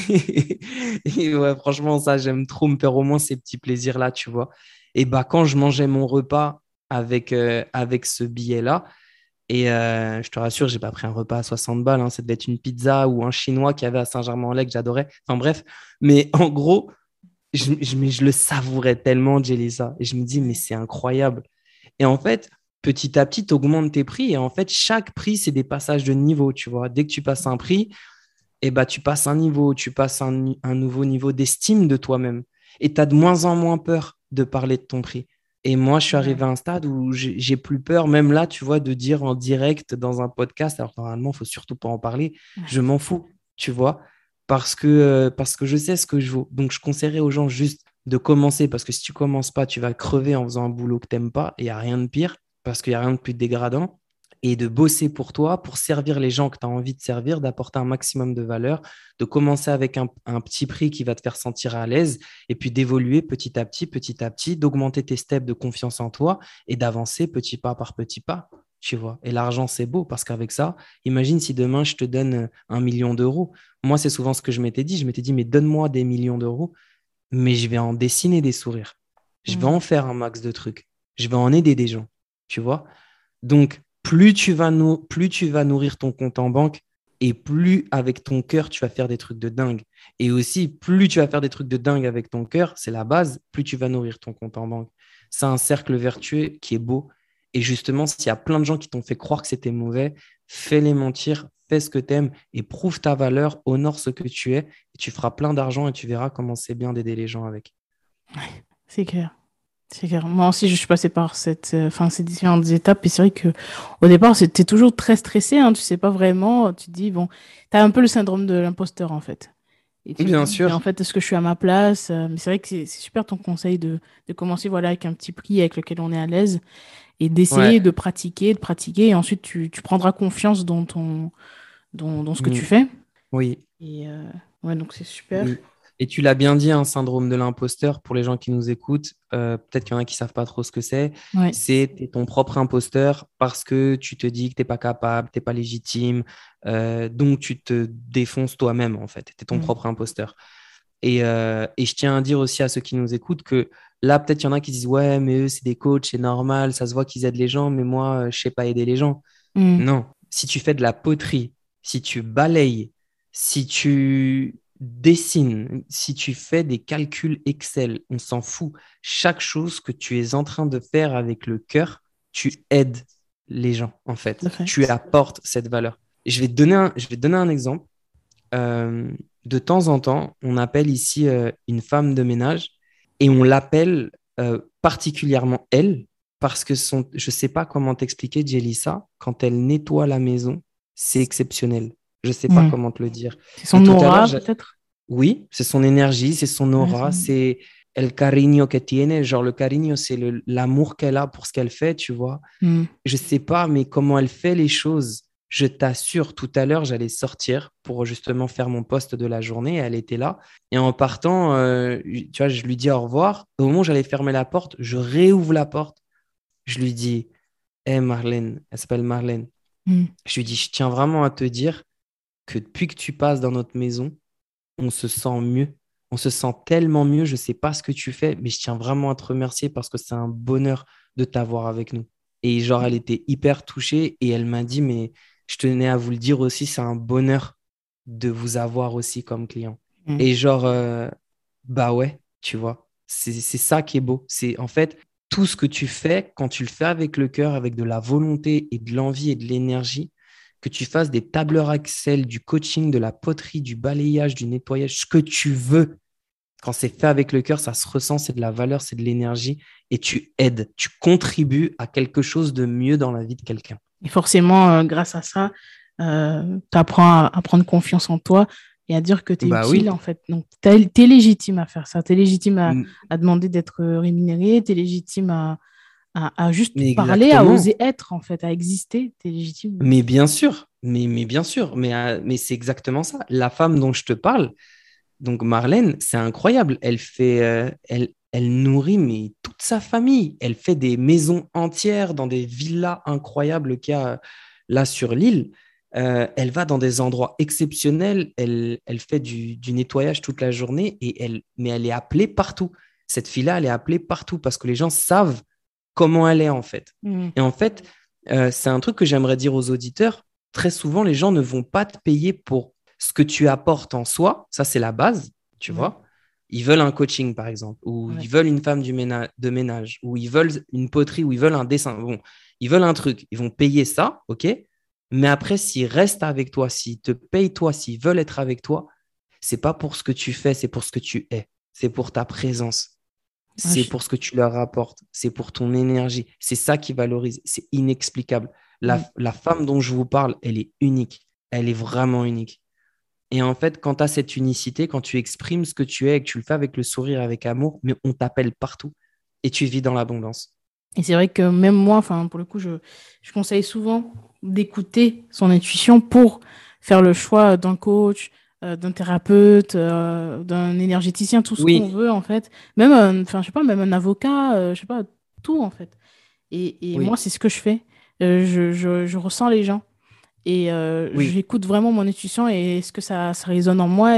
Et ouais, franchement, ça, j'aime trop me faire au moins ces petits plaisirs-là, tu vois. Et bah, quand je mangeais mon repas avec ce billet-là, et je te rassure, j'ai pas pris un repas à 60 balles, hein, ça devait être une pizza ou un chinois qu'il y avait à Saint-Germain-en-Laye que j'adorais. Enfin bref, mais en gros, mais je le savourais tellement, Jelisa. Et je me dis, mais Ouais. c'est incroyable. Et en fait, petit à petit, tu augmentes tes prix. Et en fait, chaque prix, c'est des passages de niveau, tu vois. Dès que tu passes un prix, eh ben, tu passes un niveau, tu passes un nouveau niveau d'estime de toi-même. Et tu as de moins en moins peur de parler de ton prix. Et moi, je suis Ouais. arrivé à un stade où j'ai plus peur, même là, tu vois, de dire en direct dans un podcast, alors normalement, il faut surtout pas en parler, je m'en fous, tu vois, parce que je sais ce que je vaux. Donc, je conseillerais aux gens juste de commencer, parce que si tu commences pas, tu vas crever en faisant un boulot que t'aimes pas, et il n'y a rien de pire, parce qu'il n'y a rien de plus dégradant, et de bosser pour toi, pour servir les gens que tu as envie de servir, d'apporter un maximum de valeur, de commencer avec un petit prix qui va te faire sentir à l'aise, et puis d'évoluer petit à petit, d'augmenter tes steps de confiance en toi et d'avancer petit pas, tu vois. Et l'argent, c'est beau parce qu'avec ça, imagine si demain je te donne 1 million d'euros. Moi, c'est souvent ce que je m'étais dit. Je m'étais dit, mais donne-moi des millions d'euros, mais je vais en dessiner des sourires. Je vais en Mm. faire un max de trucs. Je vais en aider des gens, tu vois. Donc, plus tu vas nourrir ton compte en banque et plus avec ton cœur, tu vas faire des trucs de dingue. Et aussi, plus tu vas faire des trucs de dingue avec ton cœur, c'est la base, plus tu vas nourrir ton compte en banque. C'est un cercle vertueux qui est beau. Et justement, s'il y a plein de gens qui t'ont fait croire que c'était mauvais, fais-les mentir, fais ce que tu aimes et prouve ta valeur, honore ce que tu es. Et tu feras plein d'argent et tu verras comment c'est bien d'aider les gens avec. C'est clair. C'est clair. Moi aussi, je suis passée par ces différentes étapes. Et c'est vrai que au départ, c'était toujours très stressé. Hein, tu sais pas vraiment. Tu te dis, bon, tu as un peu le syndrome de l'imposteur, en fait. Et tu te Bien dis, mais en sûr. fait, est-ce que je suis à ma place? Mais c'est vrai que c'est super ton conseil de commencer voilà, avec un petit prix avec lequel on est à l'aise et d'essayer Ouais. de pratiquer. Et ensuite, tu prendras confiance dans ce que tu Mm. fais. Oui. Et ouais, donc c'est super. Oui. Et tu l'as bien dit, un syndrome de l'imposteur, pour les gens qui nous écoutent, peut-être qu'il y en a qui savent pas trop ce que c'est. Ouais. C'est t'es ton propre imposteur parce que tu te dis que t'es pas capable, t'es pas légitime, donc tu te défonces toi-même en fait. T'es ton Mm. propre imposteur. Et je tiens à dire aussi à ceux qui nous écoutent que là, peut-être il y en a qui disent ouais, mais eux c'est des coachs, c'est normal, ça se voit qu'ils aident les gens, mais moi je sais pas aider les gens. Mm. Non, si tu fais de la poterie, si tu balayes, si tu dessines, si tu fais des calculs Excel, on s'en fout. Chaque chose que tu es en train de faire avec le cœur, tu aides les gens, en Tout à fait. fait. Tu apportes cette valeur. Et je vais te donner un exemple. Euh, de temps en temps, on appelle ici une femme de ménage et on l'appelle particulièrement elle parce que je ne sais pas comment t'expliquer, Jelissa, quand elle nettoie la maison, c'est exceptionnel. Je ne sais pas Mm. comment te le dire. C'est Et son tout à l'heure, aura, peut-être? oui, c'est son énergie, c'est son Ouais, aura, c'est el cariño que tiene. Genre, le cariño, c'est l'amour qu'elle a pour ce qu'elle fait, tu vois. Mm. Je sais pas, mais comment elle fait les choses, je t'assure, tout à l'heure, j'allais sortir pour justement faire mon poste de la journée. Elle était là. Et en partant, tu vois, je lui dis au revoir. Au moment où j'allais fermer la porte, je réouvre la porte. Je lui dis, hé Marlène, elle s'appelle Marlène. Mm. Je lui dis, je tiens vraiment à te dire que depuis que tu passes dans notre maison, on se sent mieux. On se sent tellement mieux. Je sais pas ce que tu fais, mais je tiens vraiment à te remercier parce que c'est un bonheur de t'avoir avec nous. Et genre, elle était hyper touchée et elle m'a dit, mais je tenais à vous le dire aussi, c'est un bonheur de vous avoir aussi comme client. Mm. Et genre, bah ouais, tu vois, c'est ça qui est beau. C'est en fait tout ce que tu fais, quand tu le fais avec le cœur, avec de la volonté et de l'envie et de l'énergie, que tu fasses des tableurs Excel, du coaching, de la poterie, du balayage, du nettoyage, ce que tu veux. Quand c'est fait avec le cœur, ça se ressent, c'est de la valeur, c'est de l'énergie et tu aides, tu contribues à quelque chose de mieux dans la vie de quelqu'un. Et forcément, grâce à ça, tu apprends à prendre confiance en toi et à dire que tu es Bah utile, oui. en fait. Donc, tu es légitime à faire ça. Tu es légitime Mm. à demander d'être rémunéré. Tu es légitime à juste Mais parler, à exactement. oser être, en fait, à exister. Tu es légitime. Mais bien sûr, mais bien sûr, mais c'est exactement ça. La femme dont je te parle, donc Marlène, c'est incroyable. Elle nourrit mais toute sa famille. Elle fait des maisons entières dans des villas incroyables qu'il y a là sur l'île. Elle va dans des endroits exceptionnels. Elle fait du nettoyage toute la journée mais elle est appelée partout. Cette fille-là, elle est appelée partout parce que les gens savent comment elle est en fait. Mm. Et en fait, c'est un truc que j'aimerais dire aux auditeurs. Très souvent, les gens ne vont pas te payer pour ce que tu apportes en soi. Ça, c'est la base, tu Ouais. vois. Ils veulent un coaching, par exemple, ou Ouais. ils veulent une femme de ménage, ou ils veulent une poterie, ou ils veulent un dessin. Bon, ils veulent un truc. Ils vont payer ça, OK? Mais après, s'ils restent avec toi, s'ils te payent toi, s'ils veulent être avec toi, c'est pas pour ce que tu fais, c'est pour ce que tu es. C'est pour ta présence. Ouais, C'est pour ce que tu leur apportes. C'est pour ton énergie. C'est ça qui valorise. C'est inexplicable. Mm. La femme dont je vous parle, elle est unique. Elle est vraiment unique. Et en fait, quand tu as cette unicité, quand tu exprimes ce que tu es et que tu le fais avec le sourire, avec amour, mais on t'appelle partout et tu vis dans l'abondance. Et c'est vrai que même moi, enfin, pour le coup, je conseille souvent d'écouter son intuition pour faire le choix d'un coach, d'un thérapeute, d'un énergéticien, tout ce qu'on Oui, veut, en fait. Même, enfin, je sais pas, même un avocat, je sais pas, tout, en fait. Et moi, oui, c'est ce que je fais. Je ressens les gens et oui, j'écoute vraiment mon intuition et est-ce que ça résonne en moi?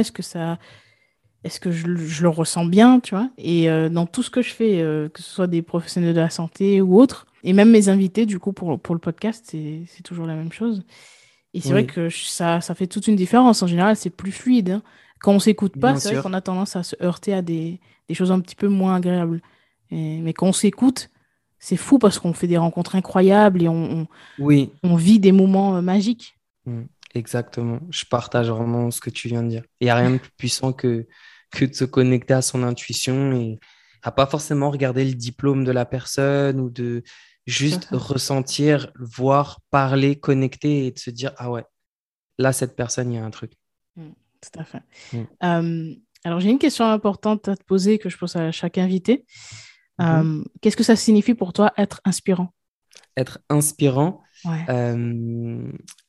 Est-ce que je le ressens bien, tu vois? Et dans tout ce que je fais, que ce soit des professionnels de la santé ou autres, et même mes invités, du coup, pour le podcast, c'est toujours la même chose. Et c'est vrai oui, que ça fait toute une différence. En général, c'est plus fluide, hein. Quand on s'écoute pas, bien c'est vrai sûr. qu'on a tendance à se heurter à des choses un petit peu moins agréables. Mais quand on s'écoute, c'est fou parce qu'on fait des rencontres incroyables et Oui, on vit des moments magiques. mm, exactement. Je partage vraiment ce que tu viens de dire. Il n'y a rien de plus puissant que de se connecter à son intuition et à pas forcément regarder le diplôme de la personne ou de Tout à juste fait. ressentir, voir, parler, connecter et de se dire, ah ouais, là, cette personne, il y a un truc. Mm, tout à fait. Mm. Alors, j'ai une question importante à te poser que je pose à chaque invité. Mhm. Qu'est-ce que ça signifie pour toi être inspirant? Être inspirant. Ouais. Euh,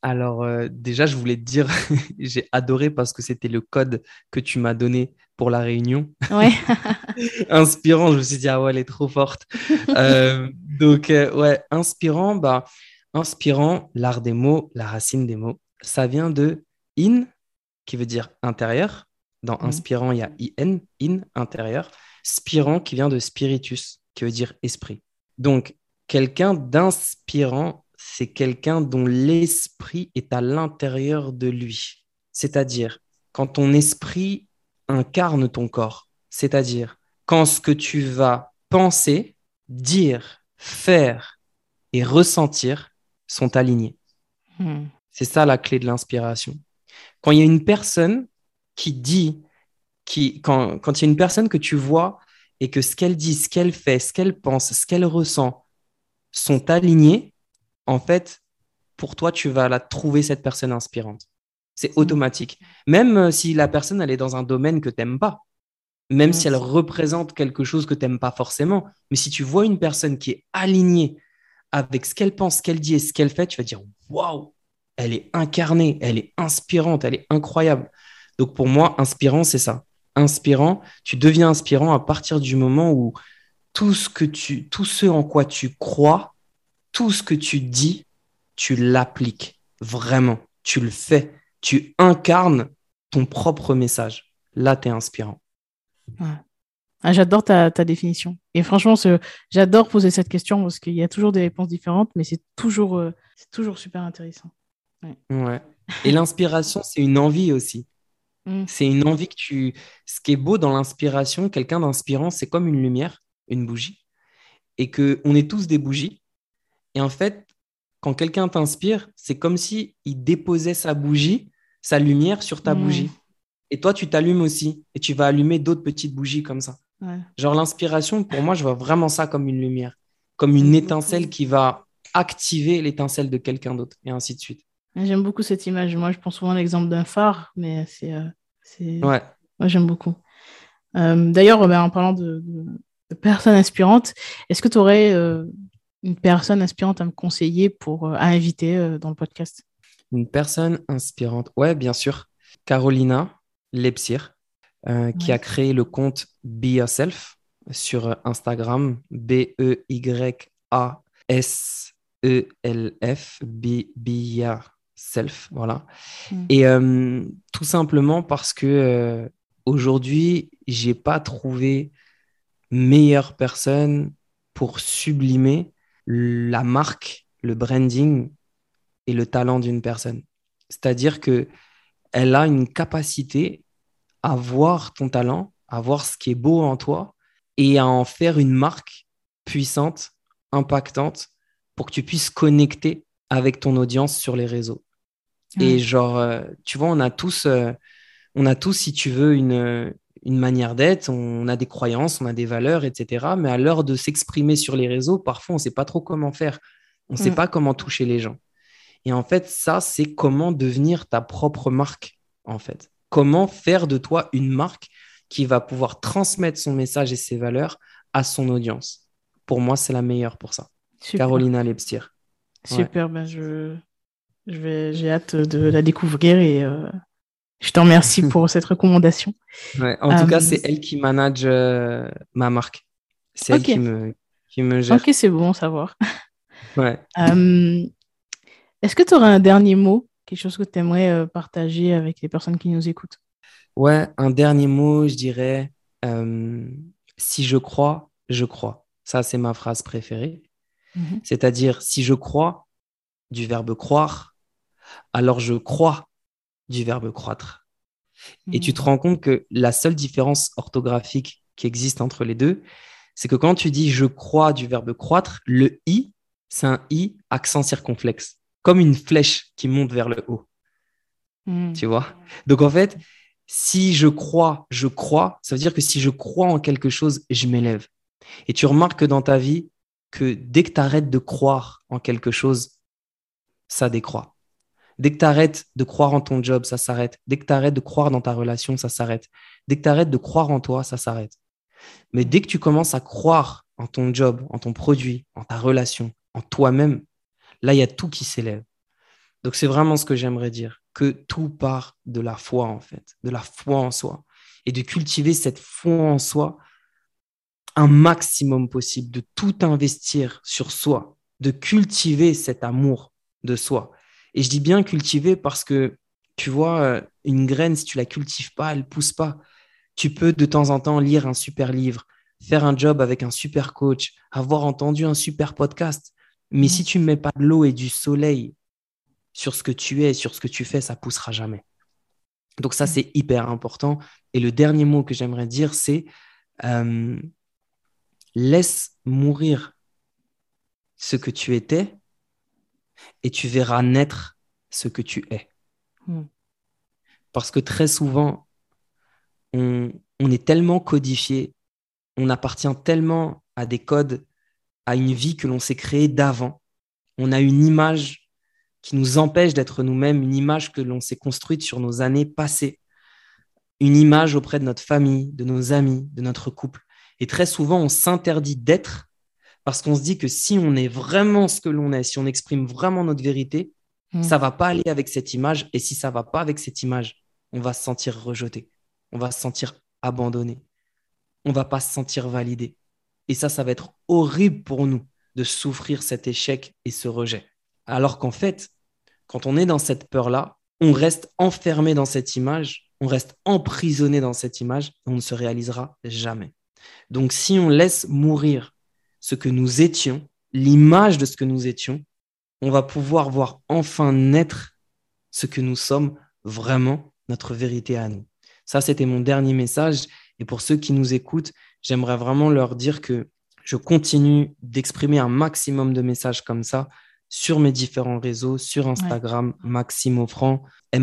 déjà, je voulais te dire, j'ai adoré parce que c'était le code que tu m'as donné pour la réunion. Ouais. Inspirant, je me suis dit, ah ouais, elle est trop forte. Ouais, inspirant, bah, inspirant, l'art des mots, la racine des mots, ça vient de in, qui veut dire intérieur. Dans Mm, inspirant, il y a in, intérieur. Spirant, qui vient de spiritus, qui veut dire esprit. Donc, quelqu'un d'inspirant, c'est quelqu'un dont l'esprit est à l'intérieur de lui. C'est-à-dire, quand ton esprit incarne ton corps, c'est-à-dire quand ce que tu vas penser, dire, faire et ressentir sont alignés. mm, C'est ça la clé de l'inspiration. Quand il y a une personne qui dit, quand il y a une personne que tu vois et que ce qu'elle dit, ce qu'elle fait, ce qu'elle pense, ce qu'elle ressent sont alignés, en fait, pour toi, tu vas la trouver, cette personne inspirante. C'est mm, automatique. Même si la personne, elle est dans un domaine que tu n'aimes pas, même mm. si elle représente quelque chose que tu n'aimes pas forcément, mais si tu vois une personne qui est alignée avec ce qu'elle pense, ce qu'elle dit et ce qu'elle fait, tu vas dire, waouh, elle est incarnée, elle est inspirante, elle est incroyable. Donc pour moi, inspirant, c'est ça. Inspirant, tu deviens inspirant à partir du moment où tout ce en quoi tu crois, tout ce que tu dis, tu l'appliques vraiment, tu le fais, tu incarnes ton propre message. Là, tu es inspirant. Ouais. Ah, j'adore ta définition. Et franchement, j'adore poser cette question parce qu'il y a toujours des réponses différentes, mais c'est toujours super intéressant. Ouais. Ouais. Et l'inspiration, c'est une envie aussi. Mm, C'est une envie que tu... Ce qui est beau dans l'inspiration, quelqu'un d'inspirant, c'est comme une lumière, une bougie, et que on est tous des bougies. Et en fait, quand quelqu'un t'inspire, c'est comme si il déposait sa bougie, sa lumière sur ta mm, bougie. Et toi, tu t'allumes aussi, et tu vas allumer d'autres petites bougies comme ça. ouais. Genre l'inspiration, pour moi, je vois vraiment ça comme une lumière, comme une J'aime étincelle beaucoup. qui va activer l'étincelle de quelqu'un d'autre, et ainsi de suite. J'aime beaucoup cette image. Moi, je prends souvent l'exemple d'un phare, mais c'est... Ouais. Moi, j'aime beaucoup. D'ailleurs, ben, en parlant de personnes inspirantes, est-ce que tu aurais une personne inspirante à me conseiller à inviter dans le podcast? Une personne inspirante. Ouais, bien sûr. Carolina Lepsir, qui a Ouais. créé le compte Be Yourself sur Instagram, Beyaself, Be Yourself, voilà. Mm. Et tout simplement parce que aujourd'hui, j'ai pas trouvé meilleure personne pour sublimer la marque, le branding et le talent d'une personne. C'est-à-dire que elle a une capacité à voir ton talent, à voir ce qui est beau en toi et à en faire une marque puissante, impactante, pour que tu puisses connecter avec ton audience sur les réseaux. Et Ouais. genre, tu vois, on a tous, si tu veux, une manière d'être, on a des croyances, on a des valeurs, etc. Mais à l'heure de s'exprimer sur les réseaux, parfois, on ne sait pas trop comment faire. On ne sait Mm. pas comment toucher les gens. Et en fait, ça, c'est comment devenir ta propre marque, en fait. Comment faire de toi une marque qui va pouvoir transmettre son message et ses valeurs à son audience. Pour moi, c'est la meilleure pour ça. Super. Carolina Lebstier. Ouais. Super. Ben, j'ai hâte de la découvrir et je te remercie pour cette recommandation. Ouais. En tout cas, Euh, c'est elle qui manage ma marque. C'est elle ok. qui me Ok, gère. c'est bon à savoir. Ouais. Euh, Est-ce que tu aurais un dernier mot, quelque chose que tu aimerais partager avec les personnes qui nous écoutent? Ouais, un dernier mot, je dirais, euh, si je crois, je crois. Ça, c'est ma phrase préférée. Mhm. C'est-à-dire, si je crois, du verbe croire, alors je crois du verbe croître. Et tu te Mhm. rends compte que la seule différence orthographique qui existe entre les deux, c'est que quand tu dis je crois du verbe croître, le i, c'est un i accent circonflexe, comme une flèche qui monte vers le haut, Mhm. tu vois? Donc en fait, si je crois, ça veut dire que si je crois en quelque chose, je m'élève. Et tu remarques que dans ta vie, que dès que tu arrêtes de croire en quelque chose, ça décroît. Dès que tu arrêtes de croire en ton job, ça s'arrête. Dès que tu arrêtes de croire dans ta relation, ça s'arrête. Dès que tu arrêtes de croire en toi, ça s'arrête. Mais dès que tu commences à croire en ton job, en ton produit, en ta relation, en toi-même, là, il y a tout qui s'élève. Donc, c'est vraiment ce que j'aimerais dire, que tout part de la foi, en fait, de la foi en soi. Et de cultiver cette foi en soi un maximum possible, de tout investir sur soi, de cultiver cet amour de soi. Et je dis bien cultiver parce que, tu vois, une graine, si tu la cultives pas, elle pousse pas. Tu peux de temps en temps lire un super livre, faire un job avec un super coach, avoir entendu un super podcast. Mais Mhm. si tu ne mets pas de l'eau et du soleil sur ce que tu es, sur ce que tu fais, ça poussera jamais. Donc ça, c'est hyper important. Et le dernier mot que j'aimerais dire, c'est euh, laisse mourir ce que tu étais et tu verras naître ce que tu es. Mhm. Parce que très souvent, on est tellement codifié, on appartient tellement à des codes, à une vie que l'on s'est créée d'avant. On a une image qui nous empêche d'être nous-mêmes, une image que l'on s'est construite sur nos années passées, une image auprès de notre famille, de nos amis, de notre couple. Et très souvent, on s'interdit d'être parce qu'on se dit que si on est vraiment ce que l'on est, si on exprime vraiment notre vérité, Mhm. ça va pas aller avec cette image. Et si ça va pas avec cette image, on va se sentir rejeté, on va se sentir abandonné, on va pas se sentir validé. Et ça va être horrible pour nous de souffrir cet échec et ce rejet. Alors qu'en fait, quand on est dans cette peur-là, on reste enfermé dans cette image, on reste emprisonné dans cette image, et on ne se réalisera jamais. Donc, si on laisse mourir ce que nous étions, l'image de ce que nous étions, on va pouvoir voir enfin naître ce que nous sommes vraiment, notre vérité à nous. Ça, c'était mon dernier message. Et pour ceux qui nous écoutent, j'aimerais vraiment leur dire que je continue d'exprimer un maximum de messages comme ça sur mes différents réseaux, sur Ouais. Instagram, Maxime Offrand,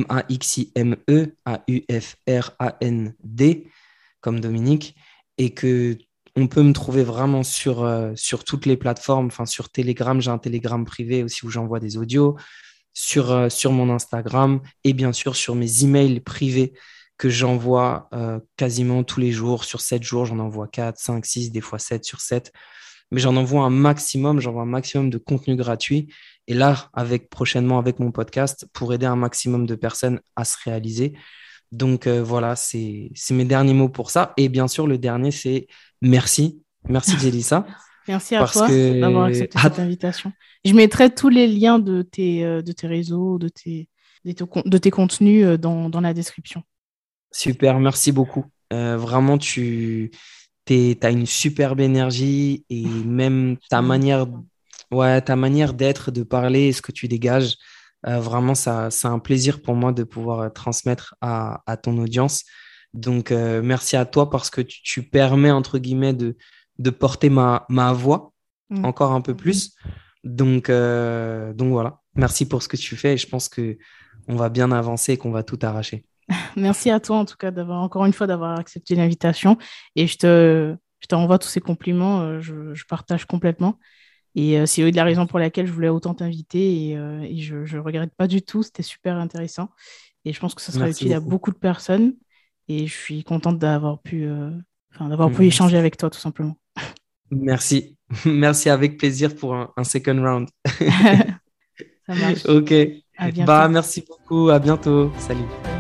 Maxime Aufrand, comme Dominique, et que on peut me trouver vraiment sur toutes les plateformes, enfin sur Telegram, j'ai un Telegram privé aussi où j'envoie des audios, sur mon Instagram et bien sûr sur mes emails privés que j'envoie quasiment tous les jours. Sur 7 jours, j'en envoie 4, 5, 6, des fois 7 sur 7. Mais j'envoie un maximum de contenu gratuit. Et là, prochainement avec mon podcast, pour aider un maximum de personnes à se réaliser. Donc voilà, c'est mes derniers mots pour ça. Et bien sûr, le dernier, c'est merci. Merci, Jelissa. Merci à Parce toi d'avoir que accepté cette invitation. Je mettrai tous les liens de tes réseaux, de tes contenus dans la description. super, merci beaucoup. Vraiment, t'as une superbe énergie et même Je te remercie. ouais, ta manière d'être, de parler, et ce que tu dégages, vraiment, ça, c'est un plaisir pour moi de pouvoir transmettre à ton audience. Donc, merci à toi parce que tu permets, entre guillemets, de porter ma voix Mm. encore un peu plus. Donc voilà, merci pour ce que tu fais et je pense que on va bien avancer et qu'on va tout arracher. Merci à toi en tout cas d'avoir encore une fois d'avoir accepté l'invitation et je te renvoie tous ces compliments, je partage complètement et c'est la raison pour laquelle je voulais autant t'inviter et je regrette pas du tout, c'était super intéressant et je pense que ça sera Merci utile à beaucoup. beaucoup de personnes et je suis contente d'avoir pu échanger Merci. avec toi tout simplement. Merci. Merci avec plaisir pour un second round. Ça marche. Ok. À bientôt. Bah, merci beaucoup. À bientôt. Salut.